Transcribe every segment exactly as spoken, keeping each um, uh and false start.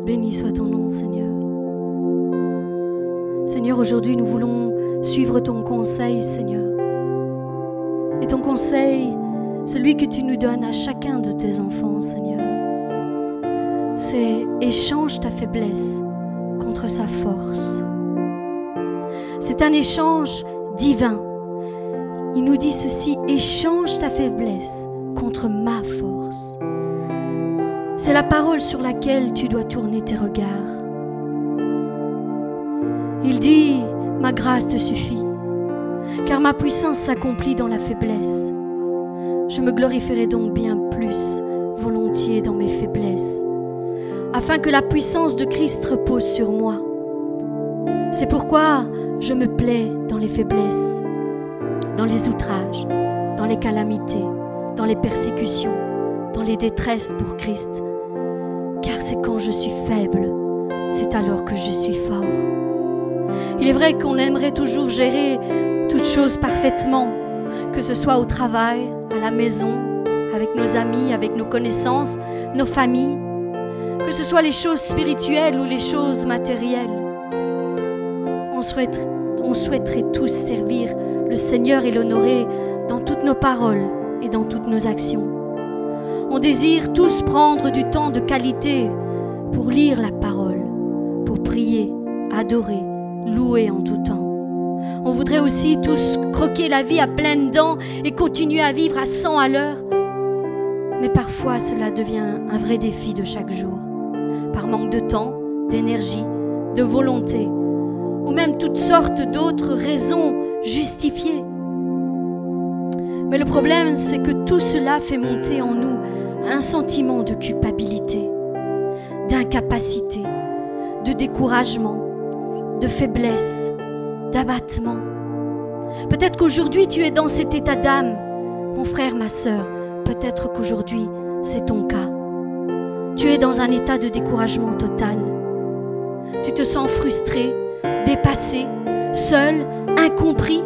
Béni soit ton nom, Seigneur. Seigneur, aujourd'hui, nous voulons suivre ton conseil, Seigneur. Et ton conseil, celui que tu nous donnes à chacun de tes enfants, Seigneur, c'est échange ta faiblesse contre sa force. C'est un échange divin. Il nous dit ceci: échange ta faiblesse contre ma force. C'est la parole sur laquelle tu dois tourner tes regards. Il dit: ma grâce te suffit, car ma puissance s'accomplit dans la faiblesse. Je me glorifierai donc bien plus volontiers dans mes faiblesses, afin que la puissance de Christ repose sur moi. C'est pourquoi je me plais dans les faiblesses, dans les outrages, dans les calamités, dans les persécutions, dans les détresses pour Christ. Car c'est quand je suis faible, c'est alors que je suis fort. Il est vrai qu'on aimerait toujours gérer toutes choses parfaitement, que ce soit au travail, à la maison, avec nos amis, avec nos connaissances, nos familles, que ce soit les choses spirituelles ou les choses matérielles. On souhaiterait, on souhaiterait tous servir le Seigneur et l'honorer dans toutes nos paroles et dans toutes nos actions. On désire tous prendre du temps de qualité pour lire la parole, pour prier, adorer, louer en tout temps. On voudrait aussi tous croquer la vie à pleines dents et continuer à vivre à cent à l'heure. Mais parfois, cela devient un vrai défi de chaque jour, par manque de temps, d'énergie, de volonté, ou même toutes sortes d'autres raisons justifiées. Mais le problème, c'est que tout cela fait monter en nous un sentiment de culpabilité, d'incapacité, de découragement, de faiblesse, d'abattement. Peut-être qu'aujourd'hui tu es dans cet état d'âme, mon frère, ma sœur. Peut-être qu'aujourd'hui c'est ton cas. Tu es dans un état de découragement total. Tu te sens frustré, dépassé, seul, incompris.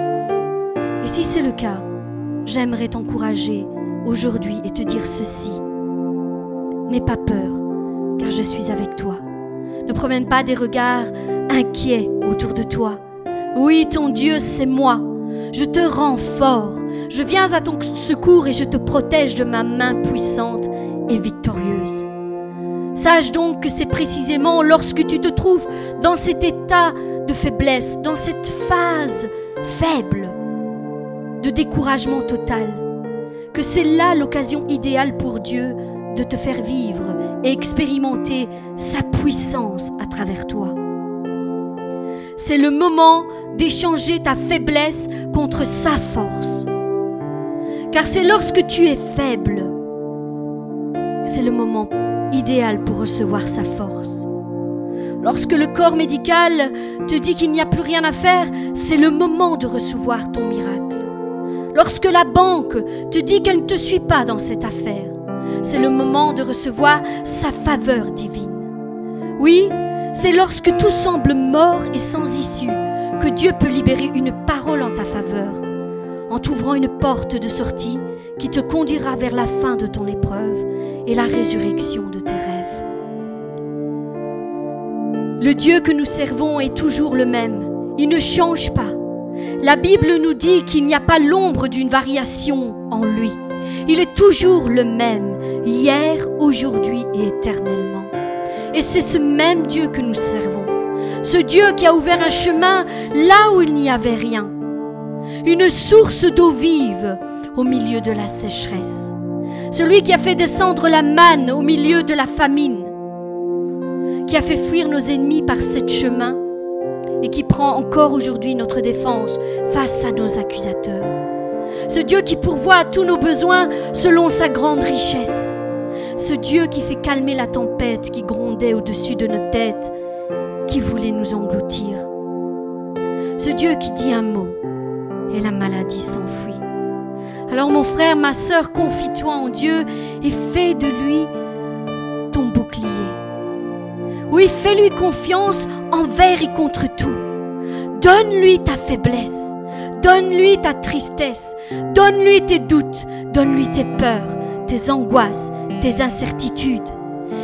Et si c'est le cas, j'aimerais t'encourager aujourd'hui et te dire ceci: n'aie pas peur, car je suis avec toi. Ne promène pas des regards inquiets autour de toi. Oui, ton Dieu, c'est moi. Je te rends fort. Je viens à ton secours et je te protège de ma main puissante et victorieuse. Sache donc que c'est précisément lorsque tu te trouves dans cet état de faiblesse, dans cette phase faible de découragement total, que c'est là l'occasion idéale pour Dieu de te faire vivre et expérimenter sa puissance à travers toi. C'est le moment d'échanger ta faiblesse contre sa force. Car c'est lorsque tu es faible, c'est le moment idéal pour recevoir sa force. Lorsque le corps médical te dit qu'il n'y a plus rien à faire, c'est le moment de recevoir ton miracle. Lorsque la banque te dit qu'elle ne te suit pas dans cette affaire, c'est le moment de recevoir sa faveur divine. Oui, c'est lorsque tout semble mort et sans issue que Dieu peut libérer une parole en ta faveur, en t'ouvrant une porte de sortie qui te conduira vers la fin de ton épreuve et la résurrection de tes rêves. Le Dieu que nous servons est toujours le même. Il ne change pas. La Bible nous dit qu'il n'y a pas l'ombre d'une variation en lui. Il est toujours le même, hier, aujourd'hui et éternellement. Et c'est ce même Dieu que nous servons. Ce Dieu qui a ouvert un chemin là où il n'y avait rien. Une source d'eau vive au milieu de la sécheresse. Celui qui a fait descendre la manne au milieu de la famine. Qui a fait fuir nos ennemis par sept chemins et qui prend encore aujourd'hui notre défense face à nos accusateurs. Ce Dieu qui pourvoit à tous nos besoins selon sa grande richesse. Ce Dieu qui fait calmer la tempête qui grondait au-dessus de nos têtes, qui voulait nous engloutir. Ce Dieu qui dit un mot et la maladie s'enfuit. Alors mon frère, ma sœur, confie-toi en Dieu et fais de lui ton bouclier. Oui, fais-lui confiance envers et contre tout. Donne-lui ta faiblesse, donne-lui ta tristesse, donne-lui tes doutes, donne-lui tes peurs, tes angoisses, tes incertitudes.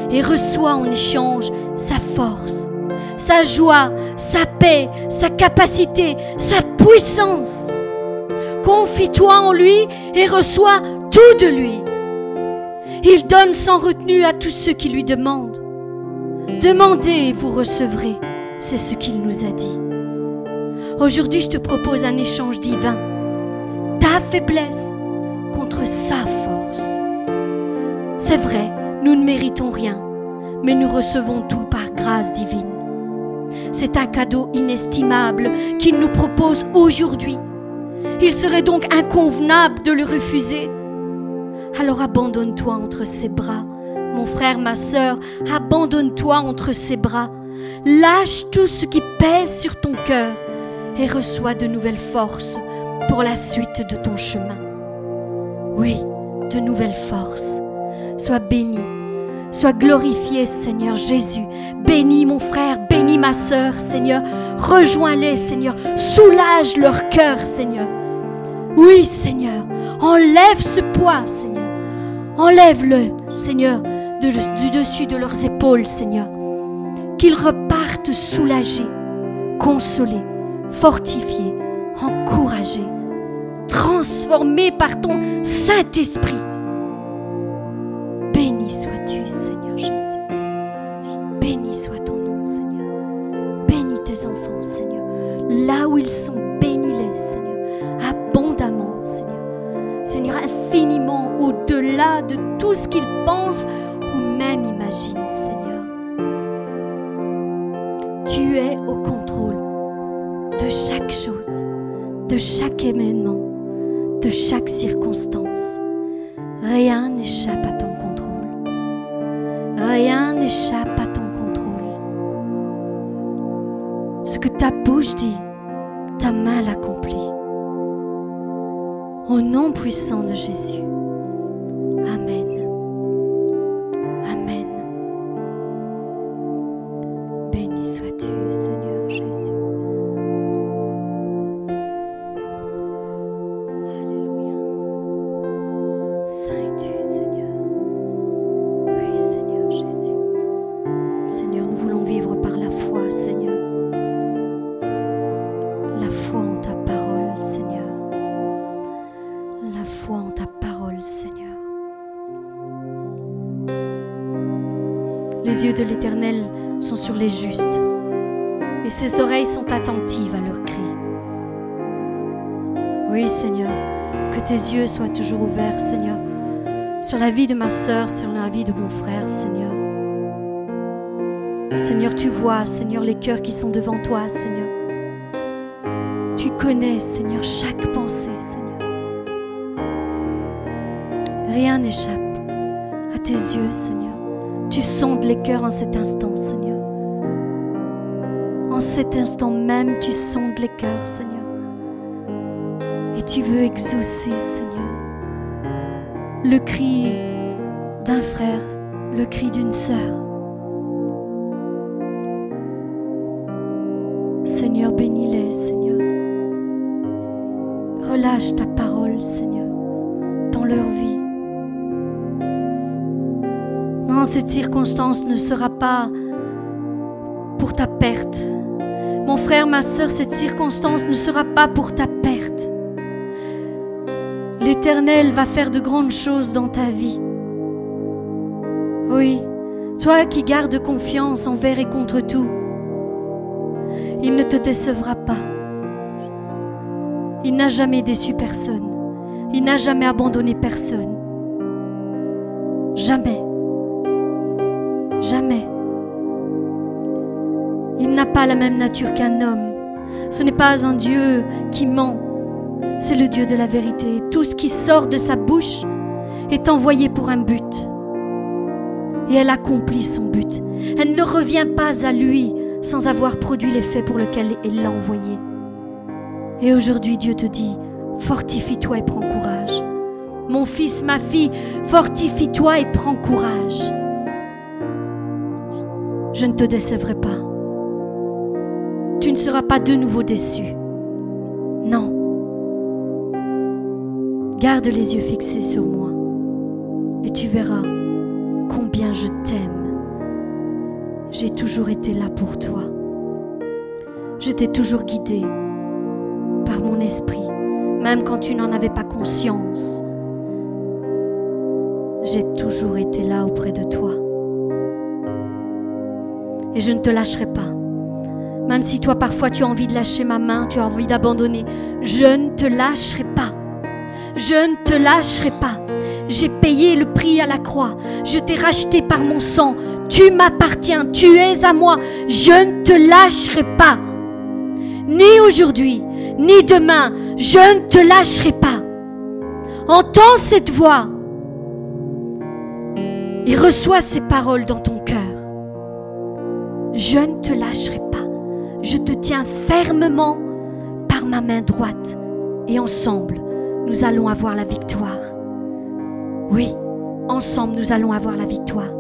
et reçois en échange sa force, sa joie, sa paix, sa capacité, sa puissance. Confie-toi en lui et reçois tout de lui. Il donne sans retenue à tous ceux qui lui demandent. Demandez et vous recevrez, c'est ce qu'il nous a dit. Aujourd'hui, je te propose un échange divin. Ta faiblesse contre sa force. C'est vrai, nous ne méritons rien, mais nous recevons tout par grâce divine. C'est un cadeau inestimable qu'il nous propose aujourd'hui. Il serait donc inconvenable de le refuser. Alors abandonne-toi entre ses bras. Mon frère, ma sœur, abandonne-toi entre ses bras. Lâche tout ce qui pèse sur ton cœur et reçois de nouvelles forces pour la suite de ton chemin. Oui, de nouvelles forces. Sois béni, sois glorifié, Seigneur Jésus. Bénis mon frère, bénis ma sœur, Seigneur. Rejoins-les, Seigneur. Soulage leur cœur, Seigneur. Oui, Seigneur, enlève ce poids, Seigneur. Enlève-le, Seigneur, de, du dessus de leurs épaules, Seigneur. Qu'ils repartent soulagés, consolés, fortifiés, encouragés, transformés par ton Saint-Esprit. Béni sois-tu, Seigneur Jésus. Béni soit ton nom, Seigneur. Bénis tes enfants, Seigneur. Là où ils sont, bénis-les, Seigneur. Abondamment, Seigneur. Seigneur, infiniment au-delà de tout ce qu'ils pensent ou même imaginent, Seigneur. Tu es au contrôle de chaque chose, de chaque événement, de chaque circonstance. Rien n'échappe à ton contrôle. Rien n'échappe à ton contrôle. Ce que ta bouche dit, ta main l'accomplit. Au nom puissant de Jésus. Amen. Amen. Béni sois-tu, Seigneur Jésus. Alléluia. Saint es-tu, Seigneur. Oui, Seigneur Jésus. Seigneur, nous voulons vivre par la foi, Seigneur. La foi en ta parole, Seigneur. La foi en ta parole, Seigneur. Les yeux de l'Éternel sont sur les justes et ses oreilles sont attentives à leurs cris. Oui, Seigneur, que tes yeux soient toujours ouverts, Seigneur, sur la vie de ma sœur, sur la vie de mon frère, Seigneur. Seigneur, tu vois, Seigneur, les cœurs qui sont devant toi, Seigneur. Tu connais, Seigneur, chaque pensée, Seigneur. Rien n'échappe à tes yeux, Seigneur. Tu sondes les cœurs en cet instant, Seigneur. En cet instant même, tu sondes les cœurs, Seigneur. Et tu veux exaucer, Seigneur, le cri d'un frère, le cri d'une sœur. Seigneur, bénis-les, Seigneur. Relâche ta parole, Seigneur, dans leur vie. Non, cette circonstance ne sera pas pour ta perte. Mon frère, ma sœur, cette circonstance ne sera pas pour ta perte. L'Éternel va faire de grandes choses dans ta vie. Oui, toi qui gardes confiance envers et contre tout, il ne te décevra pas. Il n'a jamais déçu personne. Il n'a jamais abandonné personne. Jamais. Jamais. Il n'a pas la même nature qu'un homme. Ce n'est pas un Dieu qui ment. C'est le Dieu de la vérité. Tout ce qui sort de sa bouche est envoyé pour un but. Et elle accomplit son but. Elle ne revient pas à lui sans avoir produit l'effet pour lequel il l'a envoyé. Et aujourd'hui, Dieu te dit, fortifie-toi et prends courage. Mon fils, ma fille, fortifie-toi et prends courage. Je ne te décevrai pas. Tu ne seras pas de nouveau déçu. Non. Garde les yeux fixés sur moi et tu verras combien je t'aime j'ai toujours été là pour toi. Je t'ai toujours guidé par mon esprit, même quand tu n'en avais pas conscience. J'ai toujours été là auprès de toi. Et je ne te lâcherai pas. Même si toi, parfois, tu as envie de lâcher ma main, tu as envie d'abandonner, je ne te lâcherai pas. Je ne te lâcherai pas. J'ai payé le prix à la croix. Je t'ai racheté par mon sang. Tu m'appartiens, tu es à moi. Je ne te lâcherai pas. Ni aujourd'hui, ni demain, je ne te lâcherai pas. Entends cette voix et reçois ces paroles dans ton cœur. Je ne te lâcherai pas. Je te tiens fermement par ma main droite et ensemble, nous allons avoir la victoire. Oui, ensemble, nous allons avoir la victoire.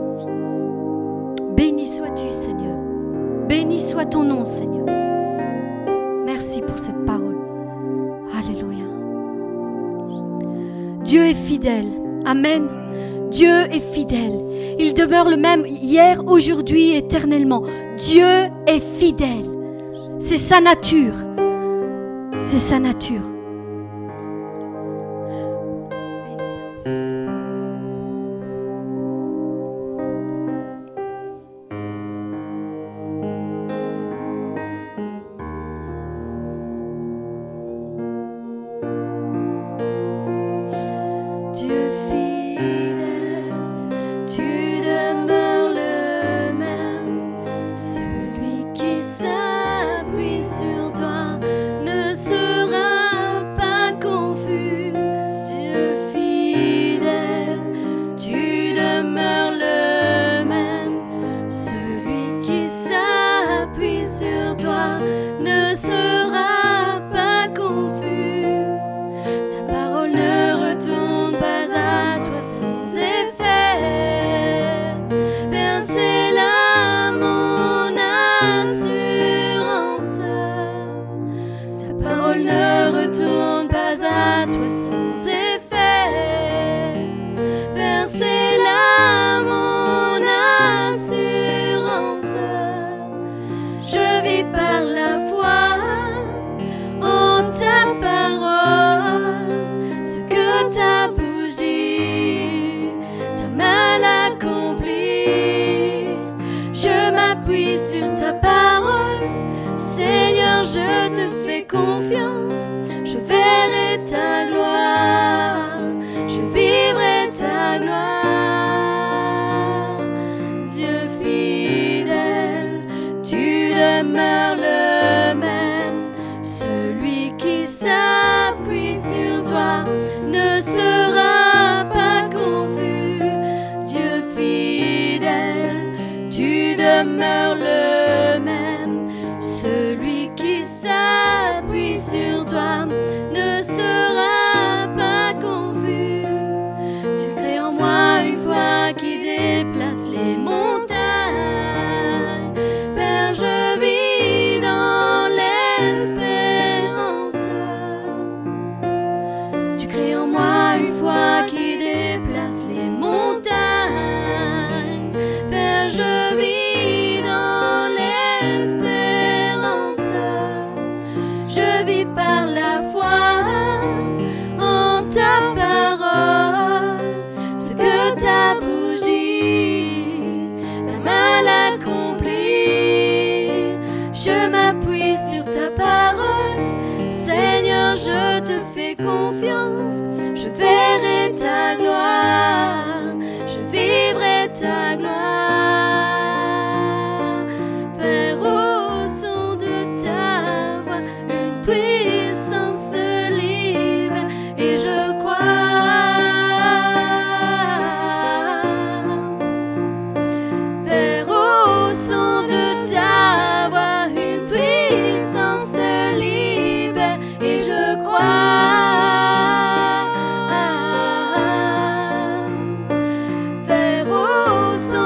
Béni sois-tu, Seigneur. Béni soit ton nom, Seigneur. Merci pour cette parole. Alléluia. Dieu est fidèle. Amen. Dieu est fidèle. Il demeure le même hier, aujourd'hui, éternellement. Dieu est fidèle. C'est sa nature. C'est sa nature. Dieu fidèle, tu demeures le même. Celui qui s'appuie sur toi ne sera pas confus. Dieu fidèle, tu demeures le même. Celui qui s'appuie sur toi ne sera pas confus. Ta parole ne retourne pas à toi sans effet. Père, c'est là mon assurance. Ta parole ne retourne pas à toi sans effet. Père, c'est là mon assurance. Je vis par la foi en ta parole. Ce que ta bouche dit, ta main l'accomplit. Je m'appuie sur ta parole. Seigneur, je te fais confiance. Je verrai ta gloire. Je vivrai ta gloire. Dieu fidèle, tu demeures le même. Celui qui s'appuie sur toi ne sera pas confus. Dieu fidèle, tu demeures le même. Celui qui s'appuie sur toi ne sera pas confus. Tu crées en moi une foi qui déplace les montagnes. Père, je vis dans l'espérance. Tu crées en moi une foi qui déplace les montagnes. Père, je vis dans l'espérance. Je vis par la foi en ta parole. Ce que ta bouche dit, ta main l'accomplit. Je m'appuie sur ta parole. Seigneur, je te fais confiance. Je verrai ta gloire. Je vivrai ta gloire. Père, au son de ta voix, une puissance se livre et je crois. Père, au son de ta voix, une puissance se libère et je crois. Père, au son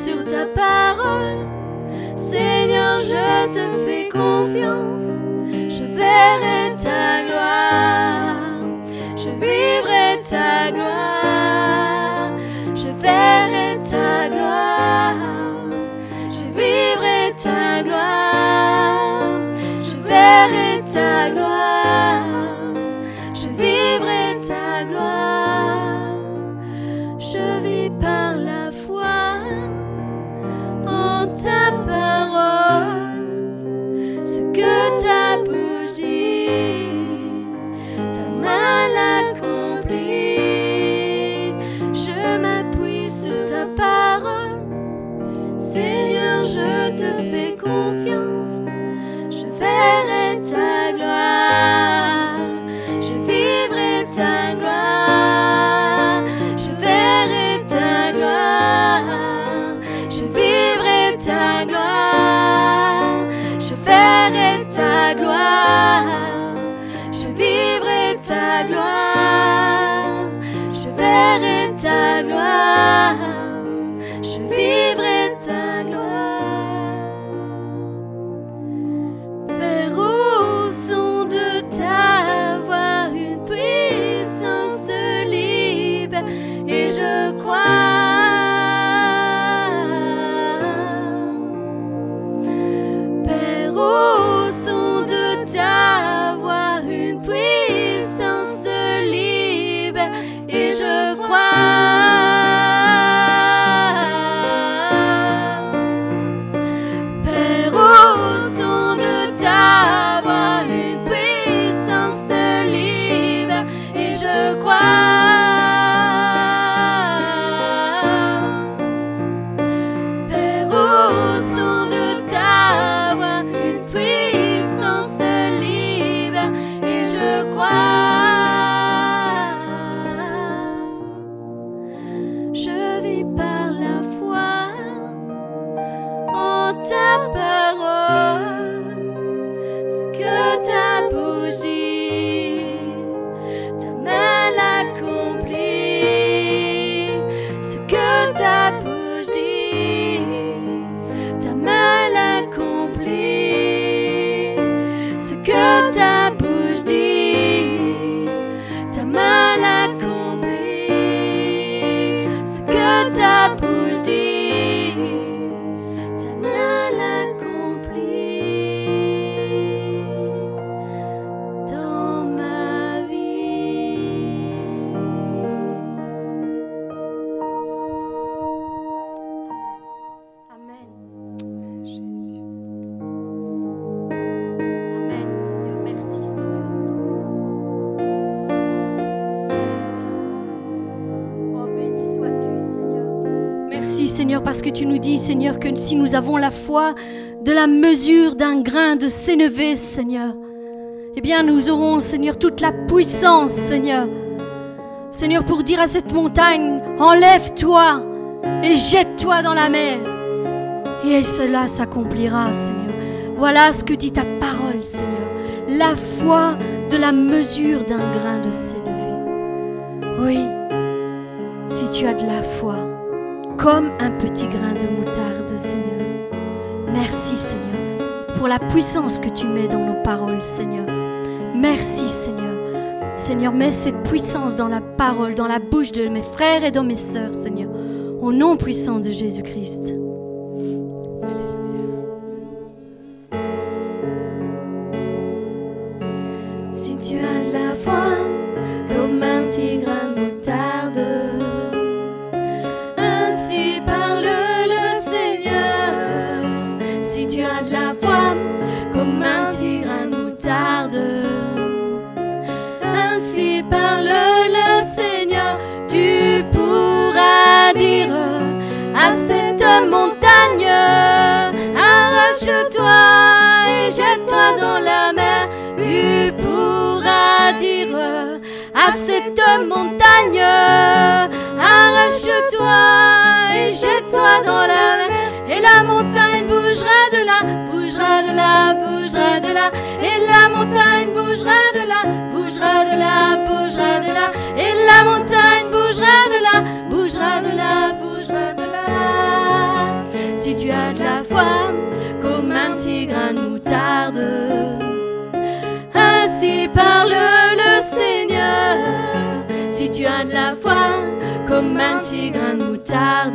sur ta parole. Seigneur, je te fais confiance. Je verrai ta gloire. Je vivrai ta gloire. Je verrai ta gloire. Je vivrai ta gloire. Je verrai ta gloire. Je vivrai ta gloire. Je vis par la foi en ta parole. Ce que ta bouche dit, ta main l'accomplit. Je m'appuie sur ta parole. Seigneur, je te fais confiance. Je verrai ta gloire. Je vivrai ta gloire. Je verrai ta gloire. Je vivrai ta gloire. Je verrai ta gloire. Je vivrai ta gloire. Je verrai ta gloire. Je vivrai ta gloire. Vers au son de ta voix une puissance libre et je crois. Père, au son de ta voix une puissance libre et je crois. Père, au son de ta voix une puissance libre et je crois. Père, au son de ta voix une puissance libre et je crois. Je vis par la foi en ta parole. Ce que ta bouche dit, ta main l'accomplit. Ce que ta bouche dit, ta main l'accomplit. Ce que ta bouche dit, ta main l'accomplit. Ce que ta bouche dit, ta main l'accomplit dans ma vie. Amen. Jésus. Amen, Seigneur. Merci, Seigneur. Oh, béni sois-tu, Seigneur. Merci, Seigneur, parce que tu nous dis, Seigneur, que si nous avons la foi de la mesure d'un grain de sénévé, Seigneur, eh bien, nous aurons, Seigneur, toute la puissance, Seigneur. Seigneur, pour dire à cette montagne, enlève-toi et jette-toi dans la mer. Et cela s'accomplira, Seigneur. Voilà ce que dit ta parole, Seigneur. La foi de la mesure d'un grain de sénévé. Oui, si tu as de la foi, comme un petit grain de moutarde, Seigneur. Merci, Seigneur, pour la puissance que tu mets dans nos paroles, Seigneur. Merci, Seigneur. Seigneur, mets cette puissance dans la parole, dans la bouche de mes frères et de mes sœurs, Seigneur. Au nom puissant de Jésus-Christ. Si tu as de la foi, comme un petit grain de moutarde, ainsi parle le Seigneur. Si tu as de la foi, comme un petit grain de moutarde, ainsi parle le Seigneur. Tu pourras dire à cette montagne, arrache-toi et jette-toi dans la mer. Tu pourras dire à cette montagne, arrache-toi et jette-toi dans la mer. Et la montagne bougera de là, bougera de là, bougera de là. Et la montagne bougera de là, bougera de là, bougera de là. Et la montagne bougera de là, bougera de là, bougera de là. petit grain de moutarde. Ainsi parle le Seigneur, si tu as de la foi comme un petit grain de moutarde.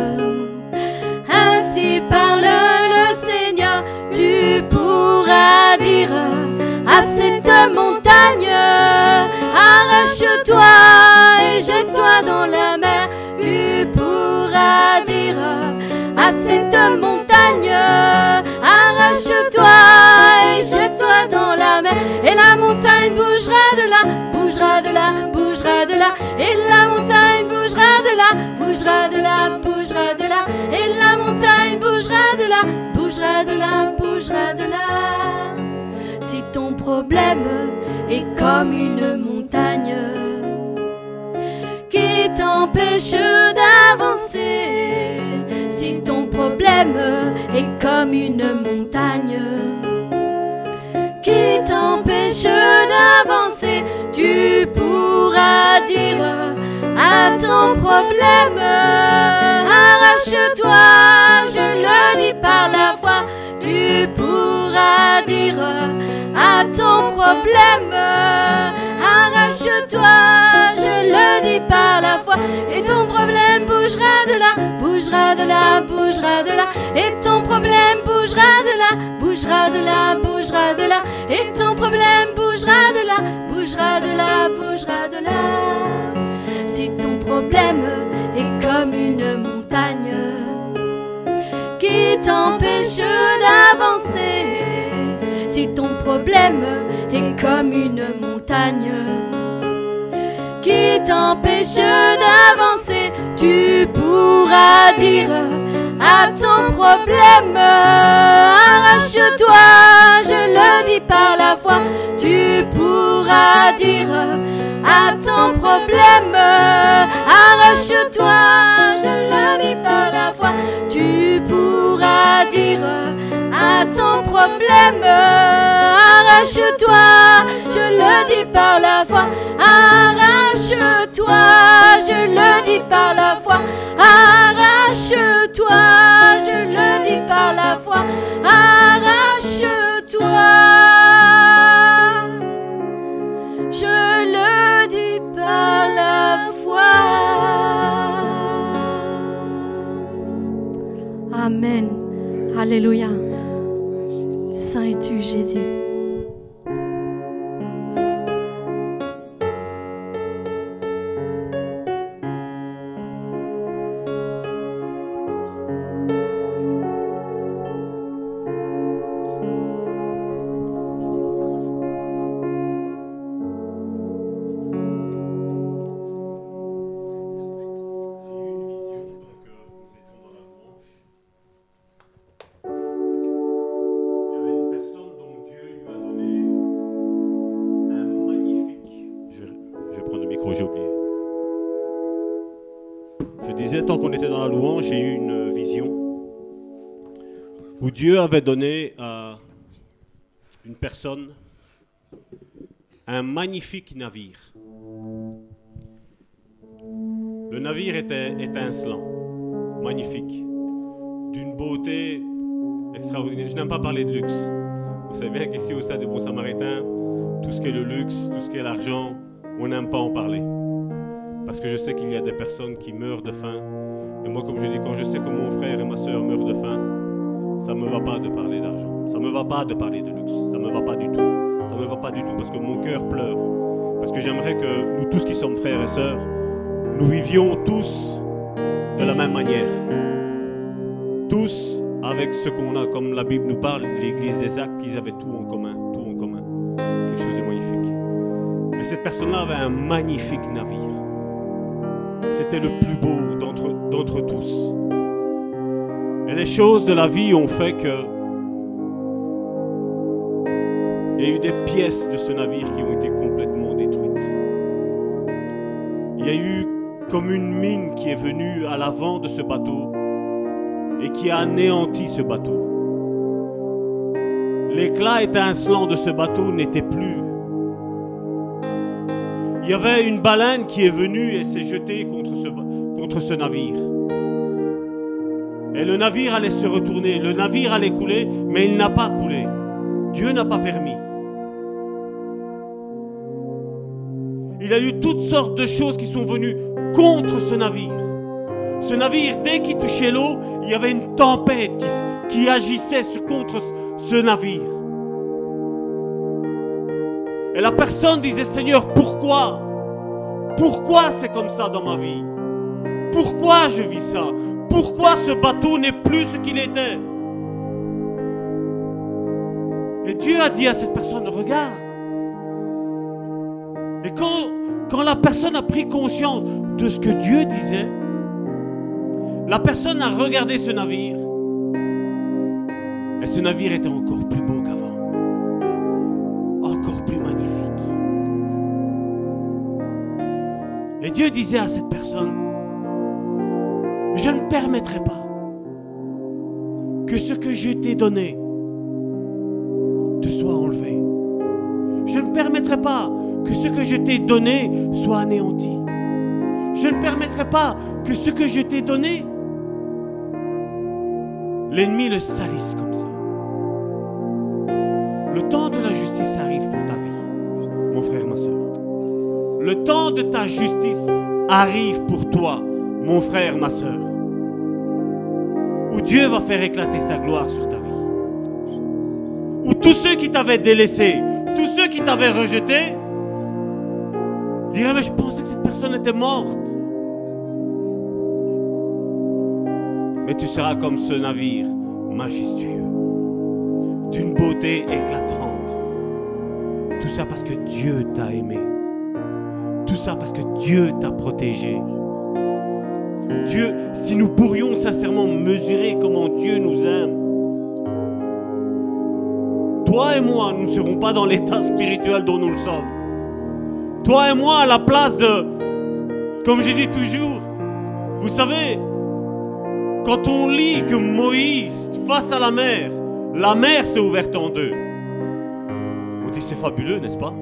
Ainsi parle le Seigneur, tu pourras dire à cette montagne, arrache-toi et jette-toi dans la mer. Tu pourras dire à cette montagne, arrache-toi et jette-toi dans la mer. Et la montagne bougera de là, bougera de là, bougera de là. Et la montagne bougera de là, bougera de là, bougera de là. Et la montagne bougera de là, bougera de là, bougera de là. Si ton problème est comme une montagne qui t'empêche d'avancer, si ton problème est comme une montagne qui t'empêche d'avancer, tu pourras dire à ton problème, arrache-toi, je le dis par la foi. Tu pourras dire à ton problème, arrache-toi, je le dis par la foi. Et ton problème bougera de là, bougera de là, bougera de là. Et ton problème bougera de là, bougera de là, bougera de là. Et ton problème bougera de là, bougera de là, bougera de là. Si ton problème est comme une montagne qui t'empêche d'avancer, si ton problème est comme une montagne qui t'empêche d'avancer, tu pourras dire à ton problème, arrache-toi, je le dis par la foi. Tu pourras dire à ton problème, arrache-toi, je le dis par la foi. Tu pourras dire à ton problème, arrache-toi, je le dis par la foi. Arrache-toi, je le dis par la foi. Arrache-toi, je le dis par la foi. Arrache-toi, je le dis par la foi. Amen. Alléluia. Saint es-tu, Jésus. Tant qu'on était dans la louange, j'ai eu une vision où Dieu avait donné à une personne un magnifique navire. Le navire était étincelant, magnifique, d'une beauté extraordinaire. Je n'aime pas parler de luxe. Vous savez bien qu'ici au Stade des Bons Samaritains, tout ce qui est le luxe, tout ce qui est l'argent, on n'aime pas en parler. Parce que je sais qu'il y a des personnes qui meurent de faim. Et moi, comme je dis, quand je sais que mon frère et ma soeur meurent de faim, ça ne me va pas de parler d'argent. Ça ne me va pas de parler de luxe. Ça ne me va pas du tout. Ça ne me va pas du tout parce que mon cœur pleure. Parce que j'aimerais que nous tous qui sommes frères et sœurs, nous vivions tous de la même manière. Tous avec ce qu'on a. Comme la Bible nous parle, l'église des Actes, ils avaient tout en commun. Tout en commun. Quelque chose de magnifique. Mais cette personne-là avait un magnifique navire. C'était le plus beau d'entre, d'entre tous. Et les choses de la vie ont fait que il y a eu des pièces de ce navire qui ont été complètement détruites. Il y a eu comme une mine qui est venue à l'avant de ce bateau et qui a anéanti ce bateau. L'éclat étincelant de ce bateau n'était plus. Il y avait une baleine qui est venue et s'est jetée contre ce, contre ce navire. Et le navire allait se retourner, le navire allait couler, mais il n'a pas coulé. Dieu n'a pas permis. Il y a eu toutes sortes de choses qui sont venues contre ce navire. Ce navire, dès qu'il touchait l'eau, il y avait une tempête qui, qui agissait contre ce navire. Et la personne disait, Seigneur, pourquoi? Pourquoi c'est comme ça dans ma vie? Pourquoi je vis ça? Pourquoi ce bateau n'est plus ce qu'il était? Et Dieu a dit à cette personne, regarde. Et quand, quand la personne a pris conscience de ce que Dieu disait, la personne a regardé ce navire. Et ce navire était encore plus beau qu'avant. Encore plus magnifique. Et Dieu disait à cette personne, je ne permettrai pas que ce que je t'ai donné te soit enlevé. Je ne permettrai pas que ce que je t'ai donné soit anéanti. Je ne permettrai pas que ce que je t'ai donné, l'ennemi le salisse comme ça. Le temps de la justice arrive pour ta vie, mon frère, ma soeur. Le temps de ta justice arrive pour toi, mon frère, ma soeur. Où Dieu va faire éclater sa gloire sur ta vie. Où tous ceux qui t'avaient délaissé, tous ceux qui t'avaient rejeté, diraient, mais je pensais que cette personne était morte. Mais tu seras comme ce navire majestueux, d'une beauté éclatante. Tout ça parce que Dieu t'a aimé. Tout ça parce que Dieu t'a protégé. Dieu, si nous pourrions sincèrement mesurer comment Dieu nous aime, toi et moi, nous ne serons pas dans l'état spirituel dont nous le sommes. Toi et moi, à la place de, comme je dis toujours, vous savez, quand on lit que Moïse, face à la mer, la mer s'est ouverte en deux. On dit c'est fabuleux, n'est-ce pas?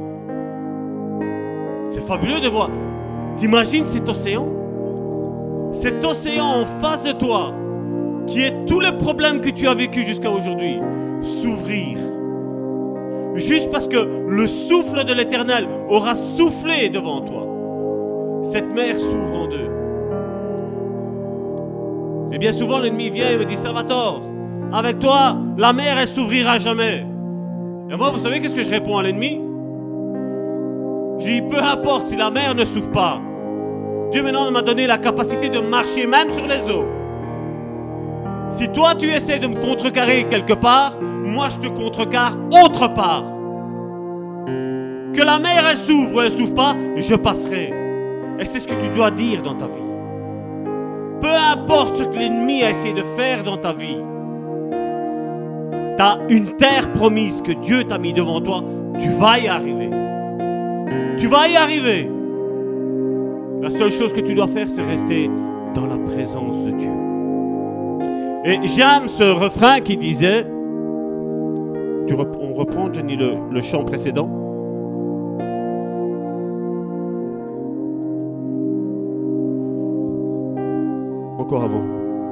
C'est fabuleux de voir. T'imagines cet océan? Cet océan en face de toi, qui est tous les problèmes que tu as vécus jusqu'à aujourd'hui, s'ouvrir. Juste parce que le souffle de l'Éternel aura soufflé devant toi. Cette mer s'ouvre en deux. Et bien souvent l'ennemi vient et me dit, Salvatore, avec toi, la mer elle s'ouvrira jamais. Et moi, vous savez qu'est-ce que je réponds à l'ennemi? Je dis, peu importe si la mer ne s'ouvre pas. Dieu maintenant m'a donné la capacité de marcher même sur les eaux. Si toi tu essaies de me contrecarrer quelque part, moi je te contrecarre autre part. Que la mer elle s'ouvre ou elle s'ouvre pas, je passerai. Et c'est ce que tu dois dire dans ta vie. Peu importe ce que l'ennemi a essayé de faire dans ta vie, tu as une terre promise que Dieu t'a mis devant toi, tu vas y arriver. Tu vas y arriver. La seule chose que tu dois faire, c'est rester dans la présence de Dieu. Et j'aime ce refrain qui disait, tu rep, on reprend, Jenny, le, le chant précédent. Encore avant.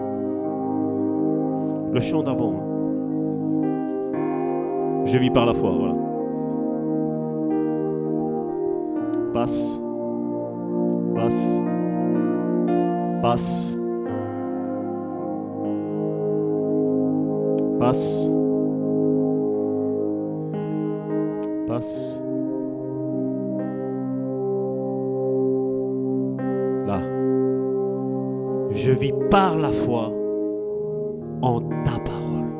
Le chant d'avant. Je vis par la foi, voilà. Passe. Passe. Passe. Passe. Passe. Là. Je vis par la foi en ta parole.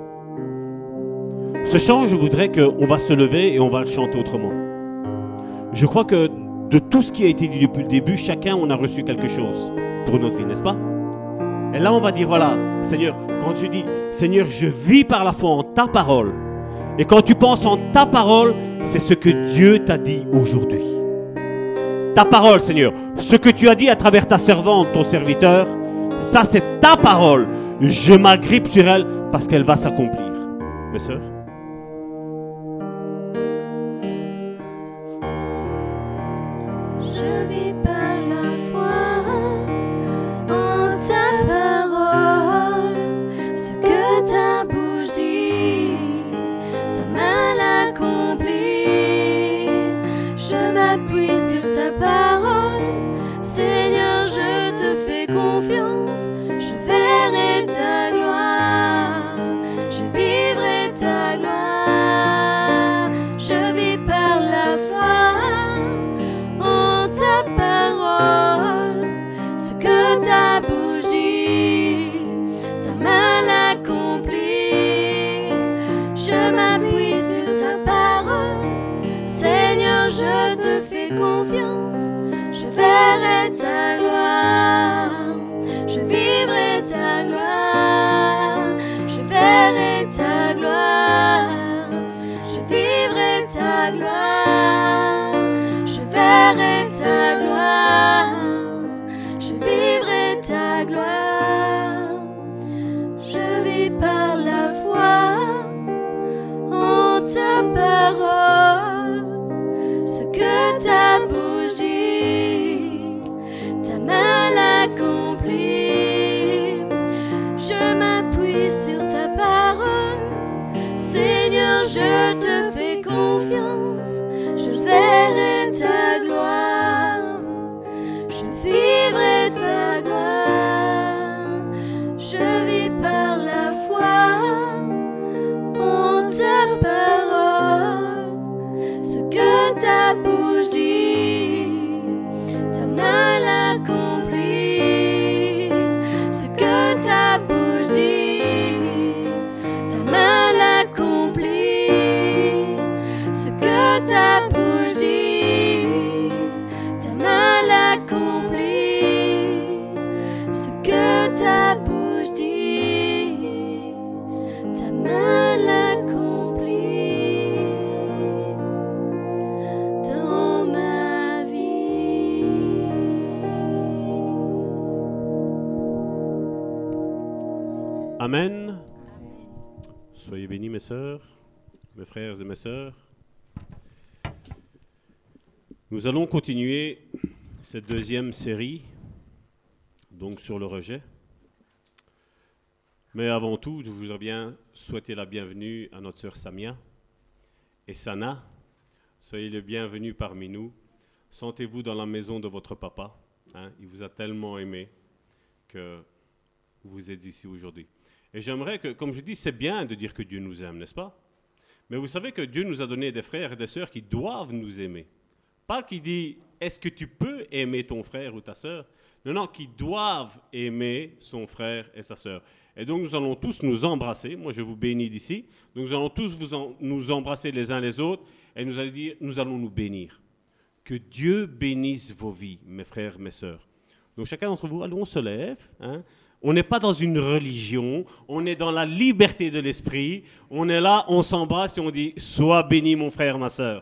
Ce chant, je voudrais qu'on va se lever et on va le chanter autrement. Je crois que de tout ce qui a été dit depuis le début, chacun on a reçu quelque chose pour notre vie, n'est-ce pas? Et là on va dire, voilà, Seigneur, quand je dis, Seigneur, je vis par la foi en ta parole. Et quand tu penses en ta parole, c'est ce que Dieu t'a dit aujourd'hui. Ta parole, Seigneur, ce que tu as dit à travers ta servante, ton serviteur, ça c'est ta parole. Je m'agrippe sur elle parce qu'elle va s'accomplir. Mes sœurs? Je vis par la foi en ta parole. m'appuie sur ta parole. Seigneur, je te fais confiance. Je verrai ta gloire. Je vivrai ta gloire. Je vis par la foi en ta parole. Ce que ta bouche dit, ta main l'accomplit. Je m'appuie sur ta parole. Seigneur, je te fais confiance. Je verrai ta gloire. Je vivrai ta gloire. Je verrai ta gloire. Je vivrai ta gloire. Je verrai ta gloire. Je vivrai ta gloire. Je vis par la foi en ta parole. Ce que ta bouche dit, ta main l'accomplit. Je m'appuie sur ta parole. Seigneur, je te fais confiance. Je verrai ta gloire. Je vivrai ta gloire. Je vis par la foi en ta parole. Ce que ta bouche dit, ta main l'accomplit. Ce que ta bouche dit, ta main l'accomplit. Ce que ta bouche dit, ta main l'accomplit. Ce que ta bouche dit, ta main l'accomplit dans ma vie. Amen. Soyez bénis, mes sœurs, mes frères et mes sœurs. Nous allons continuer cette deuxième série, donc sur le rejet. Mais avant tout, je voudrais bien souhaiter la bienvenue à notre sœur Samia et Sana. Soyez les bienvenus parmi nous. Sentez-vous dans la maison de votre papa. Hein, il vous a tellement aimé que vous êtes ici aujourd'hui. Et j'aimerais que, comme je dis, c'est bien de dire que Dieu nous aime, n'est-ce pas? Mais vous savez que Dieu nous a donné des frères et des sœurs qui doivent nous aimer. Pas qui dit, est-ce que tu peux aimer ton frère ou ta sœur? Non, non, qui doivent aimer son frère et sa sœur. Et donc nous allons tous nous embrasser. Moi, je vous bénis d'ici. Donc nous allons tous vous en, nous embrasser les uns les autres et nous allons, dire, nous allons nous bénir. Que Dieu bénisse vos vies, mes frères, mes sœurs. Donc chacun d'entre vous, allons, on se lève, hein. On n'est pas dans une religion, on est dans la liberté de l'esprit. On est là, on s'embrasse et on dit « Sois béni mon frère, ma sœur ».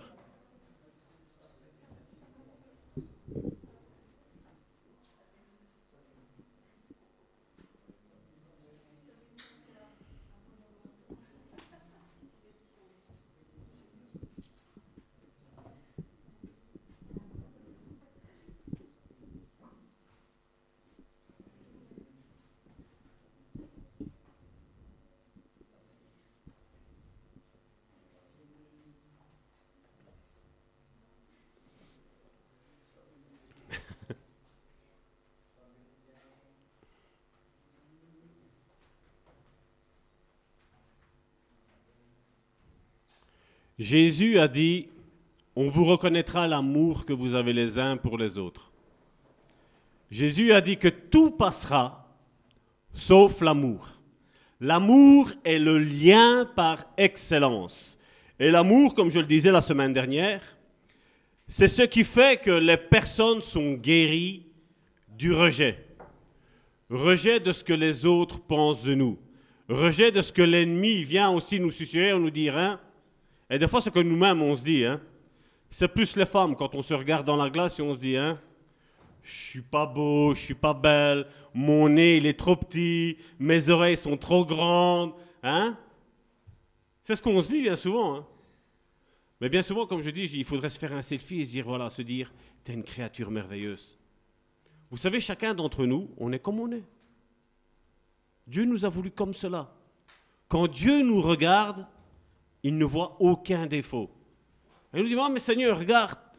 Jésus a dit, on vous reconnaîtra l'amour que vous avez les uns pour les autres. Jésus a dit que tout passera, sauf l'amour. L'amour est le lien par excellence. Et l'amour, comme je le disais la semaine dernière, c'est ce qui fait que les personnes sont guéries du rejet. Rejet de ce que les autres pensent de nous. Rejet de ce que l'ennemi vient aussi nous susurrer, on nous dit, hein. Et des fois, ce que nous-mêmes, on se dit, hein, c'est plus les femmes, quand on se regarde dans la glace et on se dit, hein, je suis pas beau, je suis pas belle, mon nez, il est trop petit, mes oreilles sont trop grandes, hein. C'est ce qu'on se dit bien souvent, hein. Mais bien souvent, comme je dis, il faudrait se faire un selfie et se dire, voilà, se dire, t'es une créature merveilleuse. Vous savez, chacun d'entre nous, on est comme on est. Dieu nous a voulu comme cela. Quand Dieu nous regarde, il ne voit aucun défaut. Et il nous dit, oh, mais Seigneur, regarde,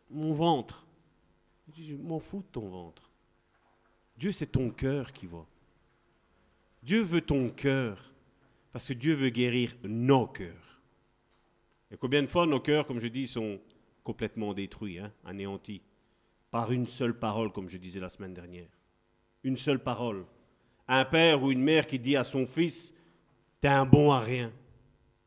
mon ventre. Je m'en fous de ton ventre. Dieu, c'est ton cœur qui voit. Dieu veut ton cœur, parce que Dieu veut guérir nos cœurs. Et combien de fois nos cœurs, comme je dis, sont complètement détruits, hein, anéantis, par une seule parole, comme je disais la semaine dernière. Une seule parole. Un père ou une mère qui dit à son fils, « T'es un bon à rien. Hein »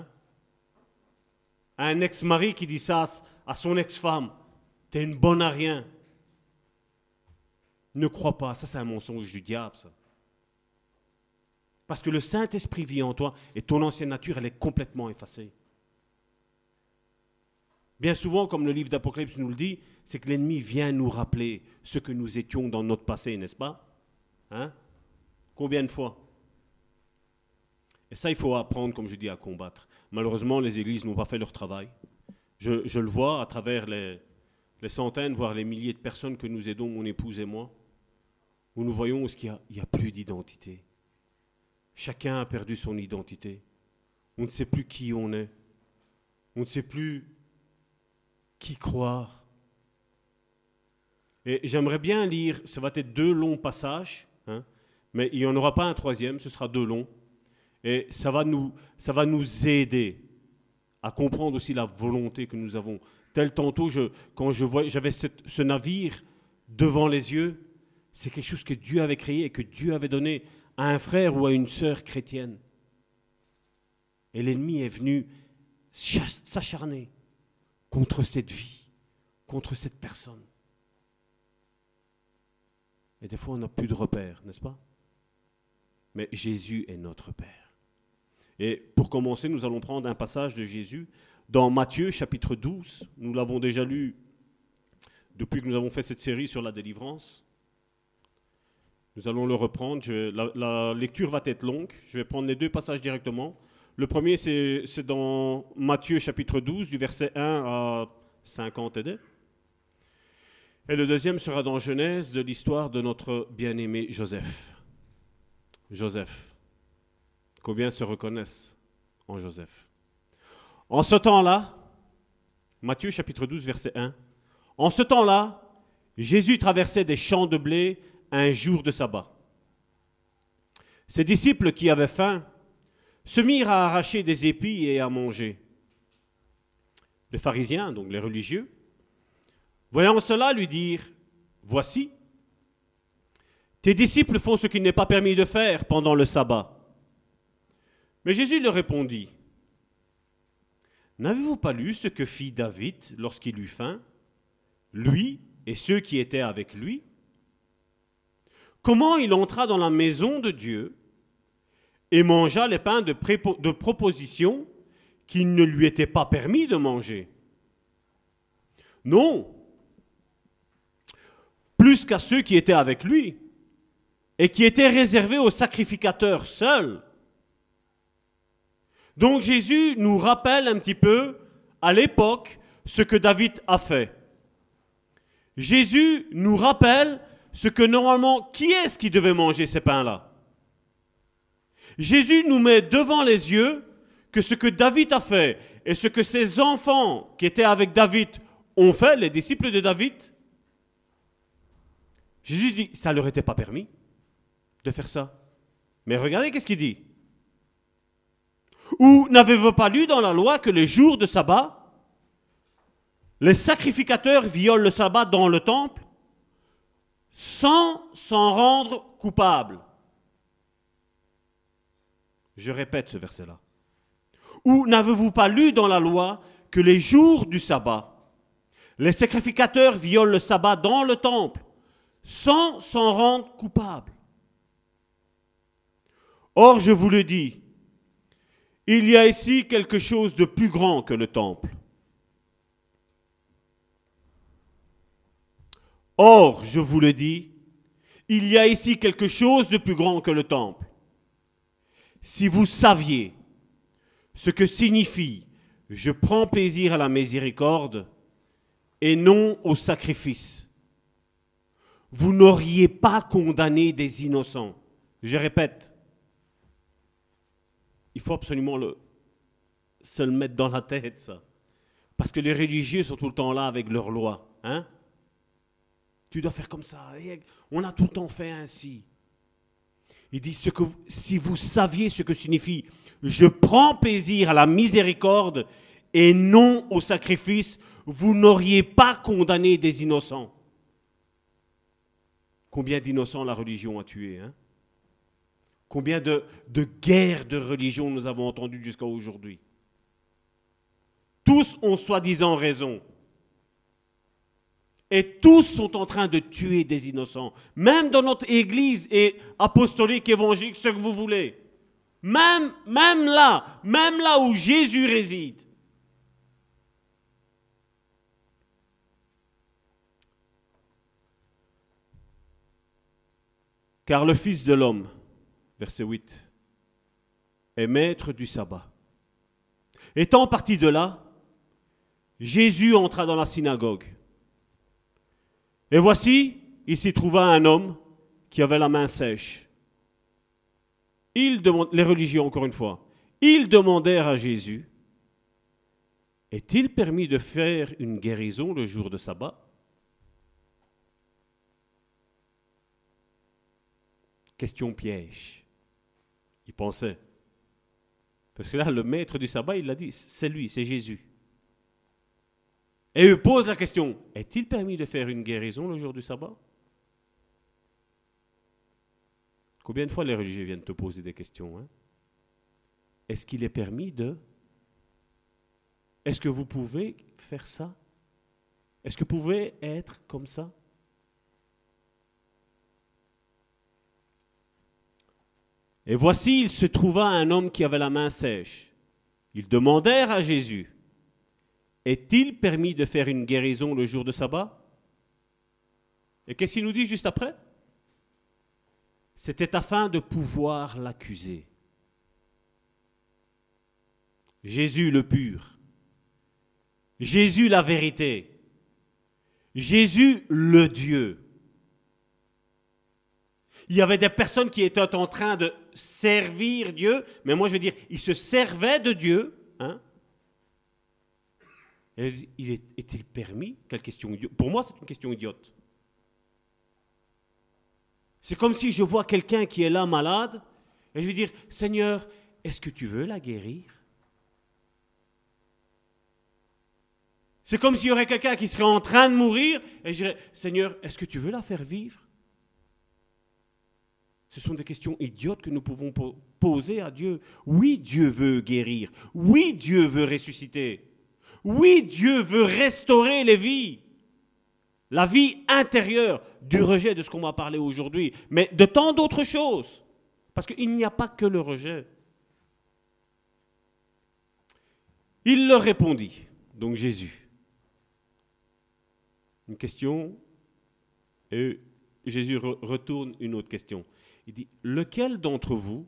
Un ex-mari qui dit ça à son ex-femme, « T'es une bonne à rien. » Ne crois pas, ça c'est un mensonge du diable, ça. Parce que le Saint-Esprit vit en toi et ton ancienne nature, elle est complètement effacée. Bien souvent, comme le livre d'Apocalypse nous le dit, c'est que l'ennemi vient nous rappeler ce que nous étions dans notre passé, n'est-ce pas? Hein? Combien de fois? Et ça, il faut apprendre, comme je dis, à combattre. Malheureusement, les églises n'ont pas fait leur travail. Je, je le vois à travers les, les centaines, voire les milliers de personnes que nous aidons, mon épouse et moi, où nous voyons qu'il n'y a, a plus d'identité. Chacun a perdu son identité. On ne sait plus qui on est. On ne sait plus qui croire. Et j'aimerais bien lire, ça va être deux longs passages, hein, mais il n'y en aura pas un troisième, ce sera deux longs. Et ça va nous, ça va nous aider à comprendre aussi la volonté que nous avons. Tel tantôt, je, quand je vois, j'avais ce, ce navire devant les yeux, c'est quelque chose que Dieu avait créé et que Dieu avait donné à un frère ou à une sœur chrétienne. Et l'ennemi est venu s'acharner contre cette vie, contre cette personne. Et des fois, on n'a plus de repères, n'est-ce pas? Mais Jésus est notre Père. Et pour commencer, nous allons prendre un passage de Jésus dans Matthieu, chapitre douze. Nous l'avons déjà lu depuis que nous avons fait cette série sur la délivrance. Nous allons le reprendre. Je, la, la lecture va être longue. Je vais prendre les deux passages directement. Le premier, c'est, c'est dans Matthieu, chapitre douze, du verset un à cinquante et deux. Et le deuxième sera dans Genèse, de l'histoire de notre bien-aimé Joseph. Joseph. Combien se reconnaissent en Joseph? En ce temps-là, Matthieu, chapitre douze, verset un. En ce temps-là, Jésus traversait des champs de blé un jour de sabbat. Ses disciples qui avaient faim se mirent à arracher des épis et à manger. Les pharisiens, donc les religieux, voyant cela, lui dirent, « Voici, tes disciples font ce qu'il n'est pas permis de faire pendant le sabbat. » Mais Jésus leur répondit, « N'avez-vous pas lu ce que fit David lorsqu'il eut faim, lui et ceux qui étaient avec lui? Comment il entra dans la maison de Dieu et mangea les pains de, prépo- de proposition qu'il ne lui était pas permis de manger? Non, plus qu'à ceux qui étaient avec lui et qui étaient réservés aux sacrificateurs seuls. » Donc Jésus nous rappelle un petit peu, à l'époque, ce que David a fait. Jésus nous rappelle ce que normalement, qui est-ce qui devait manger ces pains-là? Jésus nous met devant les yeux que ce que David a fait et ce que ses enfants qui étaient avec David ont fait, les disciples de David, Jésus dit, ça ne leur était pas permis de faire ça. Mais regardez qu'est-ce qu'il dit. Ou n'avez-vous pas lu dans la loi que les jours de sabbat, les sacrificateurs violent le sabbat dans le temple sans s'en rendre coupables? Je répète ce verset-là. Ou n'avez-vous pas lu dans la loi que les jours du sabbat, les sacrificateurs violent le sabbat dans le temple sans s'en rendre coupables? Or, je vous le dis, il y a ici quelque chose de plus grand que le temple. Or, je vous le dis, il y a ici quelque chose de plus grand que le temple. Si vous saviez ce que signifie « je prends plaisir à la miséricorde et non au sacrifice », vous n'auriez pas condamné des innocents. Je répète, il faut absolument le, se le mettre dans la tête, ça. Parce que les religieux sont tout le temps là avec leurs lois. Hein? Tu dois faire comme ça. On a tout le temps fait ainsi. Il dit, ce que, si vous saviez ce que signifie « Je prends plaisir à la miséricorde et non au sacrifice », vous n'auriez pas condamné des innocents. Combien d'innocents la religion a tué, hein? Combien de, de guerres de religion nous avons entendues jusqu'à aujourd'hui? Tous ont soi-disant raison. Et tous sont en train de tuer des innocents. Même dans notre église et apostolique, évangélique, ce que vous voulez. Même, même là, même là où Jésus réside. Car le Fils de l'homme, verset huit, est maître du sabbat. Étant parti de là, Jésus entra dans la synagogue. Et voici, il s'y trouva un homme qui avait la main sèche. Il demande, les religieux, encore une fois, ils demandèrent à Jésus, est-il permis de faire une guérison le jour de sabbat? Question piège. Il pensait. Parce que là, le maître du sabbat, il l'a dit, c'est lui, c'est Jésus. Et il pose la question, est-il permis de faire une guérison le jour du sabbat? Combien de fois les religieux viennent te poser des questions, hein? Est-ce qu'il est permis de... Est-ce que vous pouvez faire ça? Est-ce que vous pouvez être comme ça? Et voici, il se trouva un homme qui avait la main sèche. Ils demandèrent à Jésus, est-il permis de faire une guérison le jour de sabbat? Et qu'est-ce qu'il nous dit juste après? C'était afin de pouvoir l'accuser. Jésus le pur. Jésus la vérité. Jésus le Dieu. Il y avait des personnes qui étaient en train de servir Dieu, mais moi je veux dire, ils se servaient de Dieu. Hein? Et elle dit, il est, est-il permis? Quelle question idiote. Pour moi, c'est une question idiote. C'est comme si je vois quelqu'un qui est là malade, et je vais dire, Seigneur, est-ce que tu veux la guérir? C'est comme s'il y aurait quelqu'un qui serait en train de mourir, et je dirais, Seigneur, est-ce que tu veux la faire vivre? Ce sont des questions idiotes que nous pouvons poser à Dieu. Oui, Dieu veut guérir. Oui, Dieu veut ressusciter. Oui, Dieu veut restaurer les vies. La vie intérieure du rejet de ce qu'on va parler aujourd'hui, mais de tant d'autres choses. Parce qu'il n'y a pas que le rejet. Il leur répondit, donc Jésus. Une question, et Jésus re- retourne une autre question. Il dit, lequel d'entre vous,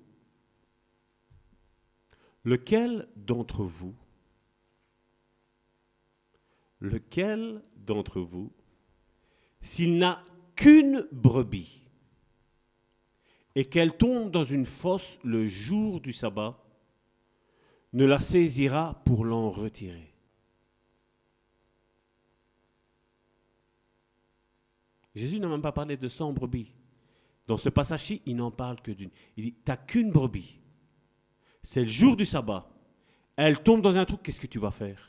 lequel d'entre vous, lequel d'entre vous, s'il n'a qu'une brebis et qu'elle tombe dans une fosse le jour du sabbat, ne la saisira pour l'en retirer? Jésus n'a même pas parlé de cent brebis. Dans ce passage-ci, il n'en parle que d'une. Il dit, tu n'as qu'une brebis. C'est le jour du sabbat. Elle tombe dans un trou, qu'est-ce que tu vas faire?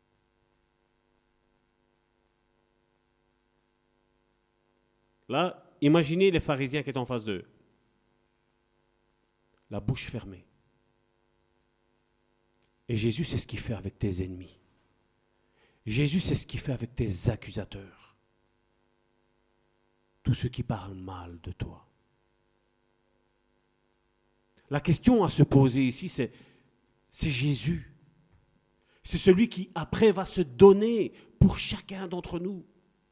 Là, imaginez les pharisiens qui étaient en face d'eux. La bouche fermée. Et Jésus, c'est ce qu'il fait avec tes ennemis. Jésus, c'est ce qu'il fait avec tes accusateurs. Tous ceux qui parlent mal de toi. La question à se poser ici, c'est, c'est Jésus. C'est celui qui, après, va se donner pour chacun d'entre nous.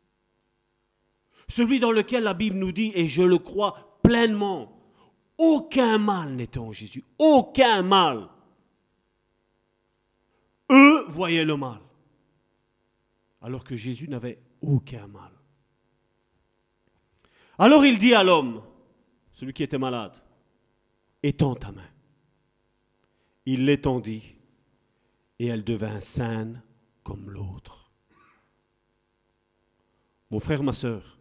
Celui dans lequel la Bible nous dit, et je le crois pleinement, aucun mal n'était en Jésus. Aucun mal. Eux voyaient le mal. Alors que Jésus n'avait aucun mal. Alors il dit à l'homme, celui qui était malade, étends ta main. Il l'étendit et elle devint saine comme l'autre. Mon frère, ma sœur,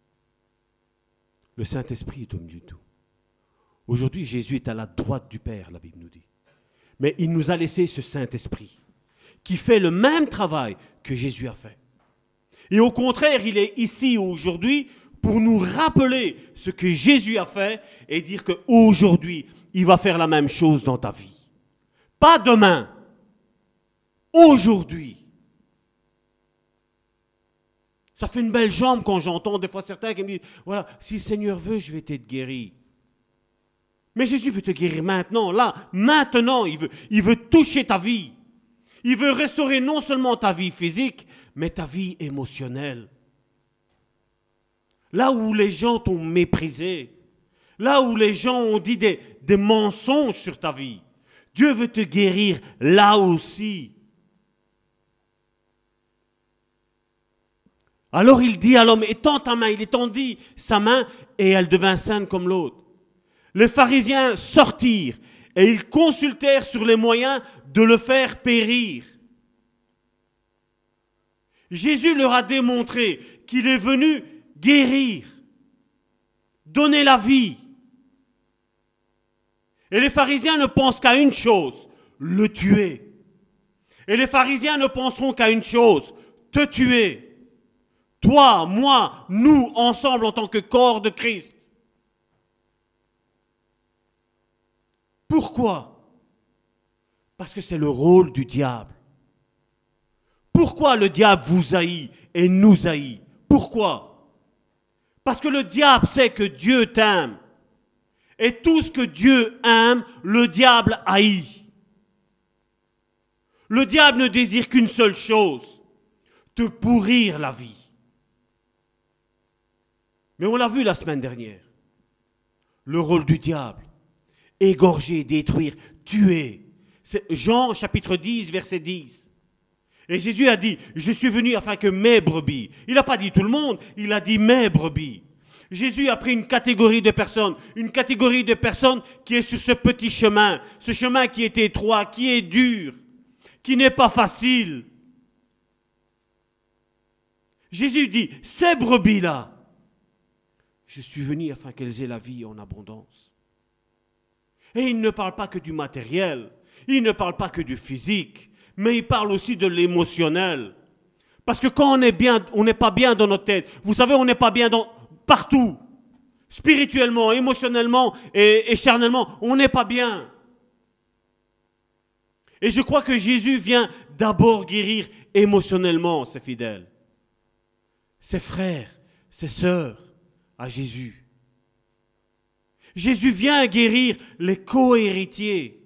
le Saint-Esprit est au milieu de tout. Aujourd'hui, Jésus est à la droite du Père, la Bible nous dit. Mais il nous a laissé ce Saint-Esprit qui fait le même travail que Jésus a fait. Et au contraire, il est ici aujourd'hui pour nous rappeler ce que Jésus a fait et dire qu'aujourd'hui, il va faire la même chose dans ta vie. Pas demain, aujourd'hui. Ça fait une belle jambe quand j'entends des fois certains qui me disent, voilà, si le Seigneur veut, je vais t'être guéri. Mais Jésus veut te guérir maintenant, là, maintenant, il veut, il veut toucher ta vie. Il veut restaurer non seulement ta vie physique, mais ta vie émotionnelle. Là où les gens t'ont méprisé, là où les gens ont dit des, des mensonges sur ta vie, Dieu veut te guérir là aussi. Alors il dit à l'homme, étends ta main, il étendit sa main et elle devint saine comme l'autre. Les pharisiens sortirent et ils consultèrent sur les moyens de le faire périr. Jésus leur a démontré qu'il est venu guérir, donner la vie. Et les pharisiens ne pensent qu'à une chose, le tuer. Et les pharisiens ne penseront qu'à une chose, te tuer. Toi, moi, nous, ensemble en tant que corps de Christ. Pourquoi ? Parce que c'est le rôle du diable. Pourquoi le diable vous haït et nous haït ? Pourquoi ? Parce que le diable sait que Dieu t'aime. Et tout ce que Dieu aime, le diable haït. Le diable ne désire qu'une seule chose, te pourrir la vie. Mais on l'a vu la semaine dernière. Le rôle du diable. Égorger, détruire, tuer. C'est Jean chapitre dix, verset dix. Et Jésus a dit, je suis venu afin que mes brebis. Il n'a pas dit tout le monde, il a dit mes brebis. Jésus a pris une catégorie de personnes, une catégorie de personnes qui est sur ce petit chemin, ce chemin qui est étroit, qui est dur, qui n'est pas facile. Jésus dit, ces brebis-là, je suis venu afin qu'elles aient la vie en abondance. Et il ne parle pas que du matériel, il ne parle pas que du physique, mais il parle aussi de l'émotionnel. Parce que quand on est bien, on n'est pas bien dans notre tête, vous savez, on n'est pas bien dans, partout, spirituellement, émotionnellement et, et charnellement, on n'est pas bien. Et je crois que Jésus vient d'abord guérir émotionnellement ses fidèles, ses frères, ses sœurs à Jésus. Jésus vient guérir les co-héritiers.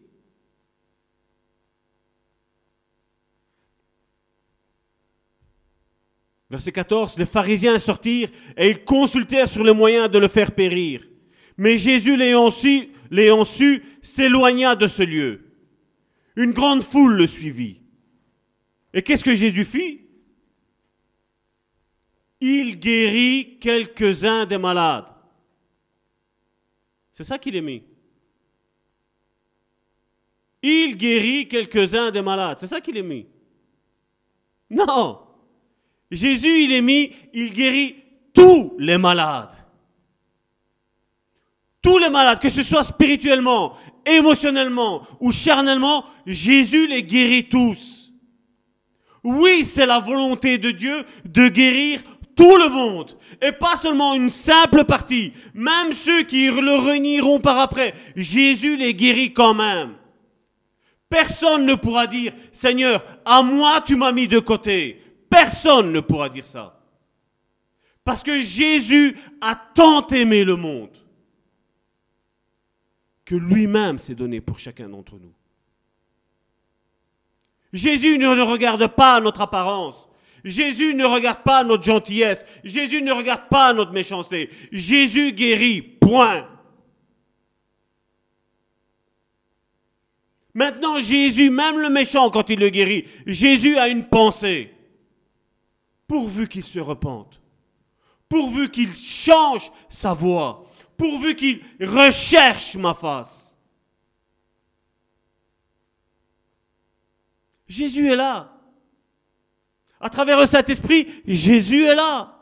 Verset quatorze, les pharisiens sortirent et ils consultèrent sur les moyens de le faire périr. Mais Jésus, l'ayant su, l'ayant su, s'éloigna de ce lieu. Une grande foule le suivit. Et qu'est-ce que Jésus fit ? Il guérit quelques-uns des malades. C'est ça qu'il est mis. Il guérit quelques-uns des malades. C'est ça qu'il est mis. Non. Jésus, il est mis, il guérit tous les malades. Tous les malades, que ce soit spirituellement, émotionnellement ou charnellement, Jésus les guérit tous. Oui, c'est la volonté de Dieu de guérir tout le monde, et pas seulement une simple partie, même ceux qui le renieront par après, Jésus les guérit quand même. Personne ne pourra dire, Seigneur, à moi tu m'as mis de côté. Personne ne pourra dire ça. Parce que Jésus a tant aimé le monde que lui-même s'est donné pour chacun d'entre nous. Jésus ne regarde pas notre apparence. Jésus ne regarde pas notre gentillesse. Jésus ne regarde pas notre méchanceté. Jésus guérit, point. Maintenant, Jésus, même le méchant, quand il le guérit, Jésus a une pensée. Pourvu qu'il se repente, pourvu qu'il change sa voix, pourvu qu'il recherche ma face. Jésus est là. À travers le Saint-Esprit, Jésus est là.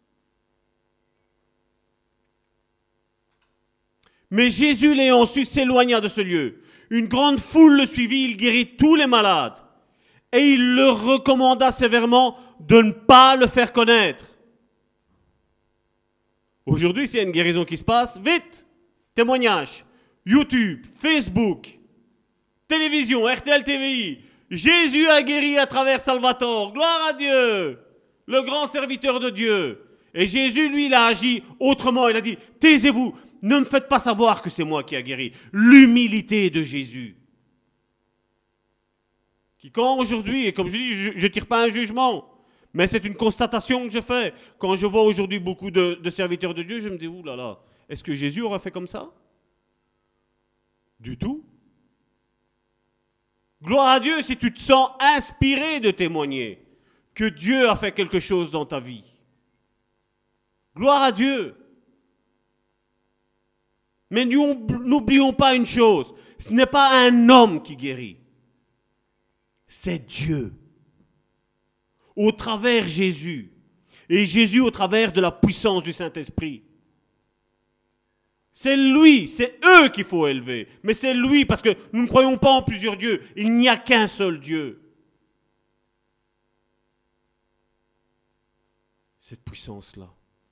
Mais Jésus, l'ayant su, s'éloigna de ce lieu. Une grande foule le suivit, il guérit tous les malades. Et il leur recommanda sévèrement de ne pas le faire connaître. Aujourd'hui, s'il y a une guérison qui se passe, vite, témoignage, YouTube, Facebook, télévision, R T L T V I, Jésus a guéri à travers Salvatore, gloire à Dieu, le grand serviteur de Dieu. Et Jésus, lui, il a agi autrement, il a dit, taisez-vous, ne me faites pas savoir que c'est moi qui a guéri. L'humilité de Jésus. Qui quand aujourd'hui, et comme je dis, je ne tire pas un jugement, mais c'est une constatation que je fais. Quand je vois aujourd'hui beaucoup de, de serviteurs de Dieu, je me dis, ouh là là, est-ce que Jésus aurait fait comme ça? Du tout. Gloire à Dieu si tu te sens inspiré de témoigner que Dieu a fait quelque chose dans ta vie. Gloire à Dieu. Mais n'oublions pas une chose, ce n'est pas un homme qui guérit, c'est Dieu. Au travers Jésus, et Jésus au travers de la puissance du Saint-Esprit. C'est lui, c'est eux qu'il faut élever, mais c'est lui parce que nous ne croyons pas en plusieurs dieux, il n'y a qu'un seul Dieu. Cette puissance-là.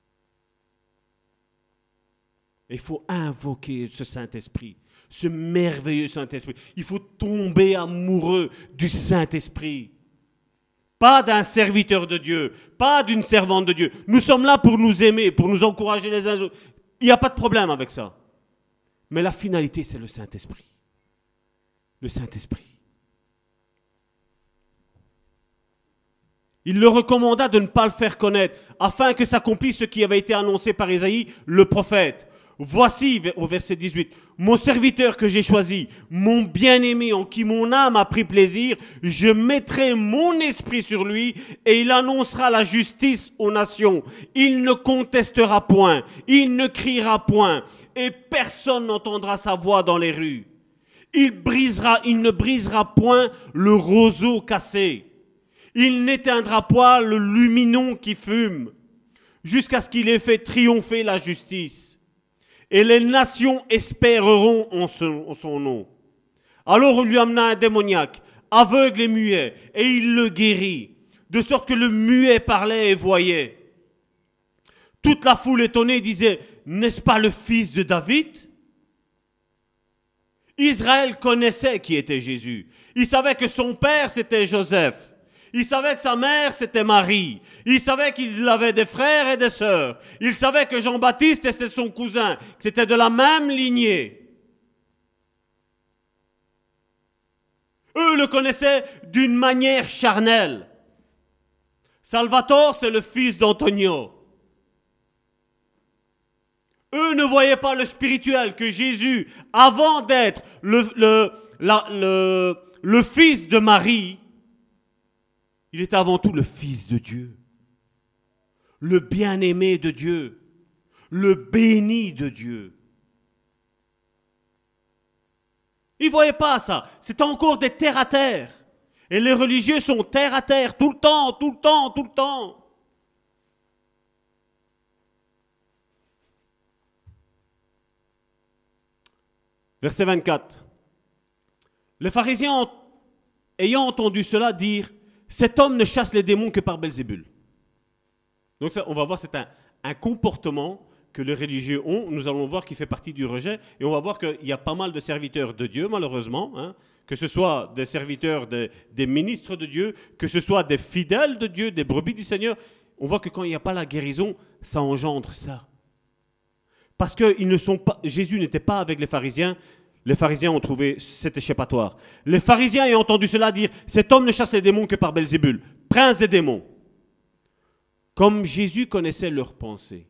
Il faut invoquer ce Saint-Esprit, ce merveilleux Saint-Esprit. Il faut tomber amoureux du Saint-Esprit. Pas d'un serviteur de Dieu, pas d'une servante de Dieu. Nous sommes là pour nous aimer, pour nous encourager les uns les autres. Il n'y a pas de problème avec ça. Mais la finalité, c'est le Saint-Esprit. Le Saint-Esprit. Il leur recommanda de ne pas le faire connaître, afin que s'accomplisse ce qui avait été annoncé par Isaïe, le prophète. Voici, au verset dix-huit, mon serviteur que j'ai choisi, mon bien-aimé en qui mon âme a pris plaisir, je mettrai mon esprit sur lui et il annoncera la justice aux nations. Il ne contestera point, il ne criera point et personne n'entendra sa voix dans les rues. Il brisera, il ne brisera point le roseau cassé. Il n'éteindra point le luminon qui fume jusqu'à ce qu'il ait fait triompher la justice. Et les nations espéreront en son, en son nom. Alors on lui amena un démoniaque, aveugle et muet, et il le guérit, de sorte que le muet parlait et voyait. Toute la foule étonnée disait, n'est-ce pas le fils de David? Israël connaissait qui était Jésus. Il savait que son père c'était Joseph. Il savait que sa mère, c'était Marie. Il savait qu'il avait des frères et des sœurs. Il savait que Jean-Baptiste, c'était son cousin, que c'était de la même lignée. Eux le connaissaient d'une manière charnelle. Salvatore, c'est le fils d'Antonio. Eux ne voyaient pas le spirituel, que Jésus, avant d'être le, le, la, le, le fils de Marie, il était avant tout le Fils de Dieu, le bien-aimé de Dieu, le béni de Dieu. Ils ne voyaient pas ça, c'était encore des terre à terre. Et les religieux sont terre à terre tout le temps, tout le temps, tout le temps. Verset vingt-quatre. Les pharisiens, ayant entendu cela, dirent, cet homme ne chasse les démons que par Belzébul. Donc ça, on va voir, c'est un, un comportement que les religieux ont. Nous allons voir qu'il fait partie du rejet. Et on va voir qu'il y a pas mal de serviteurs de Dieu, malheureusement. Hein, que ce soit des serviteurs, des, des ministres de Dieu, que ce soit des fidèles de Dieu, des brebis du Seigneur. On voit que quand il n'y a pas la guérison, ça engendre ça. Parce que ils ne sont pas, Jésus n'était pas avec les pharisiens. Les pharisiens ont trouvé cet échappatoire. Les pharisiens ayant entendu cela dire « Cet homme ne chasse les démons que par Belzébul, prince des démons. » Comme Jésus connaissait leurs pensées,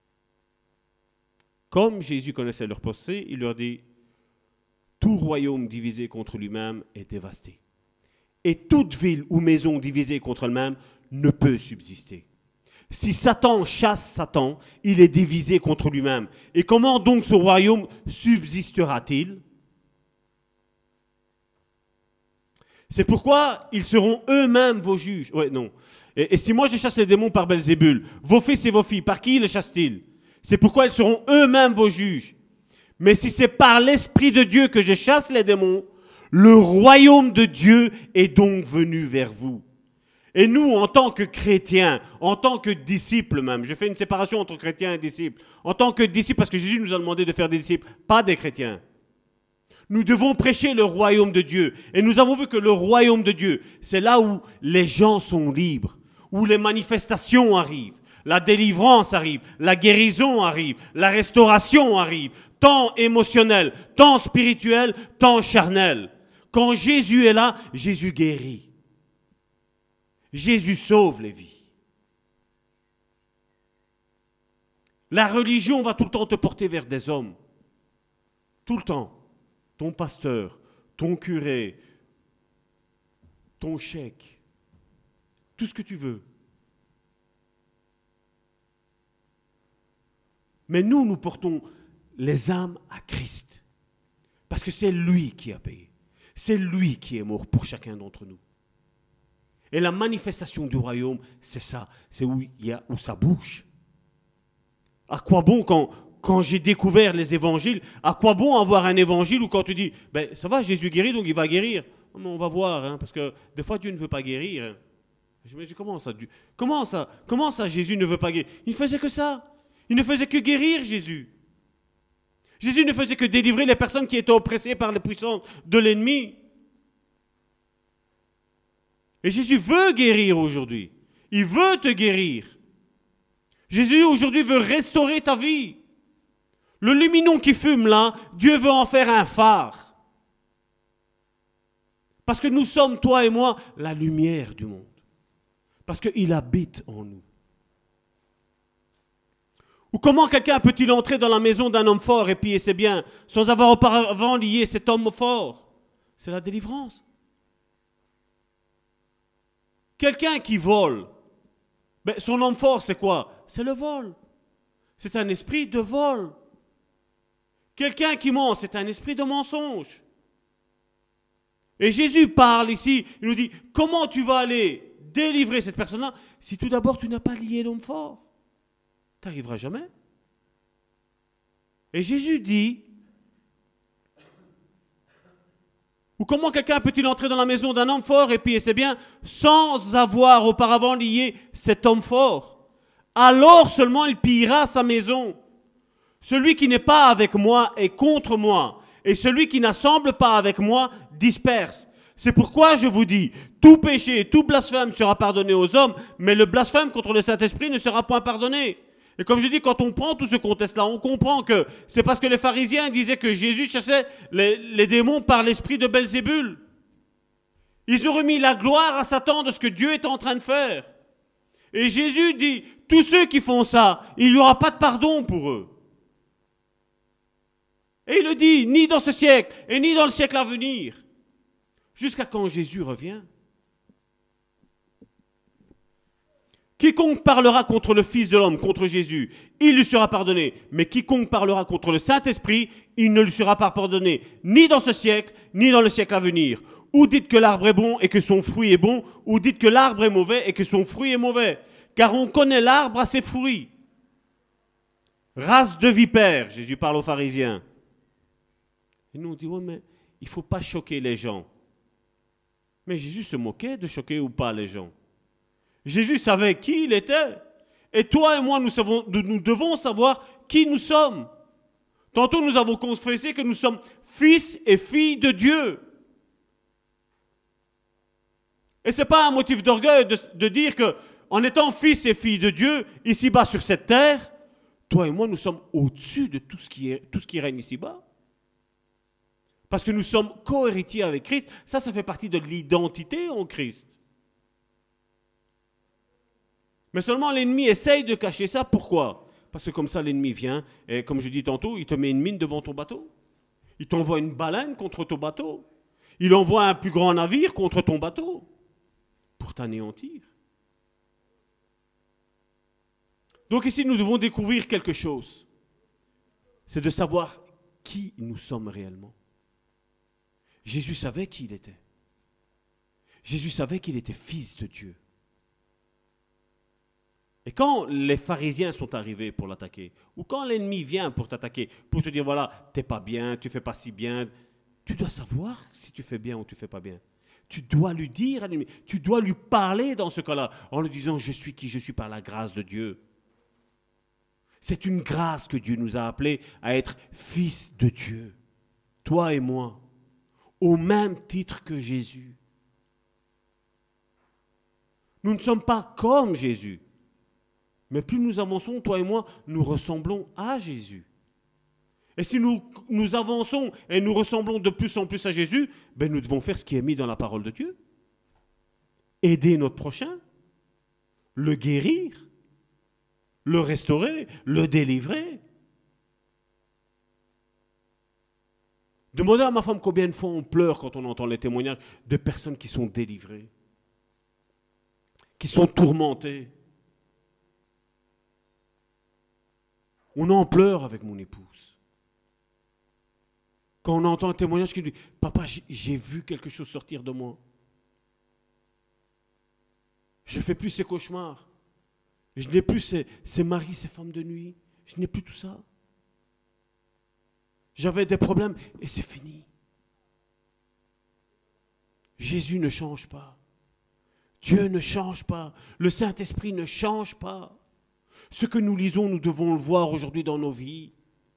comme Jésus connaissait leurs pensées, il leur dit « Tout royaume divisé contre lui-même est dévasté. Et toute ville ou maison divisée contre elle-même ne peut subsister. Si Satan chasse Satan, il est divisé contre lui-même. Et comment donc ce royaume subsistera-t-il? C'est pourquoi ils seront eux-mêmes vos juges. Ouais, non. Et, et si moi je chasse les démons par Belzébul, vos fils et vos filles, par qui les chassent-ils? C'est pourquoi ils seront eux-mêmes vos juges. Mais si c'est par l'Esprit de Dieu que je chasse les démons, le royaume de Dieu est donc venu vers vous. Et nous, en tant que chrétiens, en tant que disciples même, je fais une séparation entre chrétiens et disciples, en tant que disciples, parce que Jésus nous a demandé de faire des disciples, pas des chrétiens. Nous devons prêcher le royaume de Dieu. Et nous avons vu que le royaume de Dieu, c'est là où les gens sont libres, où les manifestations arrivent, la délivrance arrive, la guérison arrive, la restauration arrive, tant émotionnelle, tant spirituelle, tant charnelle. Quand Jésus est là, Jésus guérit. Jésus sauve les vies. La religion va tout le temps te porter vers des hommes. Tout le temps. Ton pasteur, ton curé, ton chèque, tout ce que tu veux. Mais nous, nous portons les âmes à Christ. Parce que c'est lui qui a payé. C'est lui qui est mort pour chacun d'entre nous. Et la manifestation du royaume, c'est ça. C'est où, il y a, où ça bouge. À quoi bon quand, quand j'ai découvert les évangiles, à quoi bon avoir un évangile où quand tu dis, ben ça va, Jésus guérit, donc il va guérir. Mais on va voir, hein, parce que des fois Dieu ne veut pas guérir. Hein. Je me dis, comment ça, comment ça, comment ça Jésus ne veut pas guérir? Il ne faisait que ça. Il ne faisait que guérir, Jésus. Jésus ne faisait que délivrer les personnes qui étaient oppressées par les puissances de l'ennemi. Et Jésus veut guérir aujourd'hui. Il veut te guérir. Jésus aujourd'hui veut restaurer ta vie. Le luminon qui fume là, Dieu veut en faire un phare. Parce que nous sommes, toi et moi, la lumière du monde. Parce qu'il habite en nous. Ou comment quelqu'un peut-il entrer dans la maison d'un homme fort et piller ses biens sans avoir auparavant lié cet homme fort? C'est la délivrance. Quelqu'un qui vole, ben son homme fort c'est quoi? C'est le vol. C'est un esprit de vol. Quelqu'un qui ment, c'est un esprit de mensonge. Et Jésus parle ici, il nous dit, comment tu vas aller délivrer cette personne-là si tout d'abord tu n'as pas lié l'homme fort? Tu n'arriveras jamais. Et Jésus dit, ou comment quelqu'un peut-il entrer dans la maison d'un homme fort et piller ses biens sans avoir auparavant lié cet homme fort? Alors seulement il pillera sa maison. Celui qui n'est pas avec moi est contre moi, et celui qui n'assemble pas avec moi disperse. C'est pourquoi je vous dis, tout péché, tout blasphème sera pardonné aux hommes, mais le blasphème contre le Saint-Esprit ne sera point pardonné. Et comme je dis, quand on prend tout ce contexte-là, on comprend que c'est parce que les pharisiens disaient que Jésus chassait les, les démons par l'esprit de Belzébul. Ils ont remis la gloire à Satan de ce que Dieu est en train de faire. Et Jésus dit, tous ceux qui font ça, il n'y aura pas de pardon pour eux. Et il le dit, ni dans ce siècle, et ni dans le siècle à venir. Jusqu'à quand Jésus revient. Quiconque parlera contre le Fils de l'homme, contre Jésus, il lui sera pardonné. Mais quiconque parlera contre le Saint-Esprit, il ne lui sera pas pardonné, ni dans ce siècle, ni dans le siècle à venir. Ou dites que l'arbre est bon et que son fruit est bon, ou dites que l'arbre est mauvais et que son fruit est mauvais. Car on connaît l'arbre à ses fruits. Race de vipères, Jésus parle aux pharisiens. Et nous on dit, ouais, mais il ne faut pas choquer les gens. Mais Jésus se moquait de choquer ou pas les gens. Jésus savait qui il était. Et toi et moi, nous, savons, nous devons savoir qui nous sommes. Tantôt, nous avons confessé que nous sommes fils et filles de Dieu. Et ce n'est pas un motif d'orgueil de, de dire qu'en étant fils et filles de Dieu, ici-bas sur cette terre, toi et moi, nous sommes au-dessus de tout ce qui, est, tout ce qui règne ici-bas. Parce que nous sommes co-héritiers avec Christ. Ça, ça fait partie de l'identité en Christ. Mais seulement l'ennemi essaye de cacher ça. Pourquoi? Parce que comme ça, l'ennemi vient, et comme je dis tantôt, il te met une mine devant ton bateau. Il t'envoie une baleine contre ton bateau. Il envoie un plus grand navire contre ton bateau pour t'anéantir. Donc ici, nous devons découvrir quelque chose. C'est de savoir qui nous sommes réellement. Jésus savait qui il était. Jésus savait qu'il était fils de Dieu. Et quand les pharisiens sont arrivés pour l'attaquer, ou quand l'ennemi vient pour t'attaquer, pour te dire, voilà, t'es pas bien, tu fais pas si bien, tu dois savoir si tu fais bien ou tu fais pas bien. Tu dois lui dire à l'ennemi, tu dois lui parler dans ce cas-là, en lui disant, je suis qui je suis par la grâce de Dieu. C'est une grâce que Dieu nous a appelés à être fils de Dieu, toi et moi, au même titre que Jésus. Nous ne sommes pas comme Jésus. Mais plus nous avançons, toi et moi, nous ressemblons à Jésus. Et si nous, nous avançons et nous ressemblons de plus en plus à Jésus, ben nous devons faire ce qui est mis dans la parole de Dieu. Aider notre prochain, le guérir, le restaurer, le délivrer. Demandez à ma femme combien de fois on pleure quand on entend les témoignages de personnes qui sont délivrées, qui sont tourmentées. On en pleure avec mon épouse. Quand on entend un témoignage qui dit « Papa, j'ai, j'ai vu quelque chose sortir de moi. Je ne fais plus ces cauchemars. Je n'ai plus ces, ces maris, ces femmes de nuit. Je n'ai plus tout ça. J'avais des problèmes et c'est fini. » Jésus ne change pas. Dieu ne change pas. Le Saint-Esprit ne change pas. Ce que nous lisons, nous devons le voir aujourd'hui dans nos vies.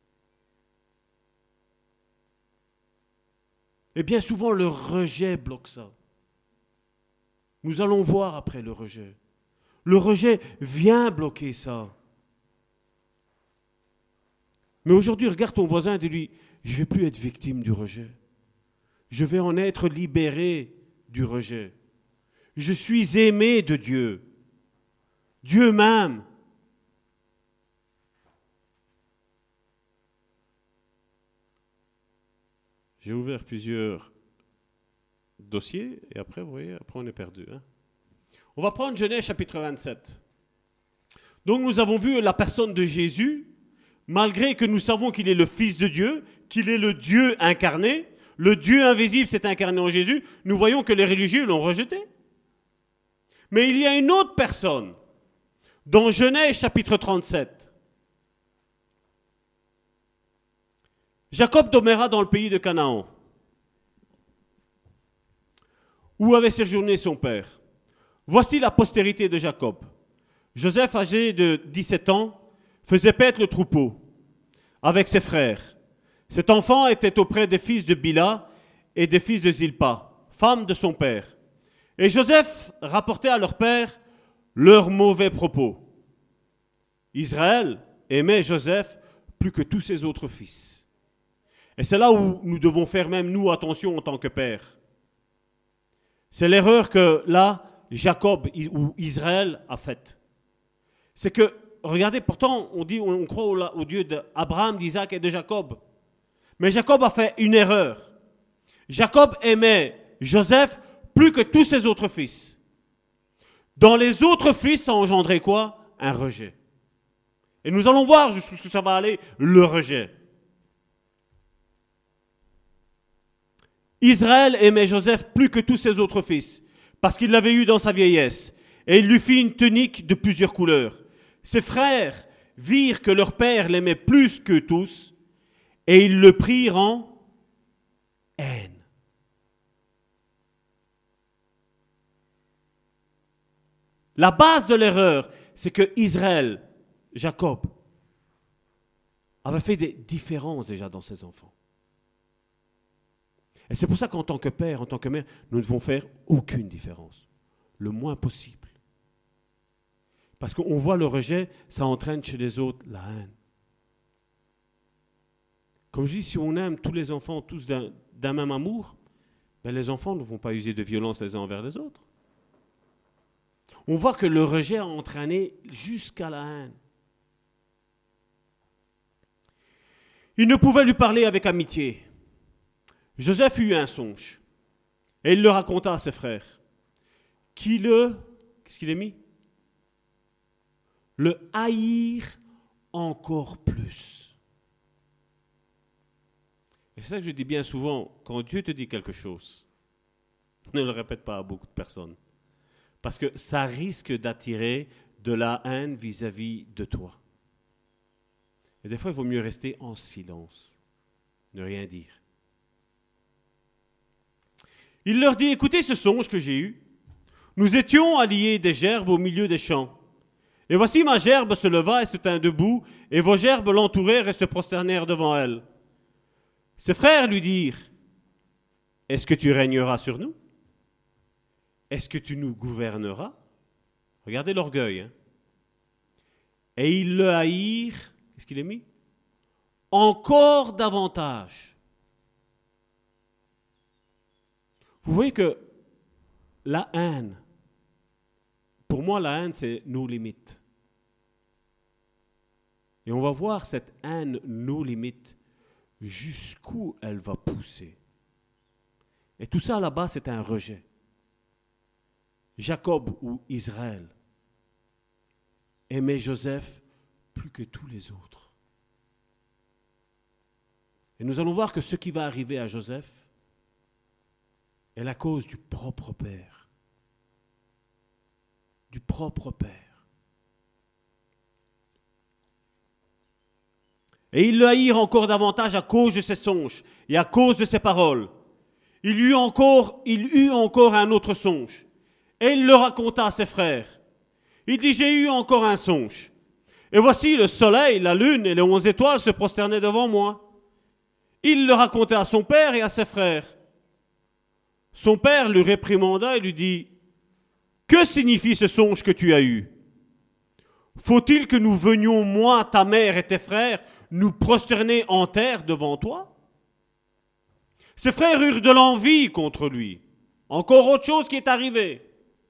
Et bien souvent, le rejet bloque ça. Nous allons voir après le rejet. Le rejet vient bloquer ça. Mais aujourd'hui, regarde ton voisin et dis-lui, je ne vais plus être victime du rejet. Je vais en être libéré du rejet. Je suis aimé de Dieu. Dieu m'aime. J'ai ouvert plusieurs dossiers et après, vous voyez, après on est perdu. Hein. On va prendre Genèse chapitre vingt-sept. Donc nous avons vu la personne de Jésus, malgré que nous savons qu'il est le Fils de Dieu, qu'il est le Dieu incarné, le Dieu invisible s'est incarné en Jésus, nous voyons que les religieux l'ont rejeté. Mais il y a une autre personne, dans Genèse chapitre trente-sept. Jacob demeura dans le pays de Canaan, où avait séjourné son père. Voici la postérité de Jacob. Joseph, âgé de dix-sept ans, faisait paître le troupeau avec ses frères. Cet enfant était auprès des fils de Bila et des fils de Zilpa, femme de son père. Et Joseph rapportait à leur père leurs mauvais propos. Israël aimait Joseph plus que tous ses autres fils. Et c'est là où nous devons faire même, nous, attention en tant que père. C'est l'erreur que, là, Jacob ou Israël a faite. C'est que, regardez, pourtant, on dit, on croit au, au Dieu d'Abraham, d'Isaac et de Jacob. Mais Jacob a fait une erreur. Jacob aimait Joseph plus que tous ses autres fils. Dans les autres fils, ça a engendré quoi? Un rejet. Et nous allons voir jusqu'où ça va aller, le rejet. Israël aimait Joseph plus que tous ses autres fils, parce qu'il l'avait eu dans sa vieillesse, et il lui fit une tunique de plusieurs couleurs. Ses frères virent que leur père l'aimait plus que tous, et ils le prirent en haine. La base de l'erreur, c'est que Israël, Jacob, avait fait des différences déjà dans ses enfants. Et c'est pour ça qu'en tant que père, en tant que mère, nous ne devons faire aucune différence. Le moins possible. Parce qu'on voit le rejet, ça entraîne chez les autres la haine. Comme je dis, si on aime tous les enfants, tous d'un, d'un même amour, ben les enfants ne vont pas user de violence les uns envers les autres. On voit que le rejet a entraîné jusqu'à la haine. Il ne pouvait lui parler avec amitié. Joseph eut un songe, et il le raconta à ses frères, qui le, qu'est-ce qu'il a mis? Le haïrent encore plus. Et c'est ça que je dis bien souvent, quand Dieu te dit quelque chose, Ne le répète pas à beaucoup de personnes. Parce que ça risque d'attirer de la haine vis-à-vis de toi. Et des fois, il vaut mieux rester en silence, ne rien dire. Il leur dit, écoutez ce songe que j'ai eu. Nous étions à lier des gerbes au milieu des champs. Et voici ma gerbe se leva et se tint debout, et vos gerbes l'entourèrent et se prosternèrent devant elle. Ses frères lui dirent, est-ce que tu régneras sur nous? Est-ce que tu nous gouverneras? Regardez l'orgueil. Hein? Et ils le haïrent, qu'est-ce qu'il est mis? Encore davantage. Vous voyez que la haine, pour moi la haine c'est nos limites. Et on va voir cette haine, nos limites, jusqu'où elle va pousser. Et tout ça là-bas c'est un rejet. Jacob ou Israël aimait Joseph plus que tous les autres. Et nous allons voir que ce qui va arriver à Joseph est la cause du propre père. Du propre père. Et ils le haïrent encore davantage à cause de ses songes et à cause de ses paroles. Il eut encore, il eut encore un autre songe. Et il le raconta à ses frères. Il dit, j'ai eu encore un songe. Et voici le soleil, la lune et les onze étoiles se prosternaient devant moi. Il le raconta à son père et à ses frères. Son père le réprimanda et lui dit, que signifie ce songe que tu as eu? Faut-il que nous venions, moi, ta mère et tes frères, nous prosterner en terre devant toi? Ses frères eurent de l'envie contre lui. Encore autre chose qui est arrivée.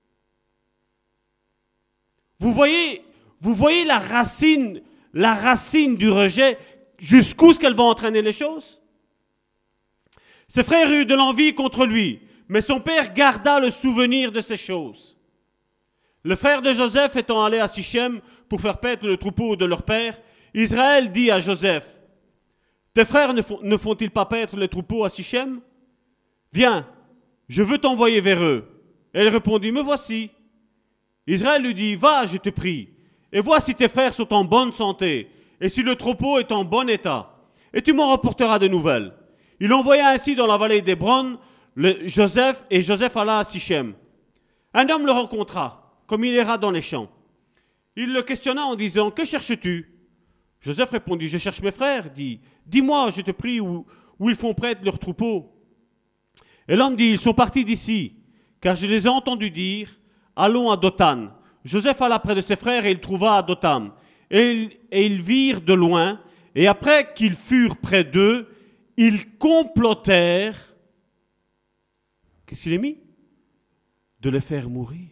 Vous voyez, vous voyez la racine, la racine du rejet, jusqu'où est-ce qu'elle va entraîner les choses? Ses frères eurent de l'envie contre lui, mais son père garda le souvenir de ces choses. Le frère de Joseph étant allé à Sichem pour faire paître le troupeau de leur père, Israël dit à Joseph, tes frères ne, font, ne font-ils pas paître le troupeau à Sichem? Viens, je veux t'envoyer vers eux. Elle répondit, me voici. Israël lui dit, va, je te prie, et vois si tes frères sont en bonne santé, et si le troupeau est en bon état, et tu m'en rapporteras de nouvelles. Il envoya ainsi dans la vallée d'Hébron le Joseph, et Joseph alla à Sichem. Un homme le rencontra, comme il erra dans les champs. Il le questionna en disant, que cherches-tu? Joseph répondit, je cherche mes frères. Dit, dis-moi, je te prie, où, où ils font prêtre leur troupeau. Et l'homme dit, ils sont partis d'ici, car je les ai entendus dire, allons à Dothan. Joseph alla près de ses frères et il trouva à Dothan. Et, et ils virent de loin, et après qu'ils furent près d'eux, ils complotèrent, qu'est-ce qu'il est mis? De les faire mourir.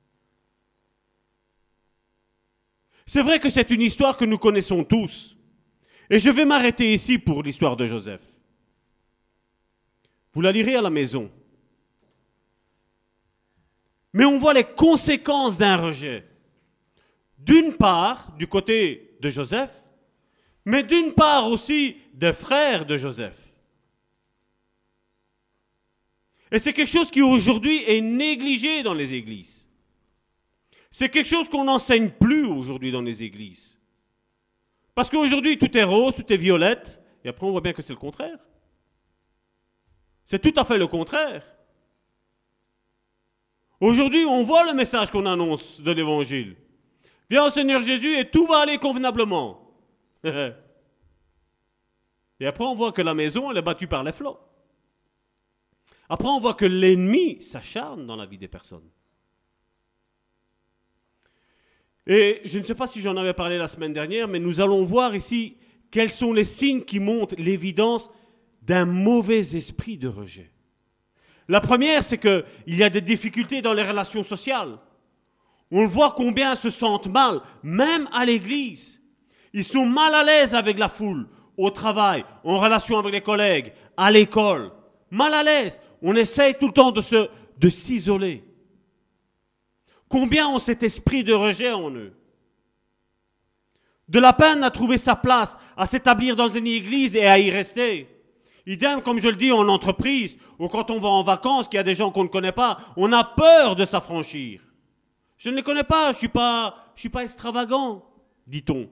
C'est vrai que c'est une histoire que nous connaissons tous. Et je vais m'arrêter ici pour l'histoire de Joseph. Vous la lirez à la maison. Mais on voit les conséquences d'un rejet. D'une part, du côté de Joseph, mais d'une part aussi des frères de Joseph. Et c'est quelque chose qui aujourd'hui est négligé dans les églises. C'est quelque chose qu'on n'enseigne plus aujourd'hui dans les églises. Parce qu'aujourd'hui, tout est rose, tout est violette, et après on voit bien que c'est le contraire. C'est tout à fait le contraire. Aujourd'hui, on voit le message qu'on annonce de l'Évangile. Viens au Seigneur Jésus et tout va aller convenablement. Et après, on voit que la maison, elle est battue par les flots. Après, on voit que l'ennemi s'acharne dans la vie des personnes. Et je ne sais pas si j'en avais parlé la semaine dernière, mais nous allons voir ici quels sont les signes qui montrent l'évidence d'un mauvais esprit de rejet. La première, c'est qu'il y a des difficultés dans les relations sociales. On voit combien ils se sentent mal, même à l'église. Ils sont mal à l'aise avec la foule, au travail, en relation avec les collègues, à l'école. Mal à l'aise. On essaye tout le temps de, se, de s'isoler. Combien ont cet esprit de rejet en eux? De la peine à trouver sa place, à s'établir dans une église et à y rester. Idem, comme je le dis, en entreprise, ou quand on va en vacances, qu'il y a des gens qu'on ne connaît pas, on a peur de s'affranchir. Je ne les connais pas, je ne suis pas, je suis pas extravagant, dit-on.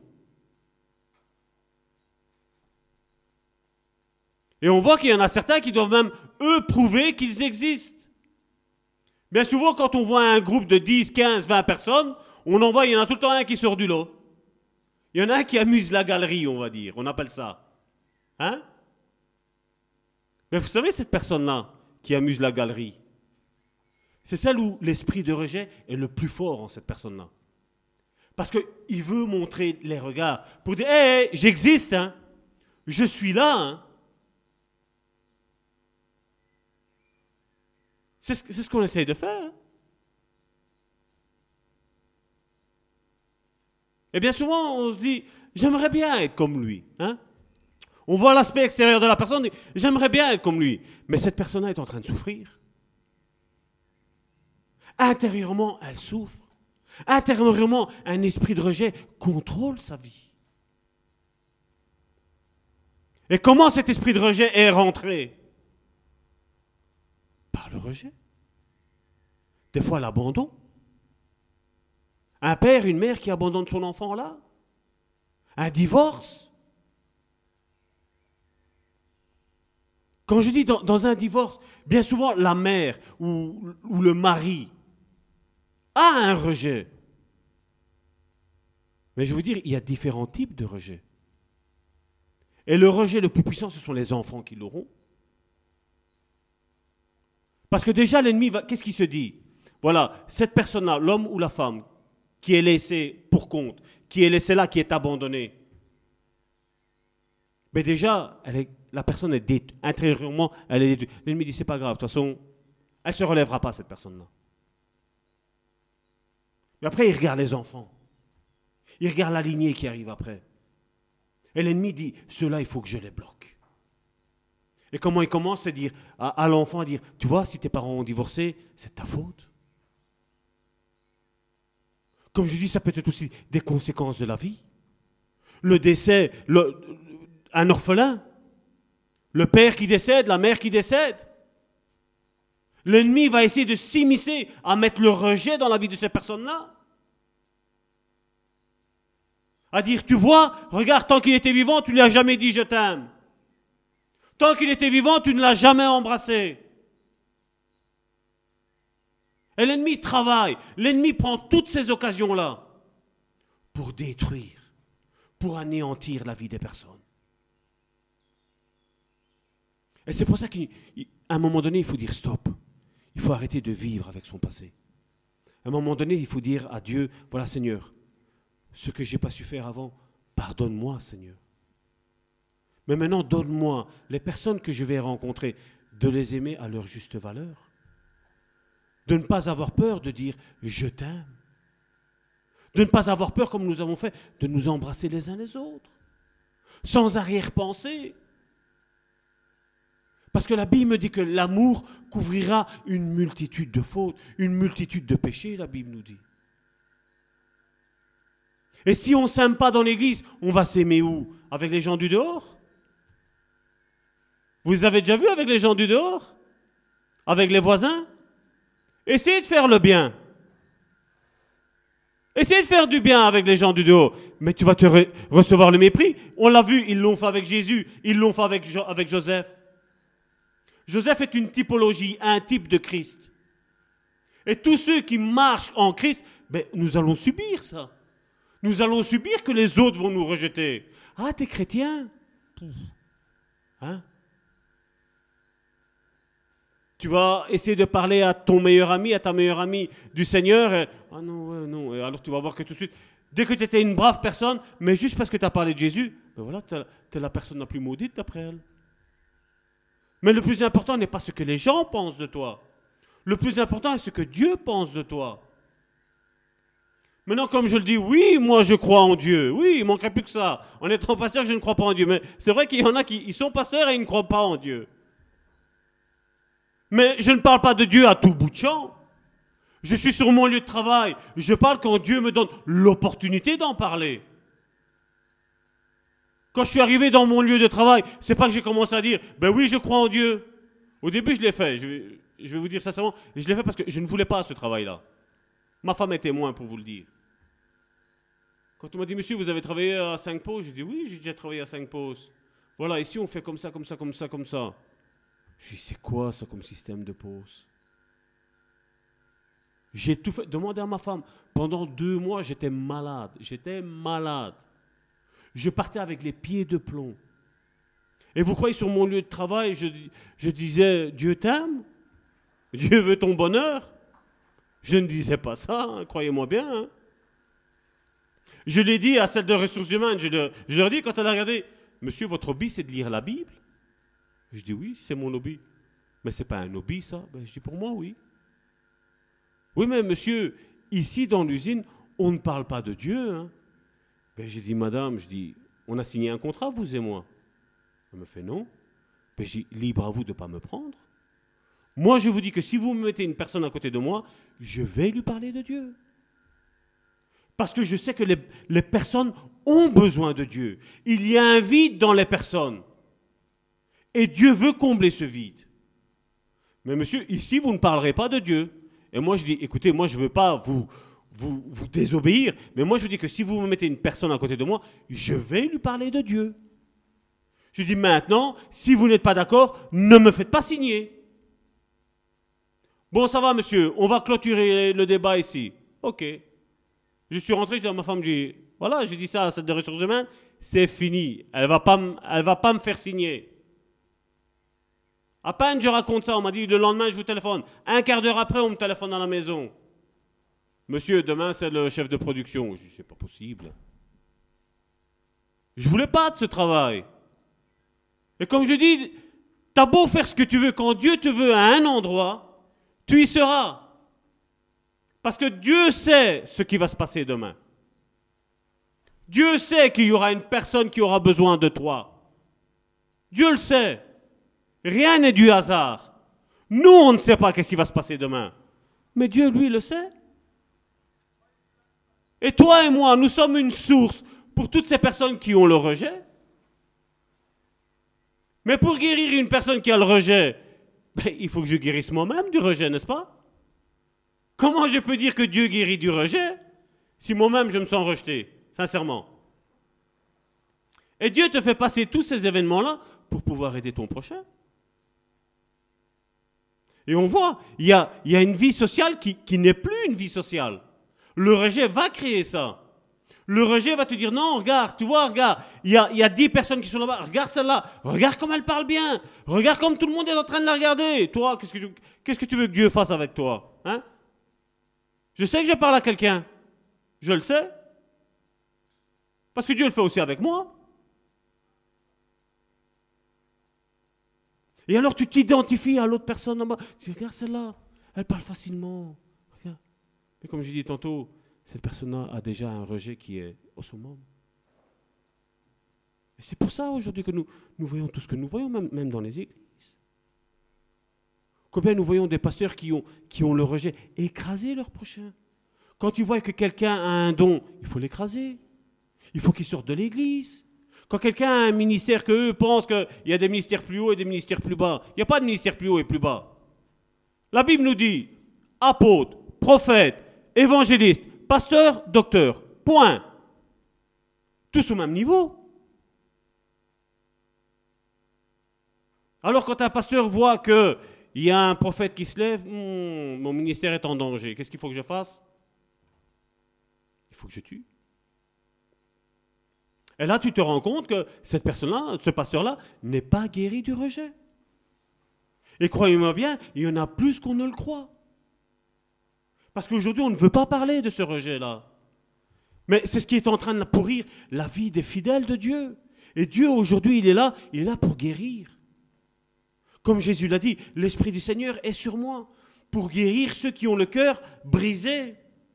Et on voit qu'il y en a certains qui doivent même, eux, prouver qu'ils existent. Bien souvent, quand on voit un groupe de dix, quinze, vingt personnes, on en voit, il y en a tout le temps un qui sort du lot. Il y en a un qui amuse la galerie, on va dire, on appelle ça. Hein? Mais vous savez, cette personne-là qui amuse la galerie, c'est celle où l'esprit de rejet est le plus fort en cette personne-là. Parce qu'il veut montrer les regards pour dire, hé, hey, hey, j'existe, hein? Je suis là. Hein? C'est ce, c'est ce qu'on essaye de faire. Hein? Et bien souvent, on se dit, j'aimerais bien être comme lui. Hein? On voit l'aspect extérieur de la personne, et j'aimerais bien être comme lui. Mais cette personne-là est en train de souffrir. Intérieurement, elle souffre. Intérieurement, un esprit de rejet contrôle sa vie. Et comment cet esprit de rejet est rentré? Par le rejet. Des fois, l'abandon. Un père, une mère qui abandonne son enfant là. Un divorce. Quand je dis dans, dans un divorce, bien souvent la mère ou, ou le mari a un rejet. Mais je veux dire, il y a différents types de rejet. Et le rejet le plus puissant, ce sont les enfants qui l'auront. Parce que déjà, l'ennemi, va, qu'est-ce qu'il se dit? Voilà, cette personne-là, l'homme ou la femme, qui est laissée pour compte, qui est laissée là, qui est abandonnée. Mais déjà, elle est, la personne est détruite. Intérieurement, elle est détruite. L'ennemi dit, c'est pas grave, de toute façon, elle ne se relèvera pas, cette personne-là. Mais après, il regarde les enfants. Il regarde la lignée qui arrive après. Et l'ennemi dit, ceux-là, il faut que je les bloque. Et comment il commence à dire à, à l'enfant, à dire, tu vois, si tes parents ont divorcé, c'est ta faute. Comme je dis, ça peut être aussi des conséquences de la vie. Le décès, le, un orphelin, le père qui décède, la mère qui décède. L'ennemi va essayer de s'immiscer à mettre le rejet dans la vie de ces personnes-là. À dire, tu vois, regarde, tant qu'il était vivant, tu ne lui as jamais dit je t'aime. Tant qu'il était vivant, tu ne l'as jamais embrassé. Et l'ennemi travaille. L'ennemi prend toutes ces occasions-là pour détruire, pour anéantir la vie des personnes. Et c'est pour ça qu'à un moment donné, il faut dire stop. Il faut arrêter de vivre avec son passé. À un moment donné, il faut dire à Dieu, voilà Seigneur, ce que je n'ai pas su faire avant, pardonne-moi Seigneur. Mais maintenant, donne-moi les personnes que je vais rencontrer, de les aimer à leur juste valeur. De ne pas avoir peur de dire « je t'aime ». De ne pas avoir peur, comme nous avons fait, de nous embrasser les uns les autres. Sans arrière-pensée. Parce que la Bible me dit que l'amour couvrira une multitude de fautes, une multitude de péchés, la Bible nous dit. Et si on ne s'aime pas dans l'église, on va s'aimer où? Avec les gens du dehors? Vous avez déjà vu avec les gens du dehors? Avec les voisins? Essayez de faire le bien. Essayez de faire du bien avec les gens du dehors. Mais tu vas te re- recevoir le mépris. On l'a vu, ils l'ont fait avec Jésus. Ils l'ont fait avec, jo- avec Joseph. Joseph est une typologie, un type de Christ. Et tous ceux qui marchent en Christ, ben, nous allons subir ça. Nous allons subir que les autres vont nous rejeter. Ah, t'es chrétien? Hein? Tu vas essayer de parler à ton meilleur ami, à ta meilleure amie du Seigneur. Et, ah non, ouais, non. Et alors tu vas voir que tout de suite, dès que tu étais une brave personne, mais juste parce que tu as parlé de Jésus, ben voilà, tu es la personne la plus maudite d'après elle. Mais le plus important n'est pas ce que les gens pensent de toi. Le plus important est ce que Dieu pense de toi. Maintenant, comme je le dis, oui, moi je crois en Dieu. Oui, il ne manquerait plus que ça. En étant pasteur, je ne crois pas en Dieu. Mais c'est vrai qu'il y en a qui ils sont pasteurs et ils ne croient pas en Dieu. Mais je ne parle pas de Dieu à tout bout de champ. Je suis sur mon lieu de travail. Je parle quand Dieu me donne l'opportunité d'en parler. Quand je suis arrivé dans mon lieu de travail, c'est pas que j'ai commencé à dire, ben oui, je crois en Dieu. Au début, je l'ai fait. Je vais, je vais vous dire sincèrement, je l'ai fait parce que je ne voulais pas ce travail-là. Ma femme est témoin pour vous le dire. Quand on m'a dit, monsieur, vous avez travaillé à cinq pauses, j'ai dit, oui, j'ai déjà travaillé à cinq pauses. Voilà, ici, on fait comme ça, comme ça, comme ça, comme ça. Je dis, c'est quoi ça comme système de pause? J'ai tout fait. Demandez à ma femme. Pendant deux mois, j'étais malade. J'étais malade. Je partais avec les pieds de plomb. Et vous croyez, sur mon lieu de travail, je, je disais, Dieu t'aime? Dieu veut ton bonheur? Je ne disais pas ça, hein, croyez-moi bien. Hein. Je l'ai dit à celle de ressources humaines. Je leur, je leur ai dit, quand elle a regardé, monsieur, votre hobby, c'est de lire la Bible? Je dis, oui, c'est mon hobby. Mais ce n'est pas un hobby, ça. Ben, je dis, pour moi, oui. Oui, mais monsieur, ici, dans l'usine, on ne parle pas de Dieu. Hein. Ben, j'ai dit, madame, je dis, on a signé un contrat, vous et moi. Elle me fait, non. Ben, j'ai dit, libre à vous de ne pas me prendre. Moi, je vous dis que si vous me mettez une personne à côté de moi, je vais lui parler de Dieu. Parce que je sais que les, les personnes ont besoin de Dieu. Il y a un vide dans les personnes. Et Dieu veut combler ce vide. Mais monsieur, ici, vous ne parlerez pas de Dieu. Et moi, je dis, écoutez, moi, je ne veux pas vous, vous, vous désobéir, mais moi, je vous dis que si vous me mettez une personne à côté de moi, je vais lui parler de Dieu. Je dis, maintenant, si vous n'êtes pas d'accord, ne me faites pas signer. Bon, ça va, monsieur, on va clôturer le débat ici. OK. Je suis rentré, je dis à ma femme, je dis, voilà, j'ai dit ça à cette de ressources humaines, c'est fini. Elle ne va pas m- elle va pas me faire signer. À peine je raconte ça, on m'a dit, le lendemain, je vous téléphone. Un quart d'heure après, on me téléphone à la maison. Monsieur, demain, c'est le chef de production. Je dis, c'est pas possible. Je voulais pas de ce travail. Et comme je dis, t'as beau faire ce que tu veux, quand Dieu te veut à un endroit, tu y seras. Parce que Dieu sait ce qui va se passer demain. Dieu sait qu'il y aura une personne qui aura besoin de toi. Dieu le sait. Rien n'est du hasard. Nous, on ne sait pas qu'est-ce qui va se passer demain. Mais Dieu, lui, le sait. Et toi et moi, nous sommes une source pour toutes ces personnes qui ont le rejet. Mais pour guérir une personne qui a le rejet, ben, il faut que je guérisse moi-même du rejet, n'est-ce pas? Comment je peux dire que Dieu guérit du rejet si moi-même je me sens rejeté, sincèrement? Et Dieu te fait passer tous ces événements-là pour pouvoir aider ton prochain. Et on voit, il y a, il y a une vie sociale qui, qui n'est plus une vie sociale. Le rejet va créer ça. Le rejet va te dire, non, regarde, tu vois, regarde, il y a, il y a dix personnes qui sont là-bas, regarde celle-là, regarde comme elle parle bien, regarde comme tout le monde est en train de la regarder. Toi, qu'est-ce que tu, qu'est-ce que tu veux que Dieu fasse avec toi, hein? Je sais que je parle à quelqu'un, je le sais, parce que Dieu le fait aussi avec moi. Et alors tu t'identifies à l'autre personne là-bas, tu dis, regarde celle-là, elle parle facilement. Regarde. Mais comme j'ai dit tantôt, cette personne-là a déjà un rejet qui est au summum. Et c'est pour ça aujourd'hui que nous, nous voyons tout ce que nous voyons, même, même dans les églises. Combien nous voyons des pasteurs qui ont, qui ont le rejet, écraser leur prochain. Quand tu vois que quelqu'un a un don, il faut l'écraser. Il faut qu'il sorte de l'église. Quand quelqu'un a un ministère, qu'eux pensent qu'il y a des ministères plus hauts et des ministères plus bas, il n'y a pas de ministère plus haut et plus bas. La Bible nous dit, apôtre, prophète, évangéliste, pasteur, docteur, point. Tous au même niveau. Alors quand un pasteur voit qu'il y a un prophète qui se lève, hmm, mon ministère est en danger, qu'est-ce qu'il faut que je fasse? Il faut que je tue. Et là, tu te rends compte que cette personne-là, ce pasteur-là, n'est pas guéri du rejet. Et croyez-moi bien, il y en a plus qu'on ne le croit. Parce qu'aujourd'hui, on ne veut pas parler de ce rejet-là. Mais c'est ce qui est en train de pourrir la vie des fidèles de Dieu. Et Dieu, aujourd'hui, il est là, il est là pour guérir. Comme Jésus l'a dit, l'Esprit du Seigneur est sur moi pour guérir ceux qui ont le cœur brisé,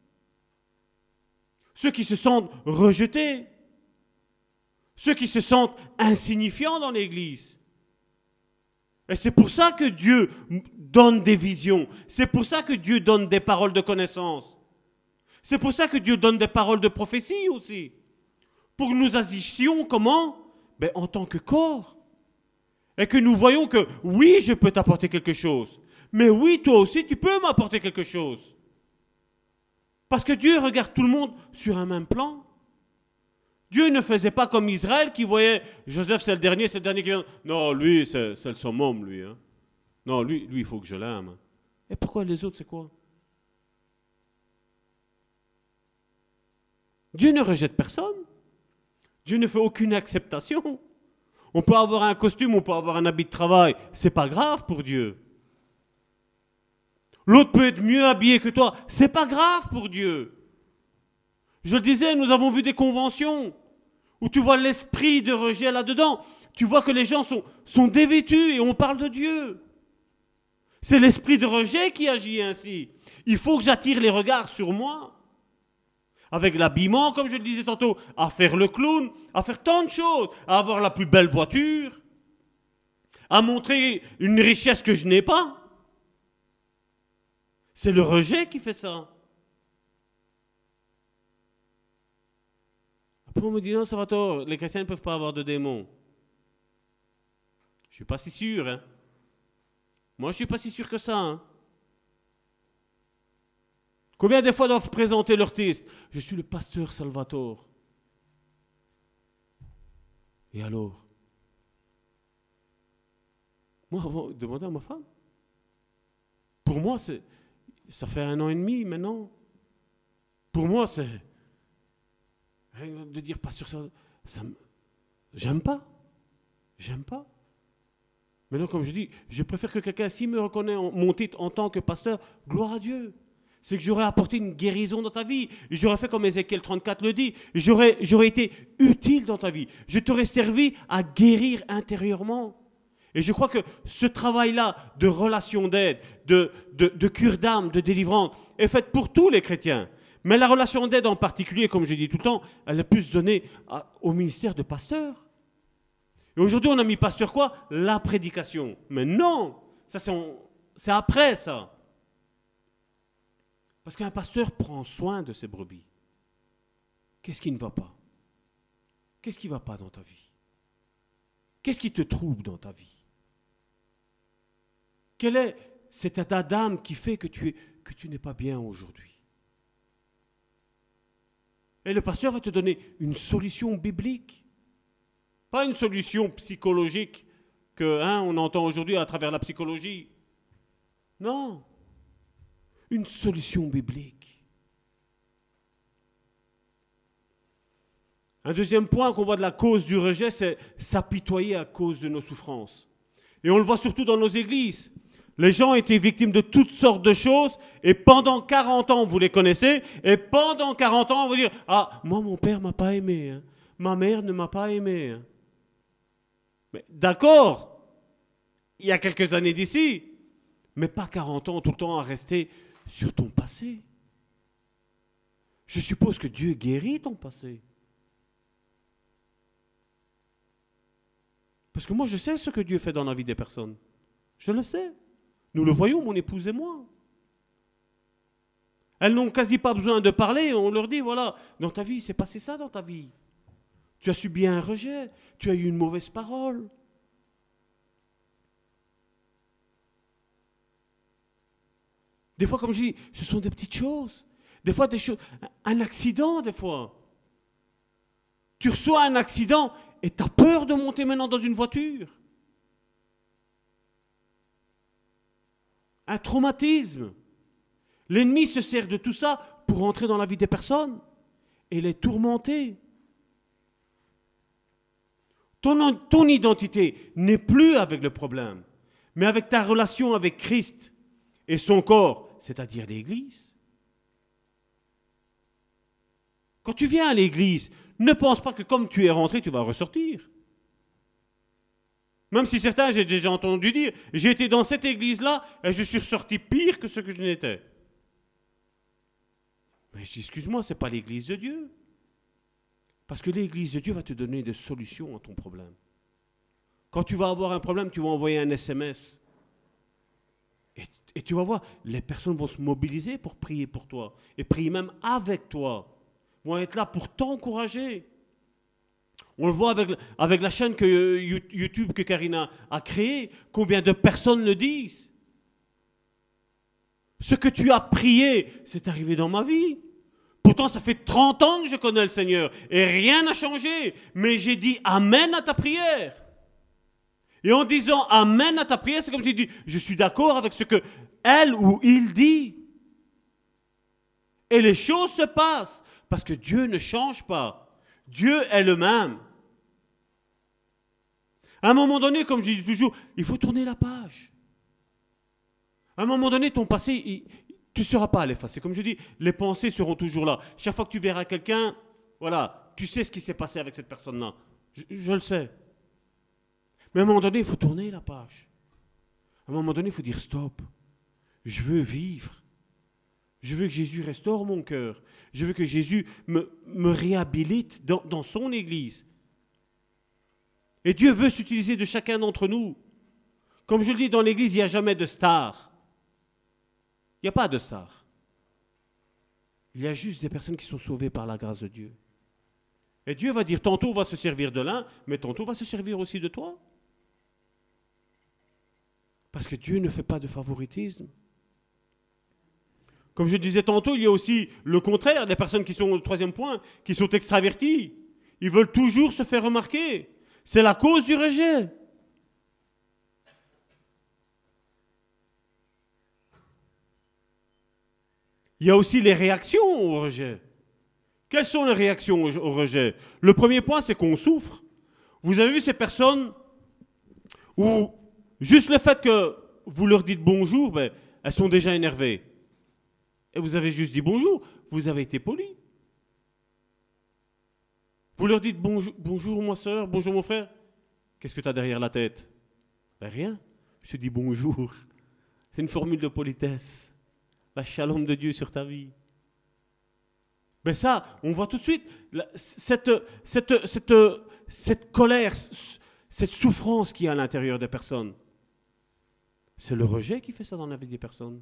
ceux qui se sentent rejetés, ceux qui se sentent insignifiants dans l'Église. Et c'est pour ça que Dieu donne des visions. C'est pour ça que Dieu donne des paroles de connaissance. C'est pour ça que Dieu donne des paroles de prophétie aussi. Pour que nous agissions comment? ben, en tant que corps. Et que nous voyons que oui, je peux t'apporter quelque chose. Mais oui, toi aussi, tu peux m'apporter quelque chose. Parce que Dieu regarde tout le monde sur un même plan. Dieu ne faisait pas comme Israël qui voyait Joseph, c'est le dernier, c'est le dernier qui vient. Non, lui, c'est, c'est le summum, lui. Hein. Non, lui, lui, il faut que je l'aime. Et pourquoi les autres, c'est quoi? Dieu ne rejette personne. Dieu ne fait aucune acceptation. On peut avoir un costume, on peut avoir un habit de travail. C'est pas grave pour Dieu. L'autre peut être mieux habillé que toi. C'est pas grave pour Dieu. Je le disais, nous avons vu des conventions où tu vois l'esprit de rejet là-dedans. Tu vois que les gens sont, sont dévêtus et on parle de Dieu. C'est l'esprit de rejet qui agit ainsi. Il faut que j'attire les regards sur moi. Avec l'habillement, comme je le disais tantôt, à faire le clown, à faire tant de choses, à avoir la plus belle voiture, à montrer une richesse que je n'ai pas. C'est le rejet qui fait ça. Après, on me dit, non, ça va tort, les chrétiens ne peuvent pas avoir de démons. Je ne suis pas si sûr. Hein. Moi, je ne suis pas si sûr que ça. Hein. Combien de fois doivent présenter leur titre? Je suis le pasteur Salvatore. Et alors? Moi, avant, demandez à ma femme. Pour moi, c'est, ça fait un an et demi maintenant. Pour moi, c'est... Rien de dire pasteur Salvatore, ça me, j'aime pas. J'aime pas. Maintenant, comme je dis, je préfère que quelqu'un, s'il me reconnaît en, mon titre en tant que pasteur, gloire à Dieu. C'est que j'aurais apporté une guérison dans ta vie. J'aurais fait comme Ézéchiel trente-quatre le dit. J'aurais, j'aurais été utile dans ta vie. Je t'aurais servi à guérir intérieurement. Et je crois que ce travail-là de relation d'aide, de, de, de cure d'âme, de délivrance, est fait pour tous les chrétiens. Mais la relation d'aide en particulier, comme je dis tout le temps, elle est plus donnée à, au ministère de pasteur. Et aujourd'hui, on a mis pasteur quoi? La prédication. Mais non, ça c'est, on, c'est après ça. Parce qu'un pasteur prend soin de ses brebis. Qu'est-ce qui ne va pas? Qu'est-ce qui ne va pas dans ta vie? Qu'est-ce qui te trouble dans ta vie? Quel est cet état d'âme qui fait que tu, es, que tu n'es pas bien aujourd'hui? Et le pasteur va te donner une solution biblique. Pas une solution psychologique que hein, on entend aujourd'hui à travers la psychologie. Non. Une solution biblique. Un deuxième point qu'on voit de la cause du rejet, c'est s'apitoyer à cause de nos souffrances. Et on le voit surtout dans nos églises. Les gens étaient victimes de toutes sortes de choses, et pendant quarante ans, vous les connaissez, et pendant quarante ans, on va dire « Ah, moi, mon père ne m'a pas aimé, hein. Ma mère ne m'a pas aimé. Hein. » Mais d'accord, il y a quelques années d'ici, mais pas quarante ans tout le temps à rester sur ton passé. Je suppose que Dieu guérit ton passé. Parce que moi, je sais ce que Dieu fait dans la vie des personnes. Je le sais. Nous le voyons, mon épouse et moi. Elles n'ont quasi pas besoin de parler. On leur dit, voilà, dans ta vie, il s'est passé ça dans ta vie. Tu as subi un rejet. Tu as eu une mauvaise parole. Des fois, comme je dis, ce sont des petites choses. Des fois, des choses, un accident, des fois. Tu reçois un accident et tu as peur de monter maintenant dans une voiture. Un traumatisme. L'ennemi se sert de tout ça pour entrer dans la vie des personnes et les tourmenter. Ton, ton identité n'est plus avec le problème, mais avec ta relation avec Christ et son corps, c'est-à-dire l'Église. Quand tu viens à l'Église, ne pense pas que comme tu es rentré, tu vas ressortir. Même si certains, j'ai déjà entendu dire, j'ai été dans cette église-là et je suis ressorti pire que ce que je n'étais. Mais je dis, excuse-moi, ce n'est pas l'église de Dieu. Parce que l'église de Dieu va te donner des solutions à ton problème. Quand tu vas avoir un problème, tu vas envoyer un S M S. Et, et tu vas voir, les personnes vont se mobiliser pour prier pour toi. Et prier même avec toi. Vont être là pour t'encourager. On le voit avec, avec la chaîne que YouTube que Karina a créée, combien de personnes le disent. Ce que tu as prié, c'est arrivé dans ma vie. Pourtant, ça fait trente ans que je connais le Seigneur et rien n'a changé. Mais j'ai dit Amen à ta prière. Et en disant Amen à ta prière, c'est comme si tu dis, je suis d'accord avec ce que elle ou il dit. Et les choses se passent parce que Dieu ne change pas. Dieu est le même. À un moment donné, comme je dis toujours, il faut tourner la page. À un moment donné, ton passé, il, tu ne seras pas à l'effacer. Comme je dis, les pensées seront toujours là. Chaque fois que tu verras quelqu'un, voilà, tu sais ce qui s'est passé avec cette personne-là. Je, je le sais. Mais à un moment donné, il faut tourner la page. À un moment donné, il faut dire stop. Je veux vivre. Je veux que Jésus restaure mon cœur. Je veux que Jésus me, me réhabilite dans, dans son Église. Et Dieu veut s'utiliser de chacun d'entre nous. Comme je le dis, dans l'Église, il n'y a jamais de star. Il n'y a pas de star. Il y a juste des personnes qui sont sauvées par la grâce de Dieu. Et Dieu va dire, tantôt on va se servir de l'un, mais tantôt on va se servir aussi de toi. Parce que Dieu ne fait pas de favoritisme. Comme je disais tantôt, il y a aussi le contraire, des personnes qui sont, au troisième point, qui sont extraverties. Ils veulent toujours se faire remarquer. C'est la cause du rejet. Il y a aussi les réactions au rejet. Quelles sont les réactions au rejet? Le premier point, c'est qu'on souffre. Vous avez vu ces personnes où juste le fait que vous leur dites bonjour, ben, elles sont déjà énervées. Et vous avez juste dit bonjour, vous avez été poli. Vous leur dites bonjour, bonjour ma soeur, bonjour mon frère. Qu'est-ce que tu as derrière la tête? Ben rien, je te dis bonjour. C'est une formule de politesse. La shalom de Dieu sur ta vie. Mais ça, on voit tout de suite la, cette, cette, cette, cette colère, cette souffrance qu'il y a à l'intérieur des personnes. C'est le rejet qui fait ça dans la vie des personnes.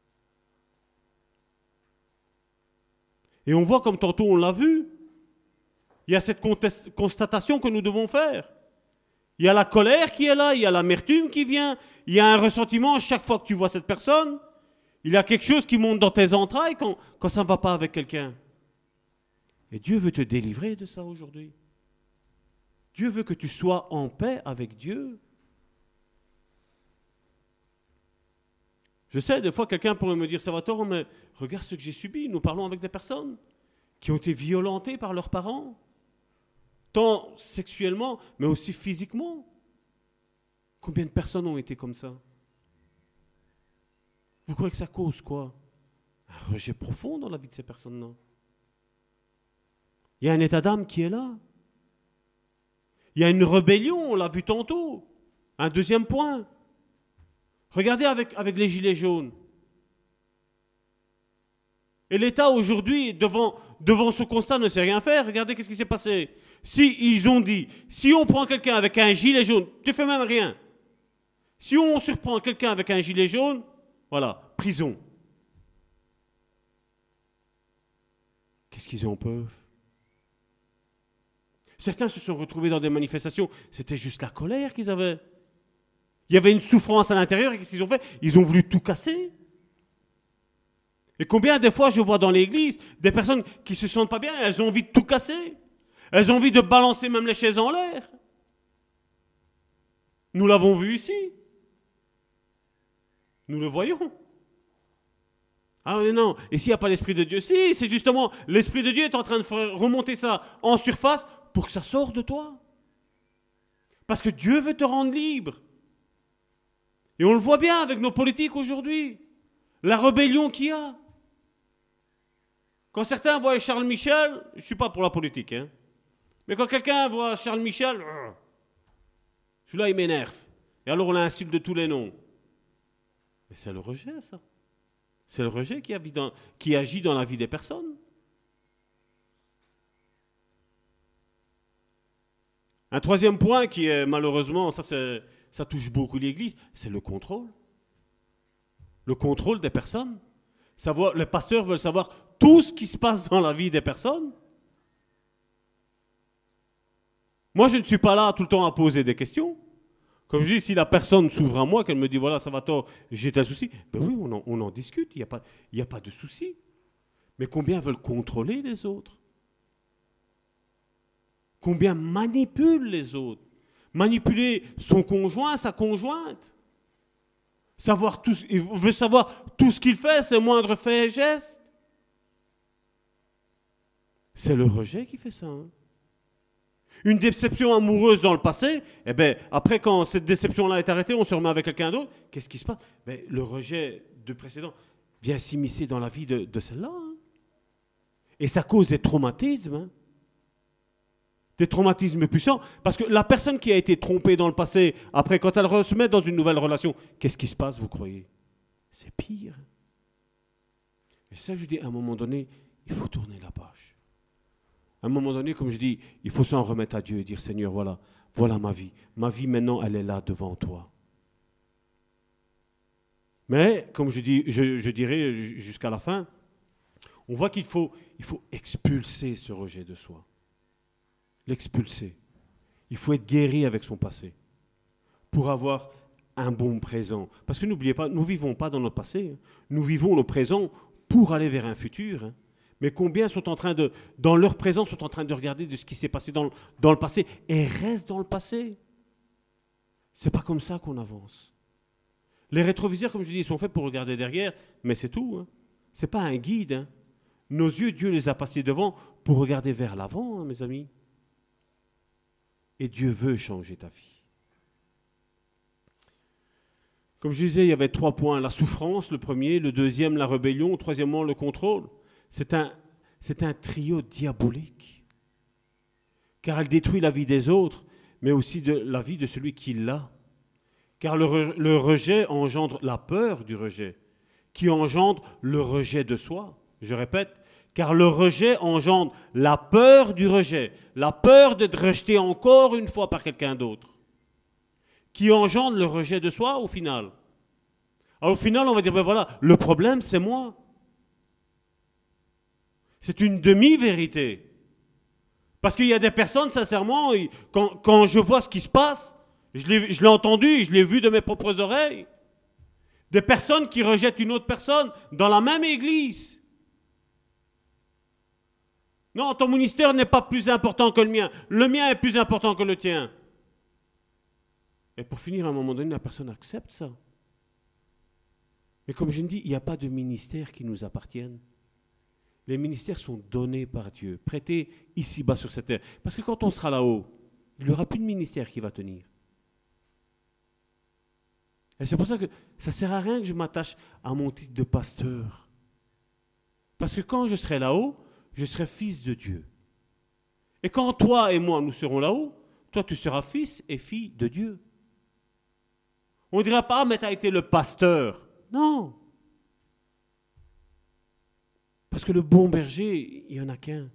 Et on voit comme tantôt on l'a vu, il y a cette contest- constatation que nous devons faire. Il y a la colère qui est là, il y a l'amertume qui vient, il y a un ressentiment chaque fois que tu vois cette personne. Il y a quelque chose qui monte dans tes entrailles quand, quand ça ne va pas avec quelqu'un. Et Dieu veut te délivrer de ça aujourd'hui. Dieu veut que tu sois en paix avec Dieu. Je sais, des fois, quelqu'un pourrait me dire, Salvatore, mais regarde ce que j'ai subi. Nous parlons avec des personnes qui ont été violentées par leurs parents, tant sexuellement, mais aussi physiquement. Combien de personnes ont été comme ça? Vous croyez que ça cause quoi? Un rejet profond dans la vie de ces personnes-là. Il y a un état d'âme qui est là. Il y a une rébellion, on l'a vu tantôt. Un deuxième point. Regardez avec, avec les gilets jaunes. Et l'État aujourd'hui, devant, devant ce constat, ne sait rien faire. Regardez qu'est-ce qui s'est passé. Si ils ont dit, si on prend quelqu'un avec un gilet jaune, tu ne fais même rien. Si on surprend quelqu'un avec un gilet jaune, voilà, prison. Qu'est-ce qu'ils en peuvent? Certains se sont retrouvés dans des manifestations, c'était juste la colère qu'ils avaient. Il y avait une souffrance à l'intérieur et qu'est-ce qu'ils ont fait? Ils ont voulu tout casser. Et combien des fois je vois dans l'église des personnes qui ne se sentent pas bien, elles ont envie de tout casser. Elles ont envie de balancer même les chaises en l'air. Nous l'avons vu ici. Nous le voyons. Ah mais non, et s'il n'y a pas l'Esprit de Dieu? Si, c'est justement, l'Esprit de Dieu est en train de faire remonter ça en surface pour que ça sorte de toi. Parce que Dieu veut te rendre libre. Et on le voit bien avec nos politiques aujourd'hui. La rébellion qu'il y a. Quand certains voient Charles Michel, je ne suis pas pour la politique, hein, mais quand quelqu'un voit Charles Michel, celui-là il m'énerve. Et alors on l'insulte de tous les noms. Mais c'est le rejet, ça. C'est le rejet qui, dans, qui agit dans la vie des personnes. Un troisième point qui est malheureusement, ça, c'est, ça touche beaucoup l'Église, c'est le contrôle. Le contrôle des personnes. Savoir, les pasteurs veulent savoir tout ce qui se passe dans la vie des personnes. Moi, je ne suis pas là tout le temps à poser des questions. Comme je dis, si la personne s'ouvre à moi, qu'elle me dit, voilà, Salvatore, j'ai un souci, ben oui, on en, on en discute, il n'y a pas, il n'y a pas de souci. Mais combien veulent contrôler les autres? Combien manipulent les autres? Manipuler son conjoint, sa conjointe? Savoir tout, il veut savoir tout ce qu'il fait, ses moindres faits et gestes? C'est le rejet qui fait ça. Hein? Une déception amoureuse dans le passé, eh ben, après quand cette déception-là est arrêtée, on se remet avec quelqu'un d'autre, qu'est-ce qui se passe? Ben, le rejet de précédent vient s'immiscer dans la vie de, de celle-là. Hein? Et ça cause des traumatismes. Hein? Des traumatismes puissants. Parce que la personne qui a été trompée dans le passé, après quand elle se met dans une nouvelle relation, qu'est-ce qui se passe, vous croyez? C'est pire. Et c'est ça que je dis, à un moment donné, il faut tourner la page. À un moment donné, comme je dis, il faut s'en remettre à Dieu et dire, Seigneur, voilà, voilà ma vie. Ma vie, maintenant, elle est là devant toi. Mais, comme je, dis, je, je dirais jusqu'à la fin, on voit qu'il faut, il faut expulser ce rejet de soi. L'expulser. Il faut être guéri avec son passé pour avoir un bon présent. Parce que n'oubliez pas, nous ne vivons pas dans notre passé. Nous vivons le présent pour aller vers un futur. Mais combien sont en train de, dans leur présent, sont en train de regarder de ce qui s'est passé dans le, dans le passé et restent dans le passé. C'est pas comme ça qu'on avance. Les rétroviseurs, comme je dis, sont faits pour regarder derrière, mais c'est tout. Hein. C'est pas un guide. Hein. Nos yeux, Dieu les a passés devant pour regarder vers l'avant, hein, mes amis. Et Dieu veut changer ta vie. Comme je disais, il y avait trois points. La souffrance, le premier. Le deuxième, la rébellion. Troisièmement, le contrôle. C'est un, c'est un trio diabolique. Car elle détruit la vie des autres, mais aussi de la vie de celui qui l'a. Car le, re, le rejet engendre la peur du rejet, qui engendre le rejet de soi. Je répète, car le rejet engendre la peur du rejet, la peur d'être rejeté encore une fois par quelqu'un d'autre, qui engendre le rejet de soi au final. Alors au final, on va dire, ben voilà, le problème c'est moi. C'est une demi-vérité. Parce qu'il y a des personnes, sincèrement, quand, quand je vois ce qui se passe, je l'ai, je l'ai entendu, je l'ai vu de mes propres oreilles, des personnes qui rejettent une autre personne dans la même église. Non, ton ministère n'est pas plus important que le mien. Le mien est plus important que le tien. Et pour finir, à un moment donné, la personne accepte ça. Mais comme je le dis, il n'y a pas de ministère qui nous appartienne. Les ministères sont donnés par Dieu, prêtés ici-bas sur cette terre. Parce que quand on sera là-haut, il n'y aura plus de ministère qui va tenir. Et c'est pour ça que ça ne sert à rien que je m'attache à mon titre de pasteur. Parce que quand je serai là-haut, je serai fils de Dieu. Et quand toi et moi, nous serons là-haut, toi, tu seras fils et fille de Dieu. On ne dira pas, ah, mais tu as été le pasteur. Non. Parce que le bon berger, il n'y en a qu'un.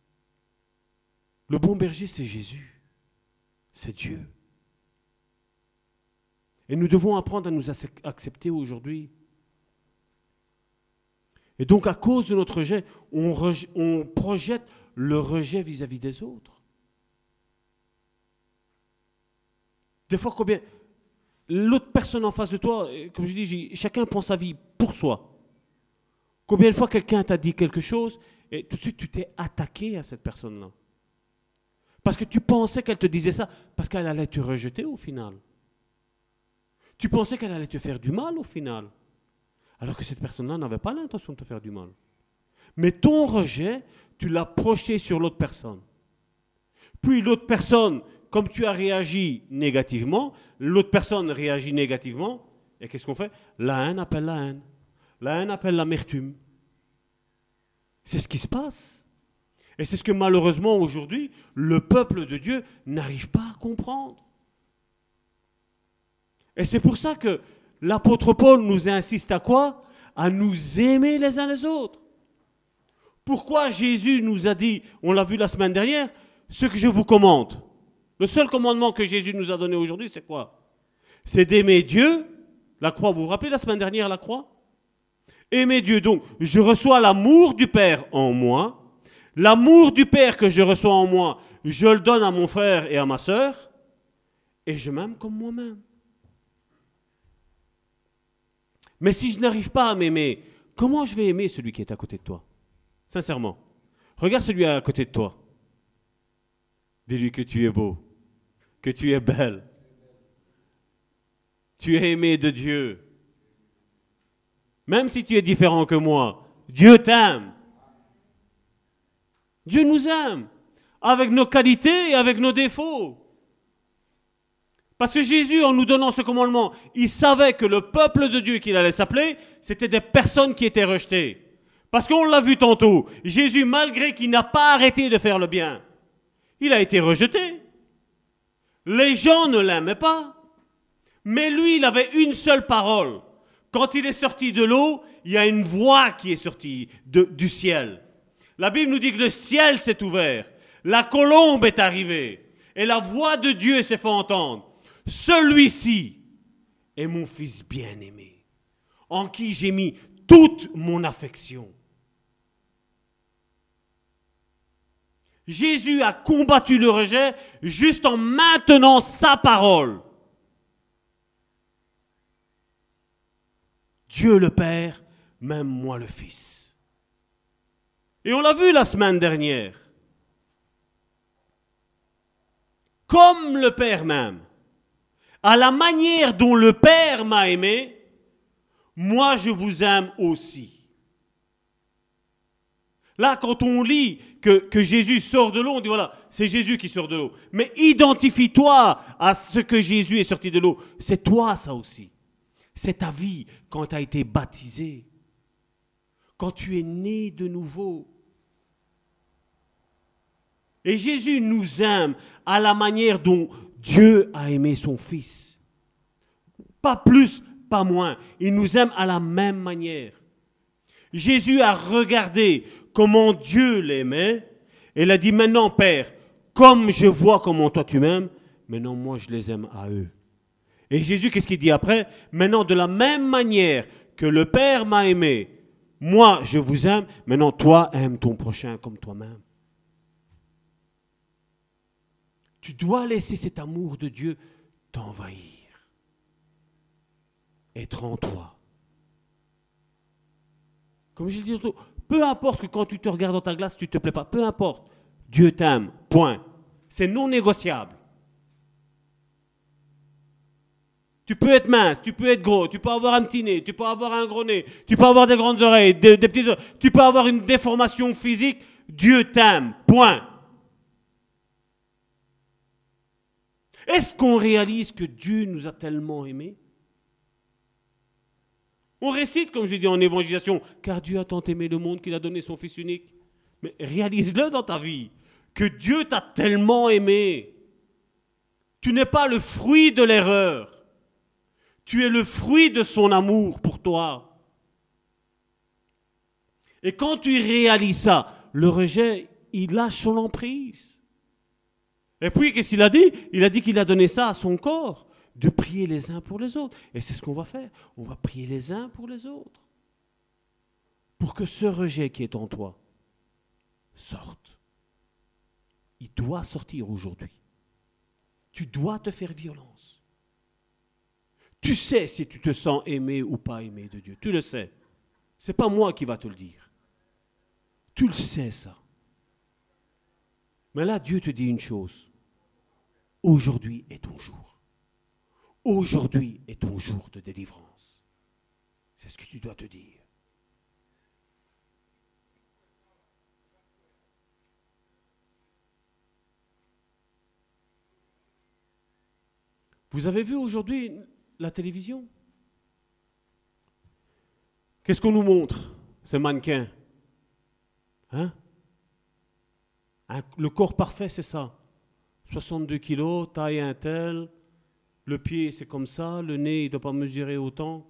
Le bon berger, c'est Jésus. C'est Dieu. Et nous devons apprendre à nous accepter aujourd'hui. Et donc, à cause de notre rejet, on, rejet, on projette le rejet vis-à-vis des autres. Des fois, combien l'autre personne en face de toi, comme je dis, chacun prend sa vie pour soi. Combien de fois quelqu'un t'a dit quelque chose et tout de suite tu t'es attaqué à cette personne-là. Parce que tu pensais qu'elle te disait ça, parce qu'elle allait te rejeter au final. Tu pensais qu'elle allait te faire du mal au final. Alors que cette personne-là n'avait pas l'intention de te faire du mal. Mais ton rejet, tu l'as projeté sur l'autre personne. Puis l'autre personne, comme tu as réagi négativement, l'autre personne réagit négativement, et qu'est-ce qu'on fait? La haine appelle la haine. La haine appelle l'amertume. C'est ce qui se passe. Et c'est ce que malheureusement aujourd'hui, le peuple de Dieu n'arrive pas à comprendre. Et c'est pour ça que l'apôtre Paul nous insiste à quoi? À nous aimer les uns les autres. Pourquoi Jésus nous a dit, on l'a vu la semaine dernière, ce que je vous commande. Le seul commandement que Jésus nous a donné aujourd'hui, c'est quoi? C'est d'aimer Dieu. La croix, vous vous rappelez la semaine dernière la croix? Aimer Dieu, donc, je reçois l'amour du Père en moi. L'amour du Père que je reçois en moi je le donne à mon frère et à ma sœur, et je m'aime comme moi-même. Mais si je n'arrive pas à m'aimer, comment je vais aimer celui qui est à côté de toi? Sincèrement. Regarde celui à côté de toi. Dis-lui que tu es beau, que tu es belle. Tu es aimé de Dieu. Même si tu es différent que moi, Dieu t'aime. Dieu nous aime, avec nos qualités et avec nos défauts. Parce que Jésus, en nous donnant ce commandement, il savait que le peuple de Dieu qu'il allait s'appeler, c'était des personnes qui étaient rejetées. Parce qu'on l'a vu tantôt, Jésus, malgré qu'il n'a pas arrêté de faire le bien, il a été rejeté. Les gens ne l'aimaient pas. Mais lui, il avait une seule parole. Quand il est sorti de l'eau, il y a une voix qui est sortie de, du ciel. La Bible nous dit que le ciel s'est ouvert. La colombe est arrivée. Et la voix de Dieu s'est fait entendre. Celui-ci est mon fils bien-aimé, en qui j'ai mis toute mon affection. Jésus a combattu le rejet juste en maintenant sa parole. Dieu le Père, même moi le Fils. Et on l'a vu la semaine dernière. Comme le Père m'aime, à la manière dont le Père m'a aimé, moi je vous aime aussi. Là, quand on lit que, que Jésus sort de l'eau, on dit voilà, c'est Jésus qui sort de l'eau. Mais identifie-toi à ce que Jésus est sorti de l'eau. C'est toi ça aussi. C'est ta vie quand tu as été baptisé. Quand tu es né de nouveau. Et Jésus nous aime à la manière dont Dieu a aimé son Fils. Pas plus, pas moins. Il nous aime à la même manière. Jésus a regardé comment Dieu l'aimait et il a dit maintenant Père, comme je vois comment toi tu m'aimes, maintenant moi je les aime à eux. Et Jésus, qu'est-ce qu'il dit après? Maintenant, de la même manière que le Père m'a aimé, moi, je vous aime. Maintenant, toi, aime ton prochain comme toi-même. Tu dois laisser cet amour de Dieu t'envahir. Être en toi. Comme je l'ai dit tantôt, peu importe que quand tu te regardes dans ta glace, tu ne te plais pas. Peu importe. Dieu t'aime. Point. C'est non négociable. Tu peux être mince, tu peux être gros, tu peux avoir un petit nez, tu peux avoir un gros nez, tu peux avoir des grandes oreilles, des, des petites oreilles, tu peux avoir une déformation physique, Dieu t'aime, point. Est-ce qu'on réalise que Dieu nous a tellement aimés? On récite, comme je dis en évangélisation, car Dieu a tant aimé le monde qu'il a donné son Fils unique. Mais réalise-le dans ta vie, que Dieu t'a tellement aimé. Tu n'es pas le fruit de l'erreur. Tu es le fruit de son amour pour toi. Et quand tu réalises ça, le rejet, il lâche son emprise. Et puis, qu'est-ce qu'il a dit? Il a dit qu'il a donné ça à son corps, de prier les uns pour les autres. Et c'est ce qu'on va faire. On va prier les uns pour les autres. Pour que ce rejet qui est en toi sorte. Il doit sortir aujourd'hui. Tu dois te faire violence. Tu sais si tu te sens aimé ou pas aimé de Dieu. Tu le sais. Ce n'est pas moi qui va te le dire. Tu le sais, ça. Mais là, Dieu te dit une chose. Aujourd'hui est ton jour. Aujourd'hui est ton jour de délivrance. C'est ce que tu dois te dire. Vous avez vu aujourd'hui la télévision? Qu'est-ce qu'on nous montre, ces mannequins? Hein? Un, le corps parfait, c'est ça. soixante-deux kilos, taille un tel, le pied, c'est comme ça, le nez, il ne doit pas mesurer autant.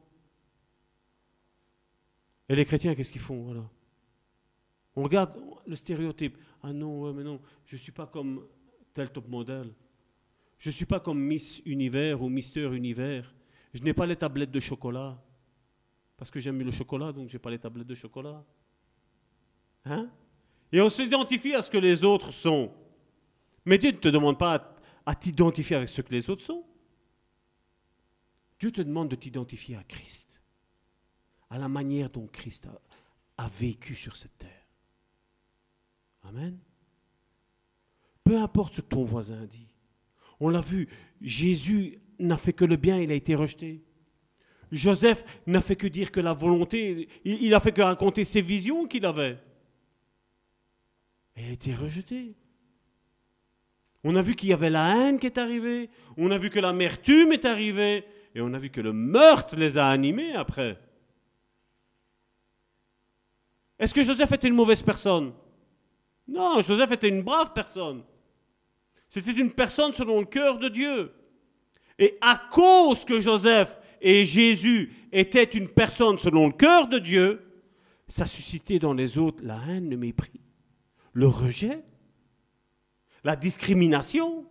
Et les chrétiens, qu'est-ce qu'ils font? Voilà. On regarde le stéréotype. Ah non, ouais, mais non, je ne suis pas comme tel top modèle. Je ne suis pas comme Miss Univers ou Mister Univers. Je n'ai pas les tablettes de chocolat. Parce que j'aime le chocolat, donc je n'ai pas les tablettes de chocolat. Hein? Et on s'identifie à ce que les autres sont. Mais Dieu ne te demande pas à, à t'identifier avec ce que les autres sont. Dieu te demande de t'identifier à Christ, à la manière dont Christ a, a vécu sur cette terre. Amen. Peu importe ce que ton voisin dit. On l'a vu, Jésus n'a fait que le bien, il a été rejeté. Joseph n'a fait que dire que la volonté, il, il a fait que raconter ses visions qu'il avait. Et il a été rejeté. On a vu qu'il y avait la haine qui est arrivée, on a vu que l'amertume est arrivée, et on a vu que le meurtre les a animés après. Est-ce que Joseph était une mauvaise personne? Non, Joseph était une brave personne. C'était une personne selon le cœur de Dieu. Et à cause que Joseph et Jésus étaient une personne selon le cœur de Dieu, ça suscitait dans les autres la haine, le mépris, le rejet, la discrimination.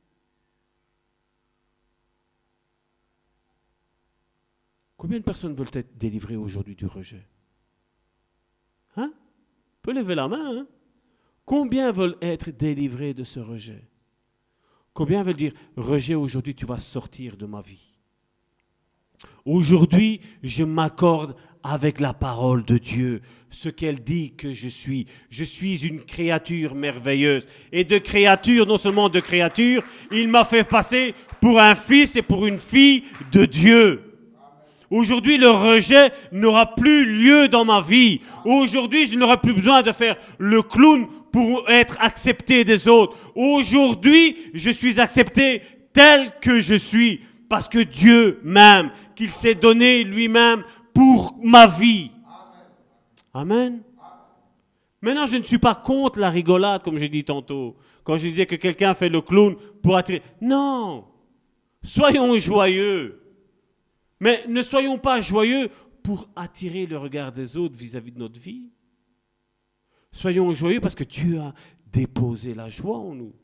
Combien de personnes veulent être délivrées aujourd'hui du rejet? Hein? On peut lever la main. Hein? Combien veulent être délivrés de ce rejet? Combien veulent dire, rejet, aujourd'hui tu vas sortir de ma vie? Aujourd'hui, je m'accorde avec la parole de Dieu, ce qu'elle dit que je suis. Je suis une créature merveilleuse. Et de créature, non seulement de créature, il m'a fait passer pour un fils et pour une fille de Dieu. Aujourd'hui, le rejet n'aura plus lieu dans ma vie. Aujourd'hui, je n'aurai plus besoin de faire le clown pour être accepté des autres. Aujourd'hui, je suis accepté tel que je suis. Parce que Dieu m'aime, qu'il s'est donné lui-même pour ma vie. Amen. Maintenant, je ne suis pas contre la rigolade, comme j'ai dit tantôt. Quand je disais que quelqu'un fait le clown pour attirer. Non. Soyons joyeux. Mais ne soyons pas joyeux pour attirer le regard des autres vis-à-vis de notre vie. Soyons joyeux parce que Dieu a déposé la joie en nous.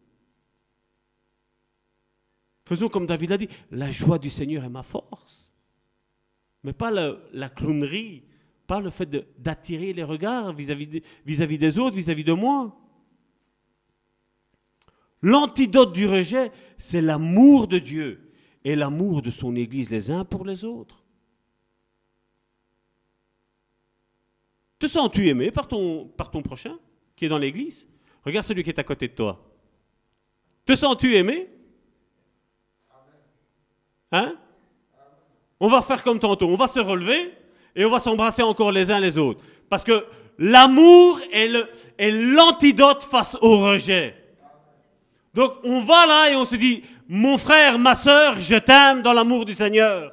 Faisons comme David a dit, la joie du Seigneur est ma force. Mais pas le, la clownerie, pas le fait de, d'attirer les regards vis-à-vis, de, vis-à-vis des autres, vis-à-vis de moi. L'antidote du rejet, c'est l'amour de Dieu et l'amour de son Église les uns pour les autres. Te sens-tu aimé par ton, par ton prochain qui est dans l'Église? Regarde celui qui est à côté de toi. Te sens-tu aimé? Hein? On va faire comme tantôt, on va se relever et on va s'embrasser encore les uns les autres. Parce que l'amour est, le, est l'antidote face au rejet. Donc on va là et on se dit, mon frère, ma sœur, je t'aime dans l'amour du Seigneur.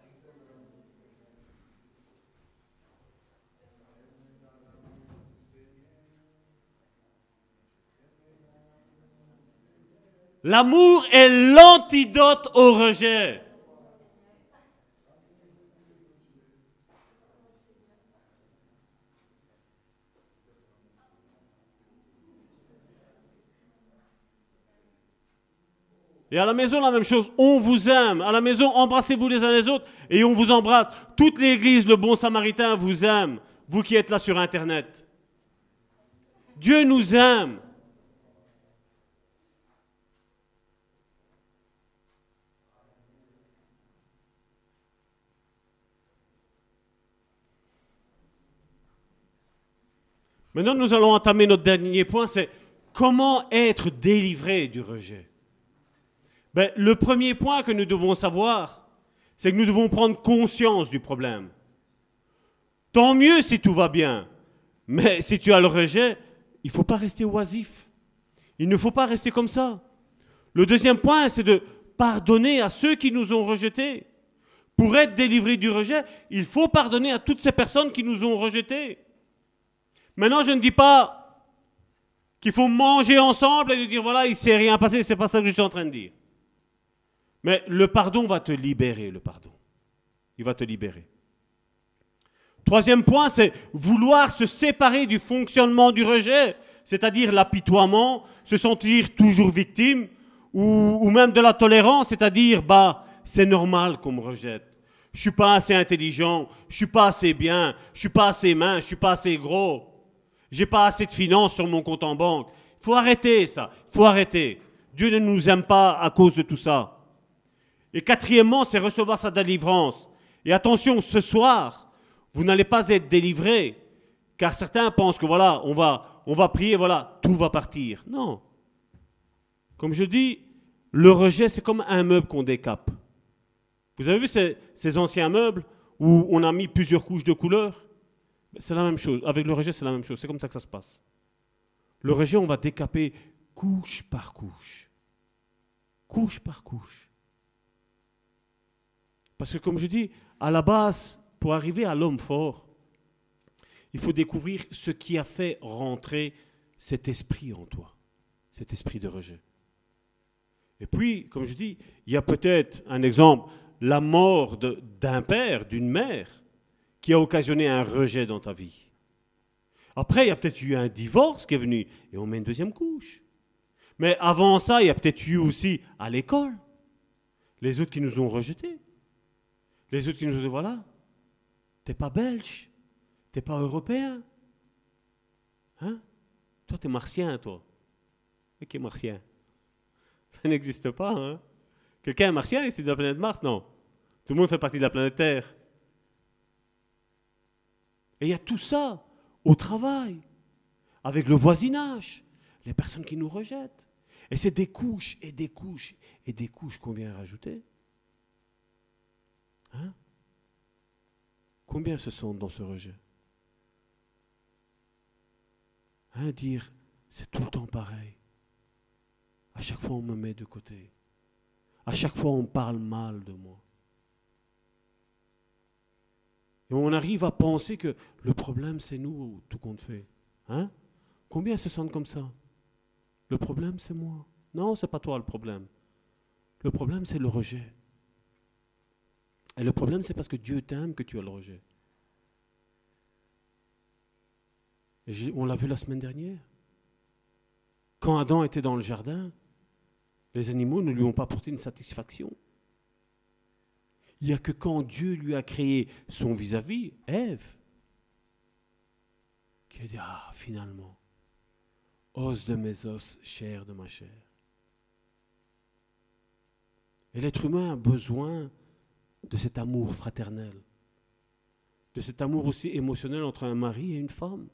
L'amour est l'antidote au rejet. Et à la maison, la même chose. On vous aime. À la maison, embrassez-vous les uns les autres et on vous embrasse. Toute l'église, le bon samaritain, vous aime. Vous qui êtes là sur Internet. Dieu nous aime. Maintenant, nous allons entamer notre dernier point, c'est comment être délivré du rejet. Ben, le premier point que nous devons savoir, c'est que nous devons prendre conscience du problème. Tant mieux si tout va bien, mais si tu as le rejet, il ne faut pas rester oisif. Il ne faut pas rester comme ça. Le deuxième point, c'est de pardonner à ceux qui nous ont rejetés. Pour être délivré du rejet, il faut pardonner à toutes ces personnes qui nous ont rejetés. Maintenant, je ne dis pas qu'il faut manger ensemble et dire, voilà, il ne s'est rien passé, ce n'est pas ça que je suis en train de dire. Mais le pardon va te libérer, le pardon. Il va te libérer. Troisième point, c'est vouloir se séparer du fonctionnement du rejet, c'est-à-dire l'apitoiement, se sentir toujours victime, ou, ou même de la tolérance, c'est-à-dire, bah, c'est normal qu'on me rejette. Je ne suis pas assez intelligent, je ne suis pas assez bien, je ne suis pas assez mince, je ne suis pas assez gros. J'ai pas assez de finances sur mon compte en banque. Il faut arrêter ça. Il faut arrêter. Dieu ne nous aime pas à cause de tout ça. Et quatrièmement, c'est recevoir sa délivrance. Et attention, ce soir, vous n'allez pas être délivrés, car certains pensent que voilà, on va, on va prier, voilà, tout va partir. Non. Comme je dis, le rejet, c'est comme un meuble qu'on décape. Vous avez vu ces, ces anciens meubles où on a mis plusieurs couches de couleurs? C'est la même chose. Avec le rejet, c'est la même chose. C'est comme ça que ça se passe. Le rejet, on va décaper couche par couche. Couche par couche. Parce que comme je dis, à la base, pour arriver à l'homme fort, il faut découvrir ce qui a fait rentrer cet esprit en toi, cet esprit de rejet. Et puis, comme je dis, il y a peut-être un exemple, la mort de, d'un père, d'une mère, qui a occasionné un rejet dans ta vie. Après, il y a peut-être eu un divorce qui est venu, et on met une deuxième couche. Mais avant ça, il y a peut-être eu aussi à l'école, les autres qui nous ont rejetés. Les autres qui nous ont dit, voilà, t'es pas belge, t'es pas européen. Hein? Toi, t'es martien, toi. Et qui est martien? Ça n'existe pas, hein? Quelqu'un est martien ici de la planète Mars? Non. Tout le monde fait partie de la planète Terre. Et il y a tout ça au travail, avec le voisinage, les personnes qui nous rejettent. Et c'est des couches et des couches et des couches qu'on vient rajouter. Hein? Combien se sont dans ce rejet? Hein, dire, c'est tout le temps pareil. À chaque fois, on me met de côté. À chaque fois, on parle mal de moi. Et on arrive à penser que le problème, c'est nous, tout compte fait. Hein? Combien se sentent comme ça? Le problème, c'est moi. Non, c'est pas toi le problème. Le problème, c'est le rejet. Et le problème, c'est parce que Dieu t'aime que tu as le rejet. Et j'ai, on l'a vu la semaine dernière. Quand Adam était dans le jardin, les animaux ne lui ont pas apporté une satisfaction. Il n'y a que quand Dieu lui a créé son vis-à-vis, Ève, qui a dit, ah, finalement, os de mes os, chair de ma chair. Et l'être humain a besoin de cet amour fraternel, de cet amour aussi émotionnel entre un mari et une femme.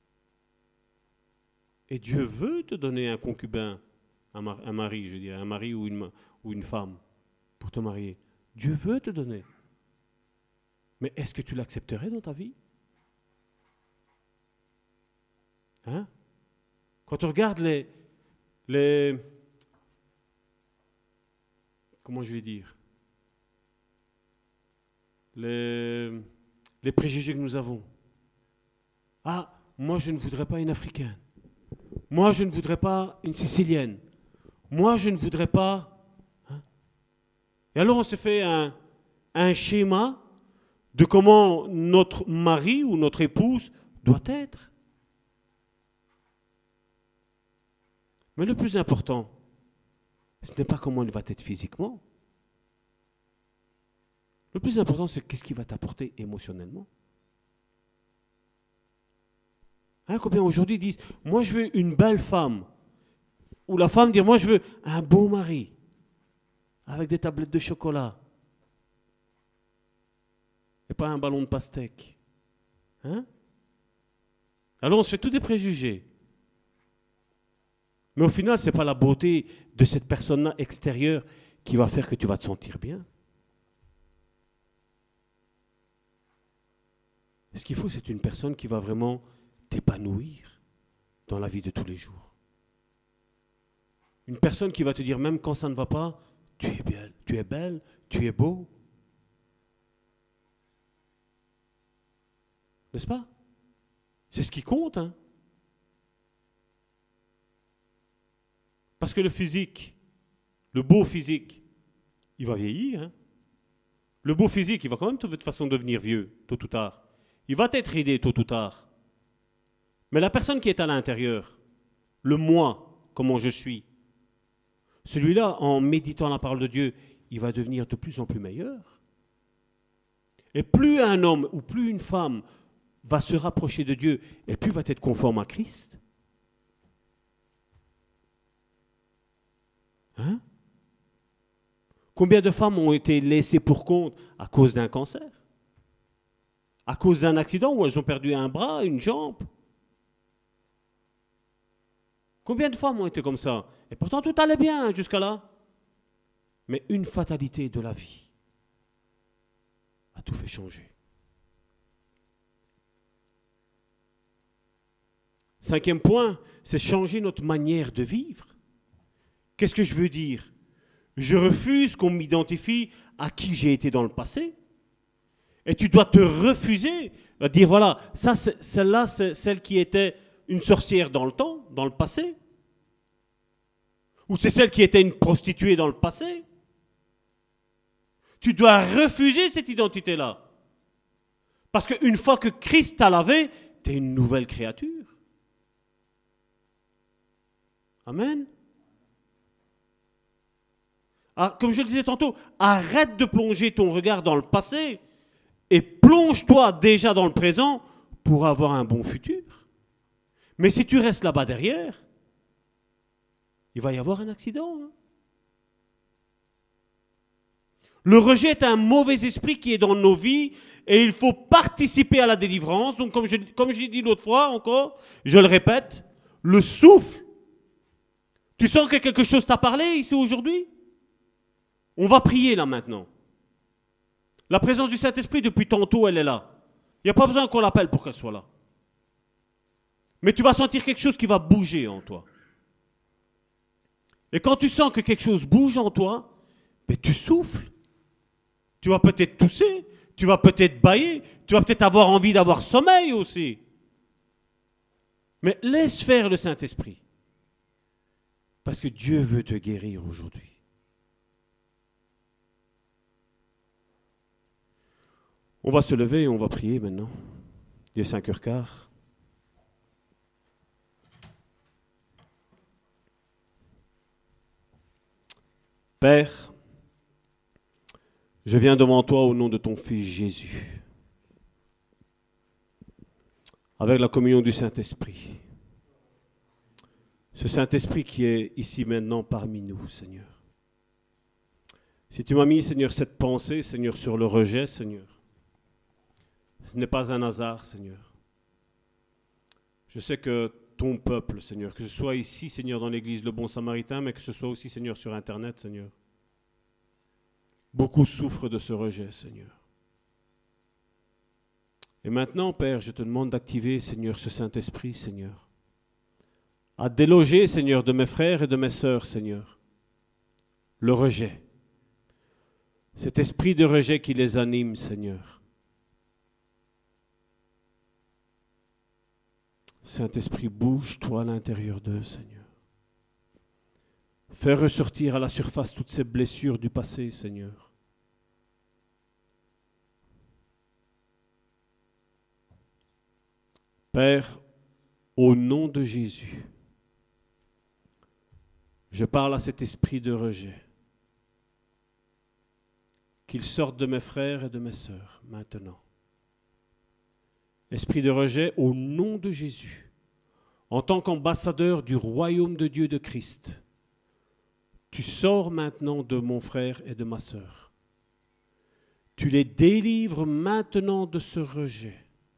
Et Dieu veut te donner un concubin, un mari, un mari je veux dire, un mari ou une, ou une femme, pour te marier. Dieu veut te donner. Mais est-ce que tu l'accepterais dans ta vie? Hein? Quand tu regardes les, les... Comment je vais dire? Les, les préjugés que nous avons. Ah, moi je ne voudrais pas une Africaine. Moi je ne voudrais pas une Sicilienne. Moi je ne voudrais pas... Hein? Et alors on se fait un, un schéma de comment notre mari ou notre épouse doit être. Mais le plus important, ce n'est pas comment il va être physiquement. Le plus important, c'est qu'est-ce qu'il va t'apporter émotionnellement. Hein, combien aujourd'hui disent, moi je veux une belle femme. Ou la femme dit, moi je veux un beau mari. Avec des tablettes de chocolat. Et pas un ballon de pastèque. Hein? Alors on se fait tous des préjugés. Mais au final, ce n'est pas la beauté de cette personne-là extérieure qui va faire que tu vas te sentir bien. Ce qu'il faut, c'est une personne qui va vraiment t'épanouir dans la vie de tous les jours. Une personne qui va te dire, même quand ça ne va pas, tu es belle, tu es belle, tu es beau. N'est-ce pas? C'est ce qui compte, hein? Parce que le physique, le beau physique, il va vieillir. Hein? Le beau physique, il va quand même de toute façon devenir vieux, tôt ou tard. Il va être ridé, tôt ou tard. Mais la personne qui est à l'intérieur, le moi, comment je suis, celui-là, en méditant la parole de Dieu, il va devenir de plus en plus meilleur. Et plus un homme ou plus une femme va se rapprocher de Dieu, et plus va être conforme à Christ. Hein? Combien de femmes ont été laissées pour compte à cause d'un cancer? À cause d'un accident où elles ont perdu un bras, une jambe? Combien de femmes ont été comme ça? Et pourtant tout allait bien jusqu'à là. Mais une fatalité de la vie a tout fait changer. Cinquième point, c'est changer notre manière de vivre. Qu'est-ce que je veux dire? Je refuse qu'on m'identifie à qui j'ai été dans le passé. Et tu dois te refuser à dire, voilà, ça, c'est, celle-là, c'est celle qui était une sorcière dans le temps, dans le passé. Ou c'est celle qui était une prostituée dans le passé. Tu dois refuser cette identité-là. Parce qu'une fois que Christ t'a lavé, tu es une nouvelle créature. Amen. Ah, comme je le disais tantôt, arrête de plonger ton regard dans le passé et plonge-toi déjà dans le présent pour avoir un bon futur. Mais si tu restes là-bas derrière, il va y avoir un accident. Hein. Le rejet est un mauvais esprit qui est dans nos vies et il faut participer à la délivrance. Donc comme je, comme j'ai dit l'autre fois encore, je le répète, le souffle. Tu sens que quelque chose t'a parlé ici aujourd'hui? On va prier là maintenant. La présence du Saint-Esprit depuis tantôt, elle est là. Il n'y a pas besoin qu'on l'appelle pour qu'elle soit là. Mais tu vas sentir quelque chose qui va bouger en toi. Et quand tu sens que quelque chose bouge en toi, ben tu souffles. Tu vas peut-être tousser, tu vas peut-être bâiller, tu vas peut-être avoir envie d'avoir sommeil aussi. Mais laisse faire le Saint-Esprit. Parce que Dieu veut te guérir aujourd'hui. On va se lever et on va prier maintenant. Il est cinq heures quinze. Père, je viens devant toi au nom de ton Fils Jésus, avec la communion du Saint-Esprit. Ce Saint-Esprit qui est ici maintenant parmi nous, Seigneur. Si tu m'as mis, Seigneur, cette pensée, Seigneur, sur le rejet, Seigneur, ce n'est pas un hasard, Seigneur. Je sais que ton peuple, Seigneur, que ce soit ici, Seigneur, dans l'église Le Bon Samaritain, mais que ce soit aussi, Seigneur, sur Internet, Seigneur. Beaucoup souffrent de ce rejet, Seigneur. Et maintenant, Père, je te demande d'activer, Seigneur, ce Saint-Esprit, Seigneur, à déloger, Seigneur, de mes frères et de mes sœurs, Seigneur, le rejet. Cet esprit de rejet qui les anime, Seigneur. Saint-Esprit, bouge-toi à l'intérieur d'eux, Seigneur. Fais ressortir à la surface toutes ces blessures du passé, Seigneur. Père, au nom de Jésus, je parle à cet esprit de rejet. Qu'il sorte de mes frères et de mes sœurs maintenant. Esprit de rejet, au nom de Jésus, en tant qu'ambassadeur du royaume de Dieu de Christ, tu sors maintenant de mon frère et de ma sœur. Tu les délivres maintenant de ce rejet.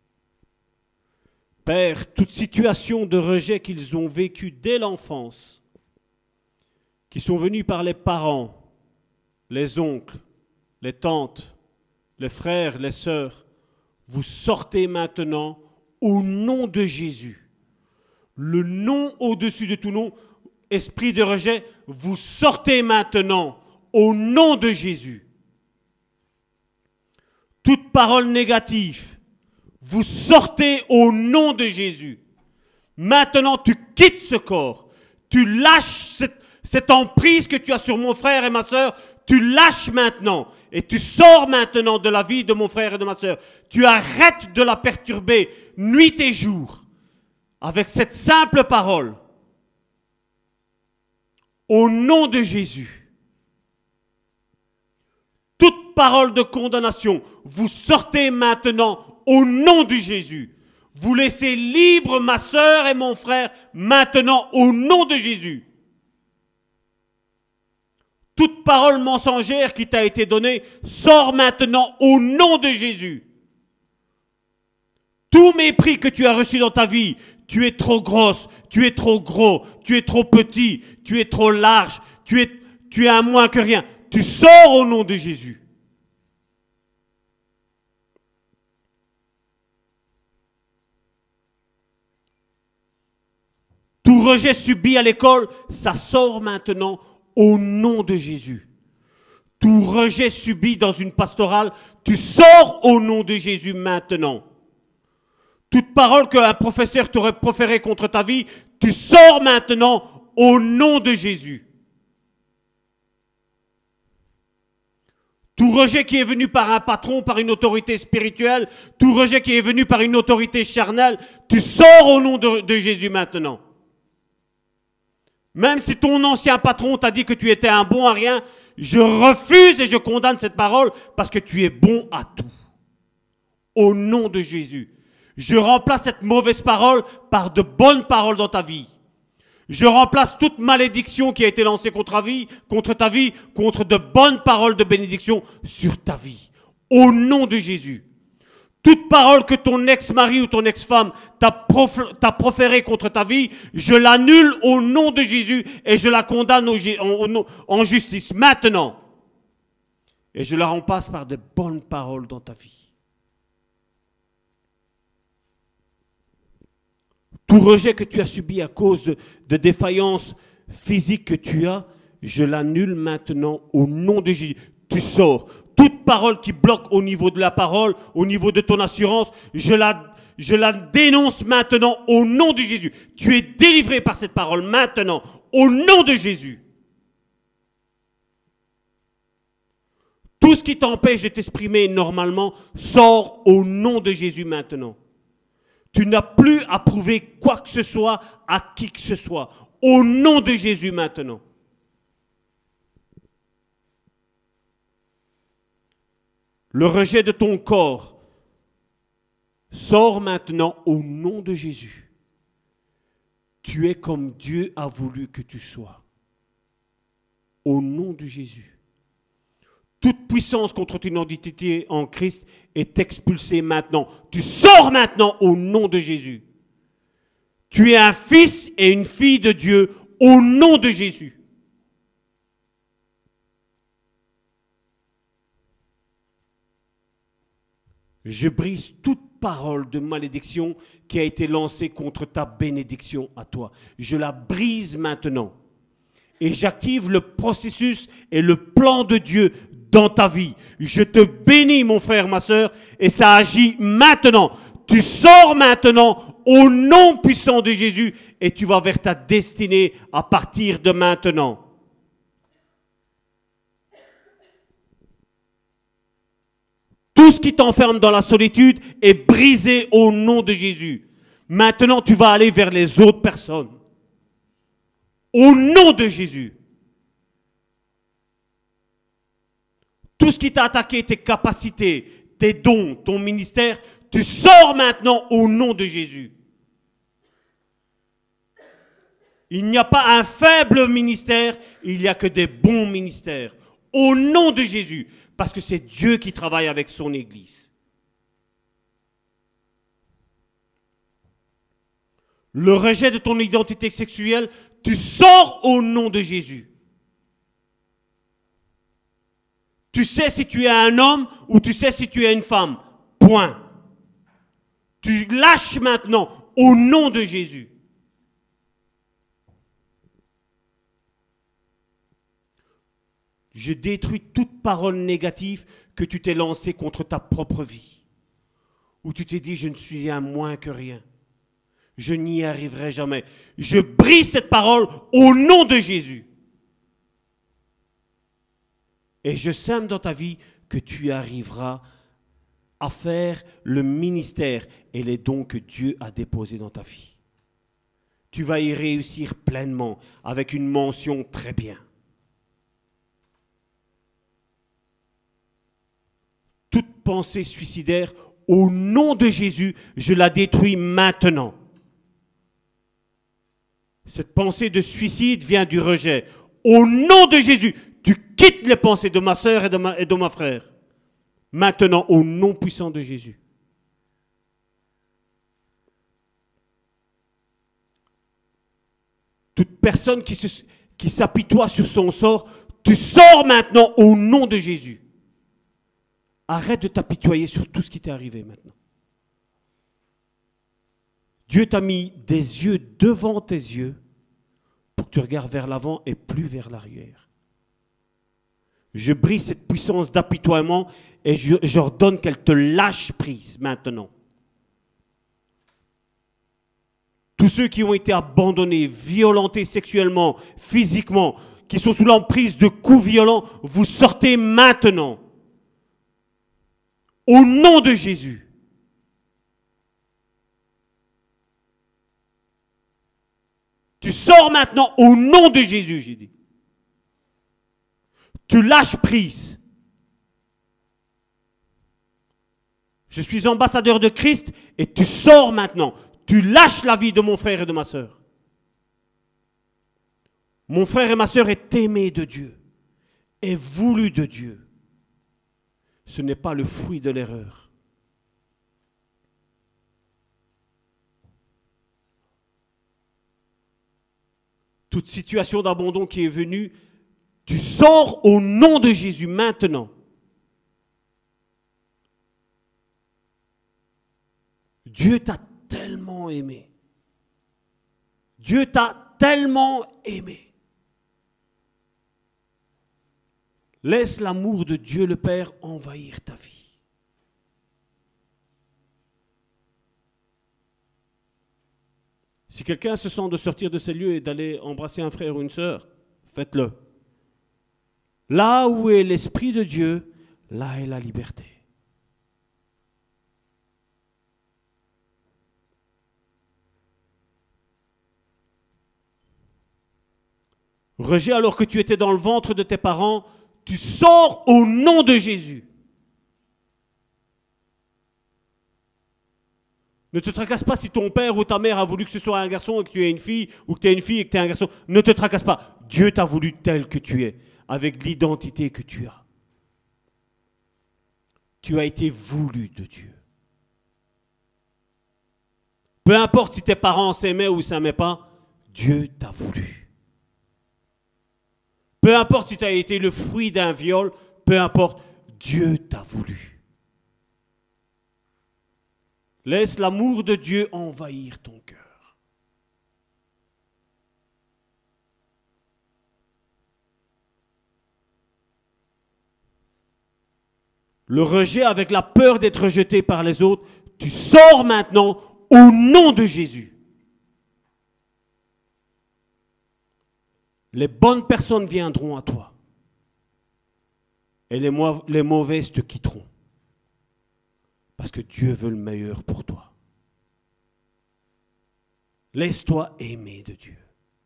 Père, toute situation de rejet qu'ils ont vécue dès l'enfance, qui sont venus par les parents, les oncles, les tantes, les frères, les sœurs, vous sortez maintenant au nom de Jésus. Le nom au-dessus de tout nom, esprit de rejet, vous sortez maintenant au nom de Jésus. Toute parole négative, vous sortez au nom de Jésus. Maintenant, tu quittes ce corps. Tu lâches cette, cette emprise que tu as sur mon frère et ma sœur. Tu lâches maintenant. Et tu sors maintenant de la vie de mon frère et de ma sœur. Tu arrêtes de la perturber nuit et jour. Avec cette simple parole. Au nom de Jésus. Toute parole de condamnation, vous sortez maintenant au nom de Jésus. Vous laissez libre ma sœur et mon frère maintenant au nom de Jésus. Toute parole mensongère qui t'a été donnée, sors maintenant au nom de Jésus. Tout mépris que tu as reçu dans ta vie, tu es trop grosse, tu es trop gros, tu es trop petit, tu es trop large, tu es, tu es un moins que rien. Tu sors au nom de Jésus. Tout rejet subi à l'école, ça sort maintenant au nom de Jésus. Tout rejet subi dans une pastorale, tu sors au nom de Jésus maintenant. Toute parole qu'un professeur t'aurait proférée contre ta vie, tu sors maintenant au nom de Jésus. Tout rejet qui est venu par un patron, par une autorité spirituelle, tout rejet qui est venu par une autorité charnelle, tu sors au nom de, de Jésus maintenant. Même si ton ancien patron t'a dit que tu étais un bon à rien, je refuse et je condamne cette parole parce que tu es bon à tout. Au nom de Jésus. Je remplace cette mauvaise parole par de bonnes paroles dans ta vie. Je remplace toute malédiction qui a été lancée contre ta vie, contre ta vie, contre de bonnes paroles de bénédiction sur ta vie. Au nom de Jésus. Toute parole que ton ex-mari ou ton ex-femme t'a, prof- t'a proférée contre ta vie, je l'annule au nom de Jésus et je la condamne au, en, en, en justice maintenant. Et je la remplace par de bonnes paroles dans ta vie. Tout rejet que tu as subi à cause de, de défaillances physiques que tu as, je l'annule maintenant au nom de Jésus. Tu sors. Toute parole qui bloque au niveau de la parole, au niveau de ton assurance, je la, je la dénonce maintenant au nom de Jésus. Tu es délivré par cette parole maintenant, au nom de Jésus. Tout ce qui t'empêche de t'exprimer normalement sort au nom de Jésus maintenant. Tu n'as plus à prouver quoi que ce soit à qui que ce soit. Au nom de Jésus maintenant. Le rejet de ton corps sort maintenant au nom de Jésus. Tu es comme Dieu a voulu que tu sois. Au nom de Jésus. Toute puissance contre ton identité en Christ est expulsée maintenant. Tu sors maintenant au nom de Jésus. Tu es un fils et une fille de Dieu au nom de Jésus. Je brise toute parole de malédiction qui a été lancée contre ta bénédiction à toi. Je la brise maintenant. Et j'active le processus et le plan de Dieu dans ta vie. Je te bénis, mon frère, ma sœur, et ça agit maintenant. Tu sors maintenant au nom puissant de Jésus et tu vas vers ta destinée à partir de maintenant. Tout ce qui t'enferme dans la solitude est brisé au nom de Jésus. Maintenant, tu vas aller vers les autres personnes. Au nom de Jésus. Tout ce qui t'a attaqué, tes capacités, tes dons, ton ministère, tu sors maintenant au nom de Jésus. Il n'y a pas un faible ministère, il n'y a que des bons ministères. Au nom de Jésus. Parce que c'est Dieu qui travaille avec son Église. Le rejet de ton identité sexuelle, tu sors au nom de Jésus. Tu sais si tu es un homme ou tu sais si tu es une femme. Point. Tu lâches maintenant au nom de Jésus. Je détruis toute parole négative que tu t'es lancée contre ta propre vie. Où tu t'es dit, je ne suis un moins que rien. Je n'y arriverai jamais. Je brise cette parole au nom de Jésus. Et je sème dans ta vie que tu arriveras à faire le ministère et les dons que Dieu a déposés dans ta vie. Tu vas y réussir pleinement avec une mention très bien. Toute pensée suicidaire, au nom de Jésus, je la détruis maintenant. Cette pensée de suicide vient du rejet. Au nom de Jésus, Tu quittes les pensées de ma sœur et de ma, et de ma frère. Maintenant, au nom puissant de Jésus. Toute personne qui, se, qui s'apitoie sur son sort, tu sors maintenant au nom de Jésus. Arrête de t'apitoyer sur tout ce qui t'est arrivé maintenant. Dieu t'a mis des yeux devant tes yeux pour que tu regardes vers l'avant et plus vers l'arrière. Je brise cette puissance d'apitoiement et je, j'ordonne qu'elle te lâche prise maintenant. Tous ceux qui ont été abandonnés, violentés sexuellement, physiquement, qui sont sous l'emprise de coups violents, vous sortez maintenant. Au nom de Jésus. Tu sors maintenant au nom de Jésus, j'ai dit. Tu lâches prise. Je suis ambassadeur de Christ et tu sors maintenant. Tu lâches la vie de mon frère et de ma sœur. Mon frère et ma sœur est aimé de Dieu, est voulu de Dieu. Ce n'est pas le fruit de l'erreur. Toute situation d'abandon qui est venue, tu sors au nom de Jésus maintenant. Dieu t'a tellement aimé. Dieu t'a tellement aimé. Laisse l'amour de Dieu le Père envahir ta vie. Si quelqu'un se sent de sortir de ces lieux et d'aller embrasser un frère ou une sœur, faites-le. Là où est l'Esprit de Dieu, là est la liberté. Rejet, alors que tu étais dans le ventre de tes parents, tu sors au nom de Jésus. Ne te tracasse pas si ton père ou ta mère a voulu que ce soit un garçon et que tu es une fille, ou que tu es une fille et que tu es un garçon. Ne te tracasse pas. Dieu t'a voulu tel que tu es, avec l'identité que tu as. Tu as été voulu de Dieu. Peu importe si tes parents s'aimaient ou ne s'aimaient pas, Dieu t'a voulu. Peu importe si tu as été le fruit d'un viol, peu importe, Dieu t'a voulu. Laisse l'amour de Dieu envahir ton cœur. Le rejet avec la peur d'être rejeté par les autres, tu sors maintenant au nom de Jésus. Les bonnes personnes viendront à toi et les, mau- les mauvaises te quitteront. Parce que Dieu veut le meilleur pour toi. Laisse-toi aimer de Dieu.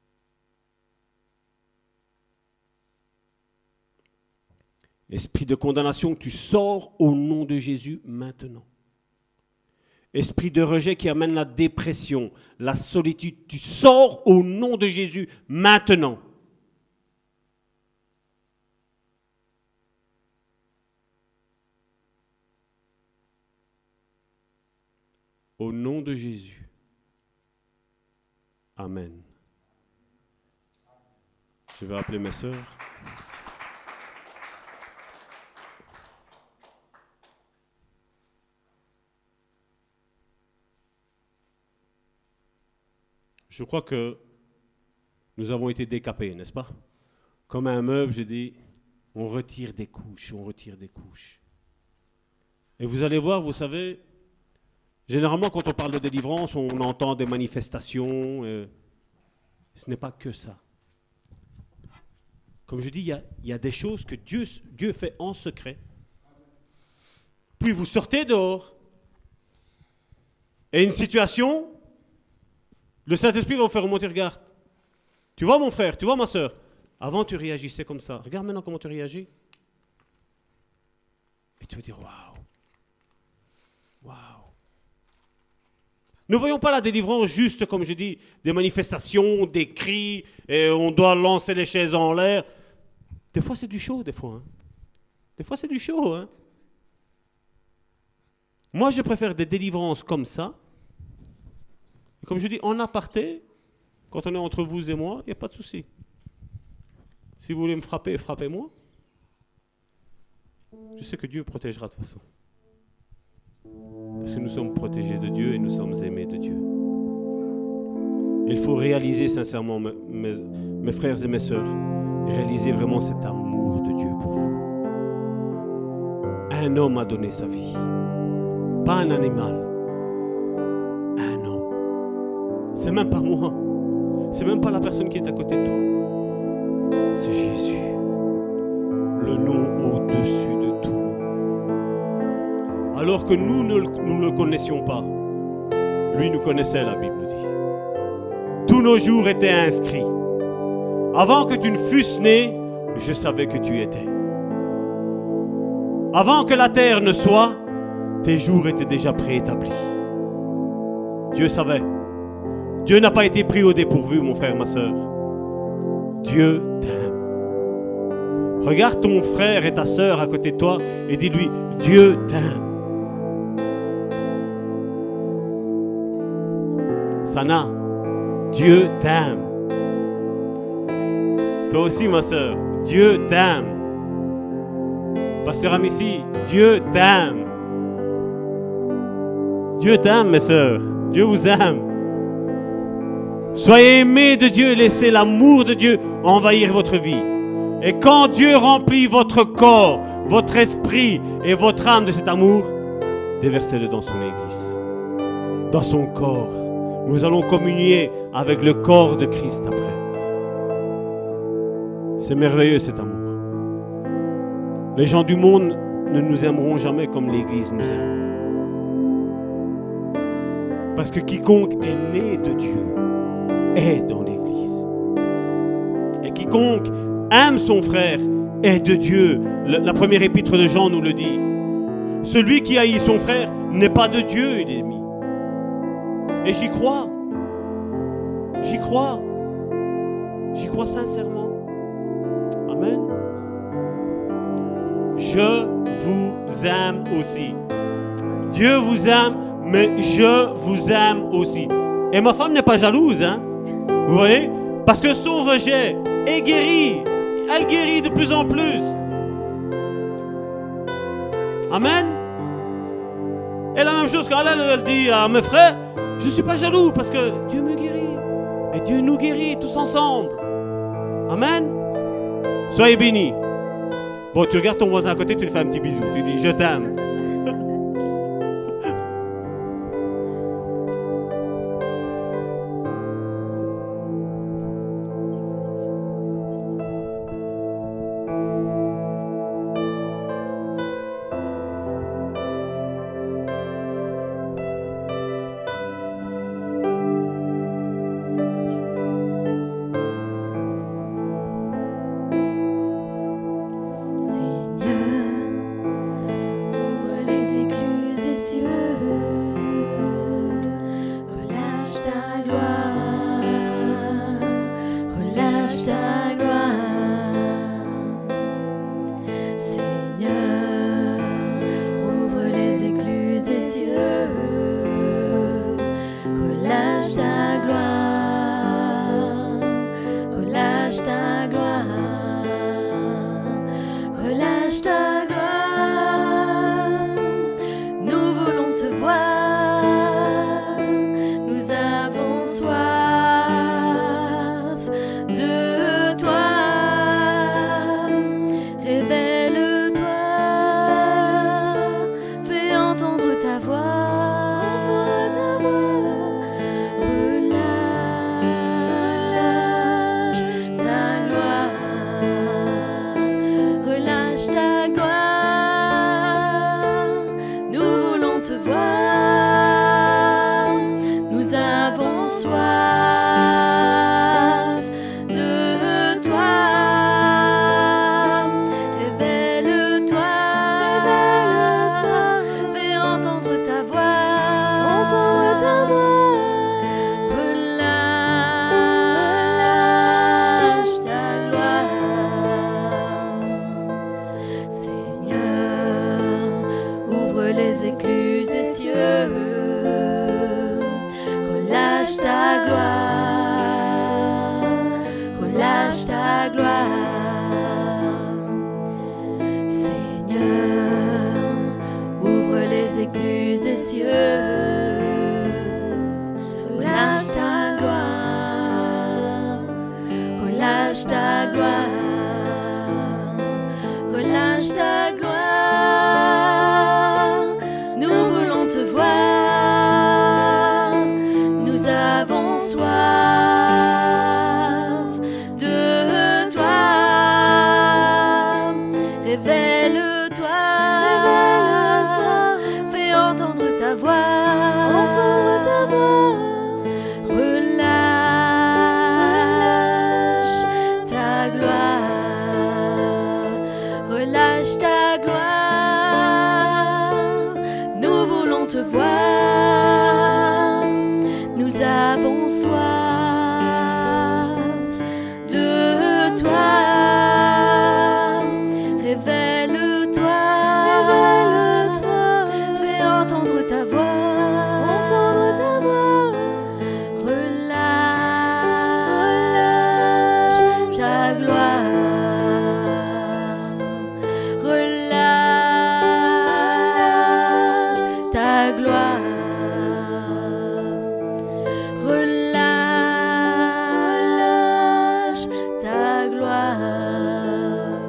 Esprit de condamnation, tu sors au nom de Jésus maintenant. Esprit de rejet qui amène la dépression, la solitude, tu sors au nom de Jésus maintenant. Au nom de Jésus. Amen. Je vais appeler mes sœurs. Je crois que nous avons été décapés, n'est-ce pas? Comme un meuble, je dis, on retire des couches, on retire des couches. Et vous allez voir, vous savez, généralement, quand on parle de délivrance, on entend des manifestations. Euh, ce n'est pas que ça. Comme je dis, il y a, il y a des choses que Dieu, Dieu fait en secret. Puis vous sortez dehors. Et une situation, le Saint-Esprit va vous faire remonter, regarde. Tu vois mon frère, tu vois ma soeur. Avant, tu réagissais comme ça. Regarde maintenant comment tu réagis. Et tu vas dire, waouh. Waouh. Ne voyons pas la délivrance juste, comme je dis, des manifestations, des cris, et on doit lancer les chaises en l'air. Des fois, c'est du chaud, des fois. Hein. Des fois, c'est du chaud. Hein. Moi, je préfère des délivrances comme ça. Et comme je dis, en aparté, quand on est entre vous et moi, il n'y a pas de souci. Si vous voulez me frapper, frappez-moi. Je sais que Dieu protégera de toute façon. Parce que nous sommes protégés de Dieu et nous sommes aimés de Dieu. Il faut réaliser sincèrement, mes, mes, mes frères et mes sœurs, réaliser vraiment cet amour de Dieu pour vous. Un homme a donné sa vie. Pas un animal. Un homme. C'est même pas moi. C'est même pas la personne qui est à côté de toi. C'est Jésus. Le nom au-dessus de tout nom. Alors que nous ne nous le connaissions pas, lui nous connaissait, la Bible nous dit. Tous nos jours étaient inscrits. Avant que tu ne fusses né, je savais que tu étais. Avant que la terre ne soit, tes jours étaient déjà préétablis. Dieu savait. Dieu n'a pas été pris au dépourvu, mon frère, ma soeur. Dieu t'aime. Regarde ton frère et ta sœur à côté de toi et dis-lui, Dieu t'aime. Sana, Dieu t'aime. Toi aussi, ma sœur, Dieu t'aime. Pasteur Amici, Dieu t'aime. Dieu t'aime, mes sœurs. Dieu vous aime. Soyez aimés de Dieu et laissez l'amour de Dieu envahir votre vie. Et quand Dieu remplit votre corps, votre esprit et votre âme de cet amour, déversez-le dans son église, dans son corps. Nous allons communier avec le corps de Christ après. C'est merveilleux cet amour. Les gens du monde ne nous aimeront jamais comme l'Église nous aime. Parce que quiconque est né de Dieu est dans l'Église. Et quiconque aime son frère est de Dieu. La première épître de Jean nous le dit. Celui qui haït son frère n'est pas de Dieu, il est mis. Et j'y crois. J'y crois. J'y crois sincèrement. Amen. Je vous aime aussi. Dieu vous aime, mais je vous aime aussi. Et ma femme n'est pas jalouse, hein. Vous voyez? Parce que son rejet est guéri. Elle guérit de plus en plus. Amen. Et la même chose quand elle, elle dit à mes frères, je ne suis pas jaloux parce que Dieu me guérit. Et Dieu nous guérit tous ensemble. Amen. Soyez bénis. Bon, tu regardes ton voisin à côté, tu lui fais un petit bisou. Tu lui dis, je t'aime. écluses des cieux. Relâche ta gloire, relâche ta gloire. Seigneur, ouvre les écluses des cieux. Relâche ta gloire, relâche ta gloire, relâche ta gloire. Nous voulons te voir, nous avons soif de toi. Révèle-toi, révèle-toi, fais entendre ta voix, entendre ta voix. Relâche ta gloire, relâche ta gloire. Nous voulons te voir, nous avons soif de toi. Révèle-toi, révèle-toi, fais entendre ta voix, entendre ta voix. Relâche ta gloire, relâche ta gloire, relâche ta gloire.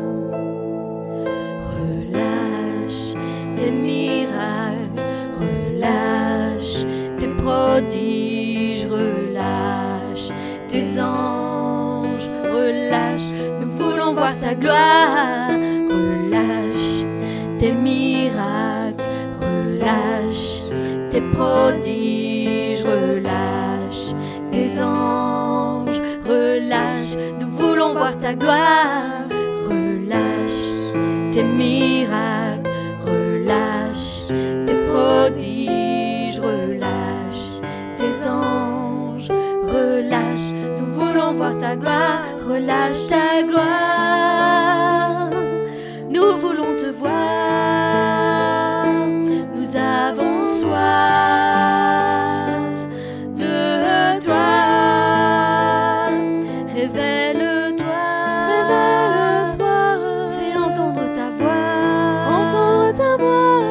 Relâche tes miracles, relâche tes prodiges, relâche tes anges, relâche, nous voulons voir ta gloire. Relâche tes miracles, relâche tes prodiges, relâche tes anges, relâche, nous voulons voir ta gloire. Relâche tes miracles, relâche tes prodiges, relâche tes anges, relâche, nous voulons voir ta gloire. Relâche ta gloire, nous voulons te voir, nous avons soif de toi. Révèle-toi, révèle-toi, fais entendre ta voix, entendre ta voix.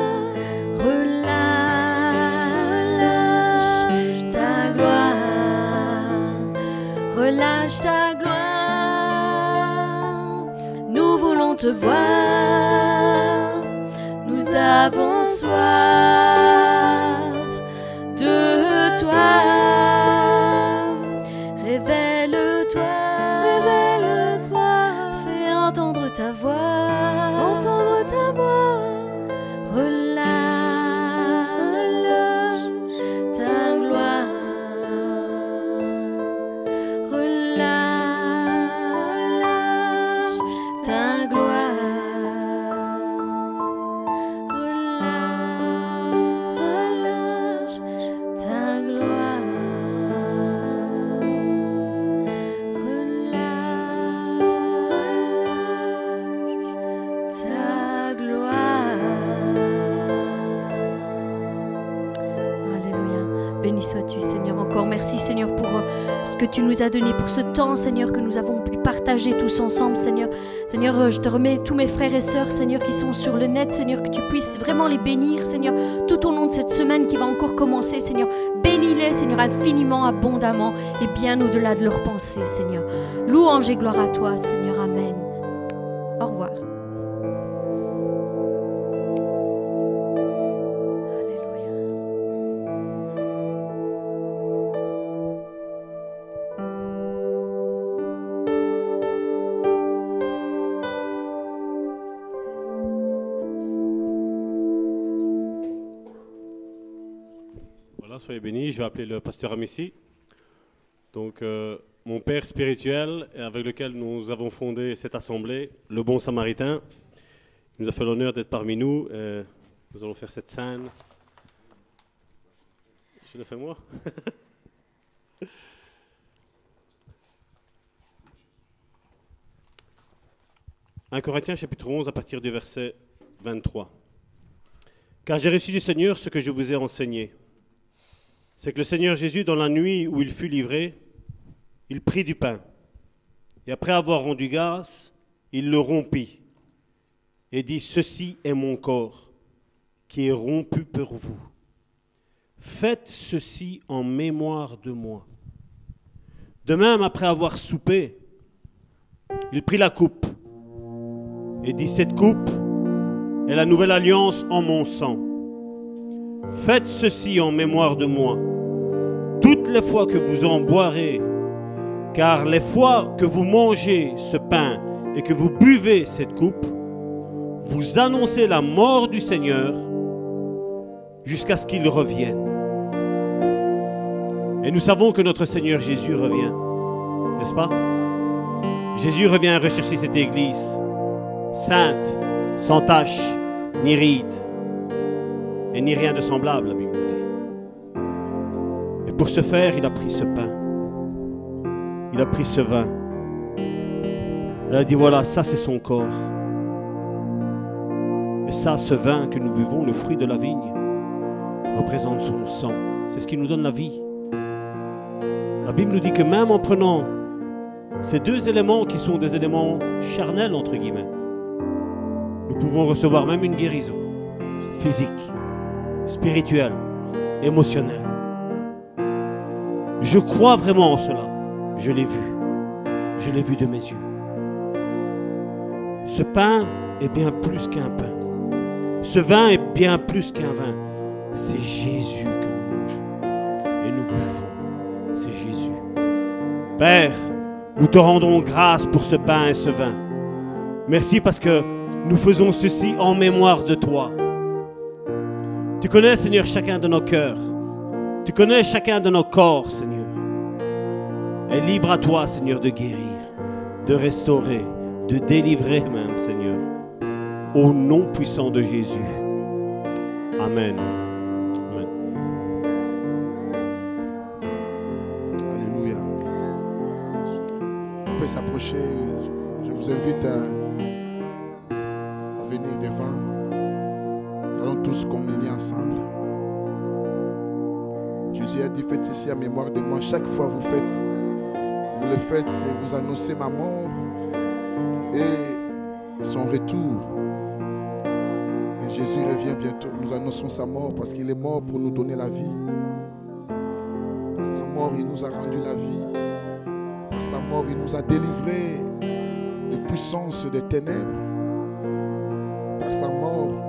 Relâche ta gloire, relâche ta gloire. Nous voulons te voir, nous avons soif de toi. Révèle-toi, révèle-toi, fais entendre ta voix, entendre ta voix. Relâche ta gloire, relâche ta gloire, relâche ta gloire, relâche ta gloire. Alléluia. Béni sois-tu, Seigneur, encore. Merci, Seigneur, pour euh, ce que tu nous as donné, pour ce temps, Seigneur, que nous avons pu partager tous ensemble, Seigneur. Seigneur, euh, je te remets tous mes frères et sœurs, Seigneur, qui sont sur le net, Seigneur, que tu puisses vraiment les bénir, Seigneur, tout au long de cette semaine qui va encore commencer, Seigneur. Bénis-les, Seigneur, infiniment, abondamment et bien au-delà de leurs pensées, Seigneur. Louange et gloire à toi, Seigneur. Amen. Au revoir. Voilà, soyez bénis. Je vais appeler le pasteur Amici. Donc, euh, mon père spirituel avec lequel nous avons fondé cette assemblée, le Bon Samaritain, il nous a fait l'honneur d'être parmi nous. Et nous allons faire cette scène. Je le fais moi. un Corinthiens chapitre onze à partir du verset vingt-trois. Car j'ai reçu du Seigneur ce que je vous ai enseigné. C'est que le Seigneur Jésus, dans la nuit où il fut livré, il prit du pain. Et après avoir rendu grâce, il le rompit et dit, « Ceci est mon corps qui est rompu pour vous. Faites ceci en mémoire de moi. » De même, après avoir soupé, il prit la coupe et dit, « Cette coupe est la nouvelle alliance en mon sang. Faites ceci en mémoire de moi, toutes les fois que vous en boirez, car les fois que vous mangez ce pain et que vous buvez cette coupe, vous annoncez la mort du Seigneur jusqu'à ce qu'il revienne. » Et nous savons que notre Seigneur Jésus revient, n'est-ce pas? Jésus revient rechercher cette église, sainte, sans tache, ni ride, et ni rien de semblable, la Bible nous dit. Et pour ce faire, il a pris ce pain, il a pris ce vin. Il a dit, voilà, ça c'est son corps. Et ça, ce vin que nous buvons, le fruit de la vigne, représente son sang. C'est ce qui nous donne la vie. La Bible nous dit que même en prenant ces deux éléments qui sont des éléments charnels, entre guillemets, nous pouvons recevoir même une guérison physique, spirituelle, émotionnelle. Je crois vraiment en cela. Je l'ai vu. Je l'ai vu de mes yeux. Ce pain est bien plus qu'un pain. Ce vin est bien plus qu'un vin. C'est Jésus que nous mangeons et nous buvons. C'est Jésus. Père, nous te rendons grâce pour ce pain et ce vin. Merci parce que nous faisons ceci en mémoire de toi. Tu connais, Seigneur, chacun de nos cœurs. Tu connais chacun de nos corps, Seigneur. Et libre à toi, Seigneur, de guérir, de restaurer, de délivrer même, Seigneur. Au nom puissant de Jésus. Amen. Amen. Alléluia. On peut s'approcher. Je vous invite à, à venir devant. Nous allons tous communier ensemble. Jésus a dit, faites ici en mémoire de moi. Chaque fois vous faites, vous le faites, c'est vous annoncez ma mort et son retour. Et Jésus revient bientôt. Nous annonçons sa mort parce qu'il est mort pour nous donner la vie. Par sa mort, il nous a rendu la vie. Par sa mort, il nous a délivrés de puissance des ténèbres. Par sa mort,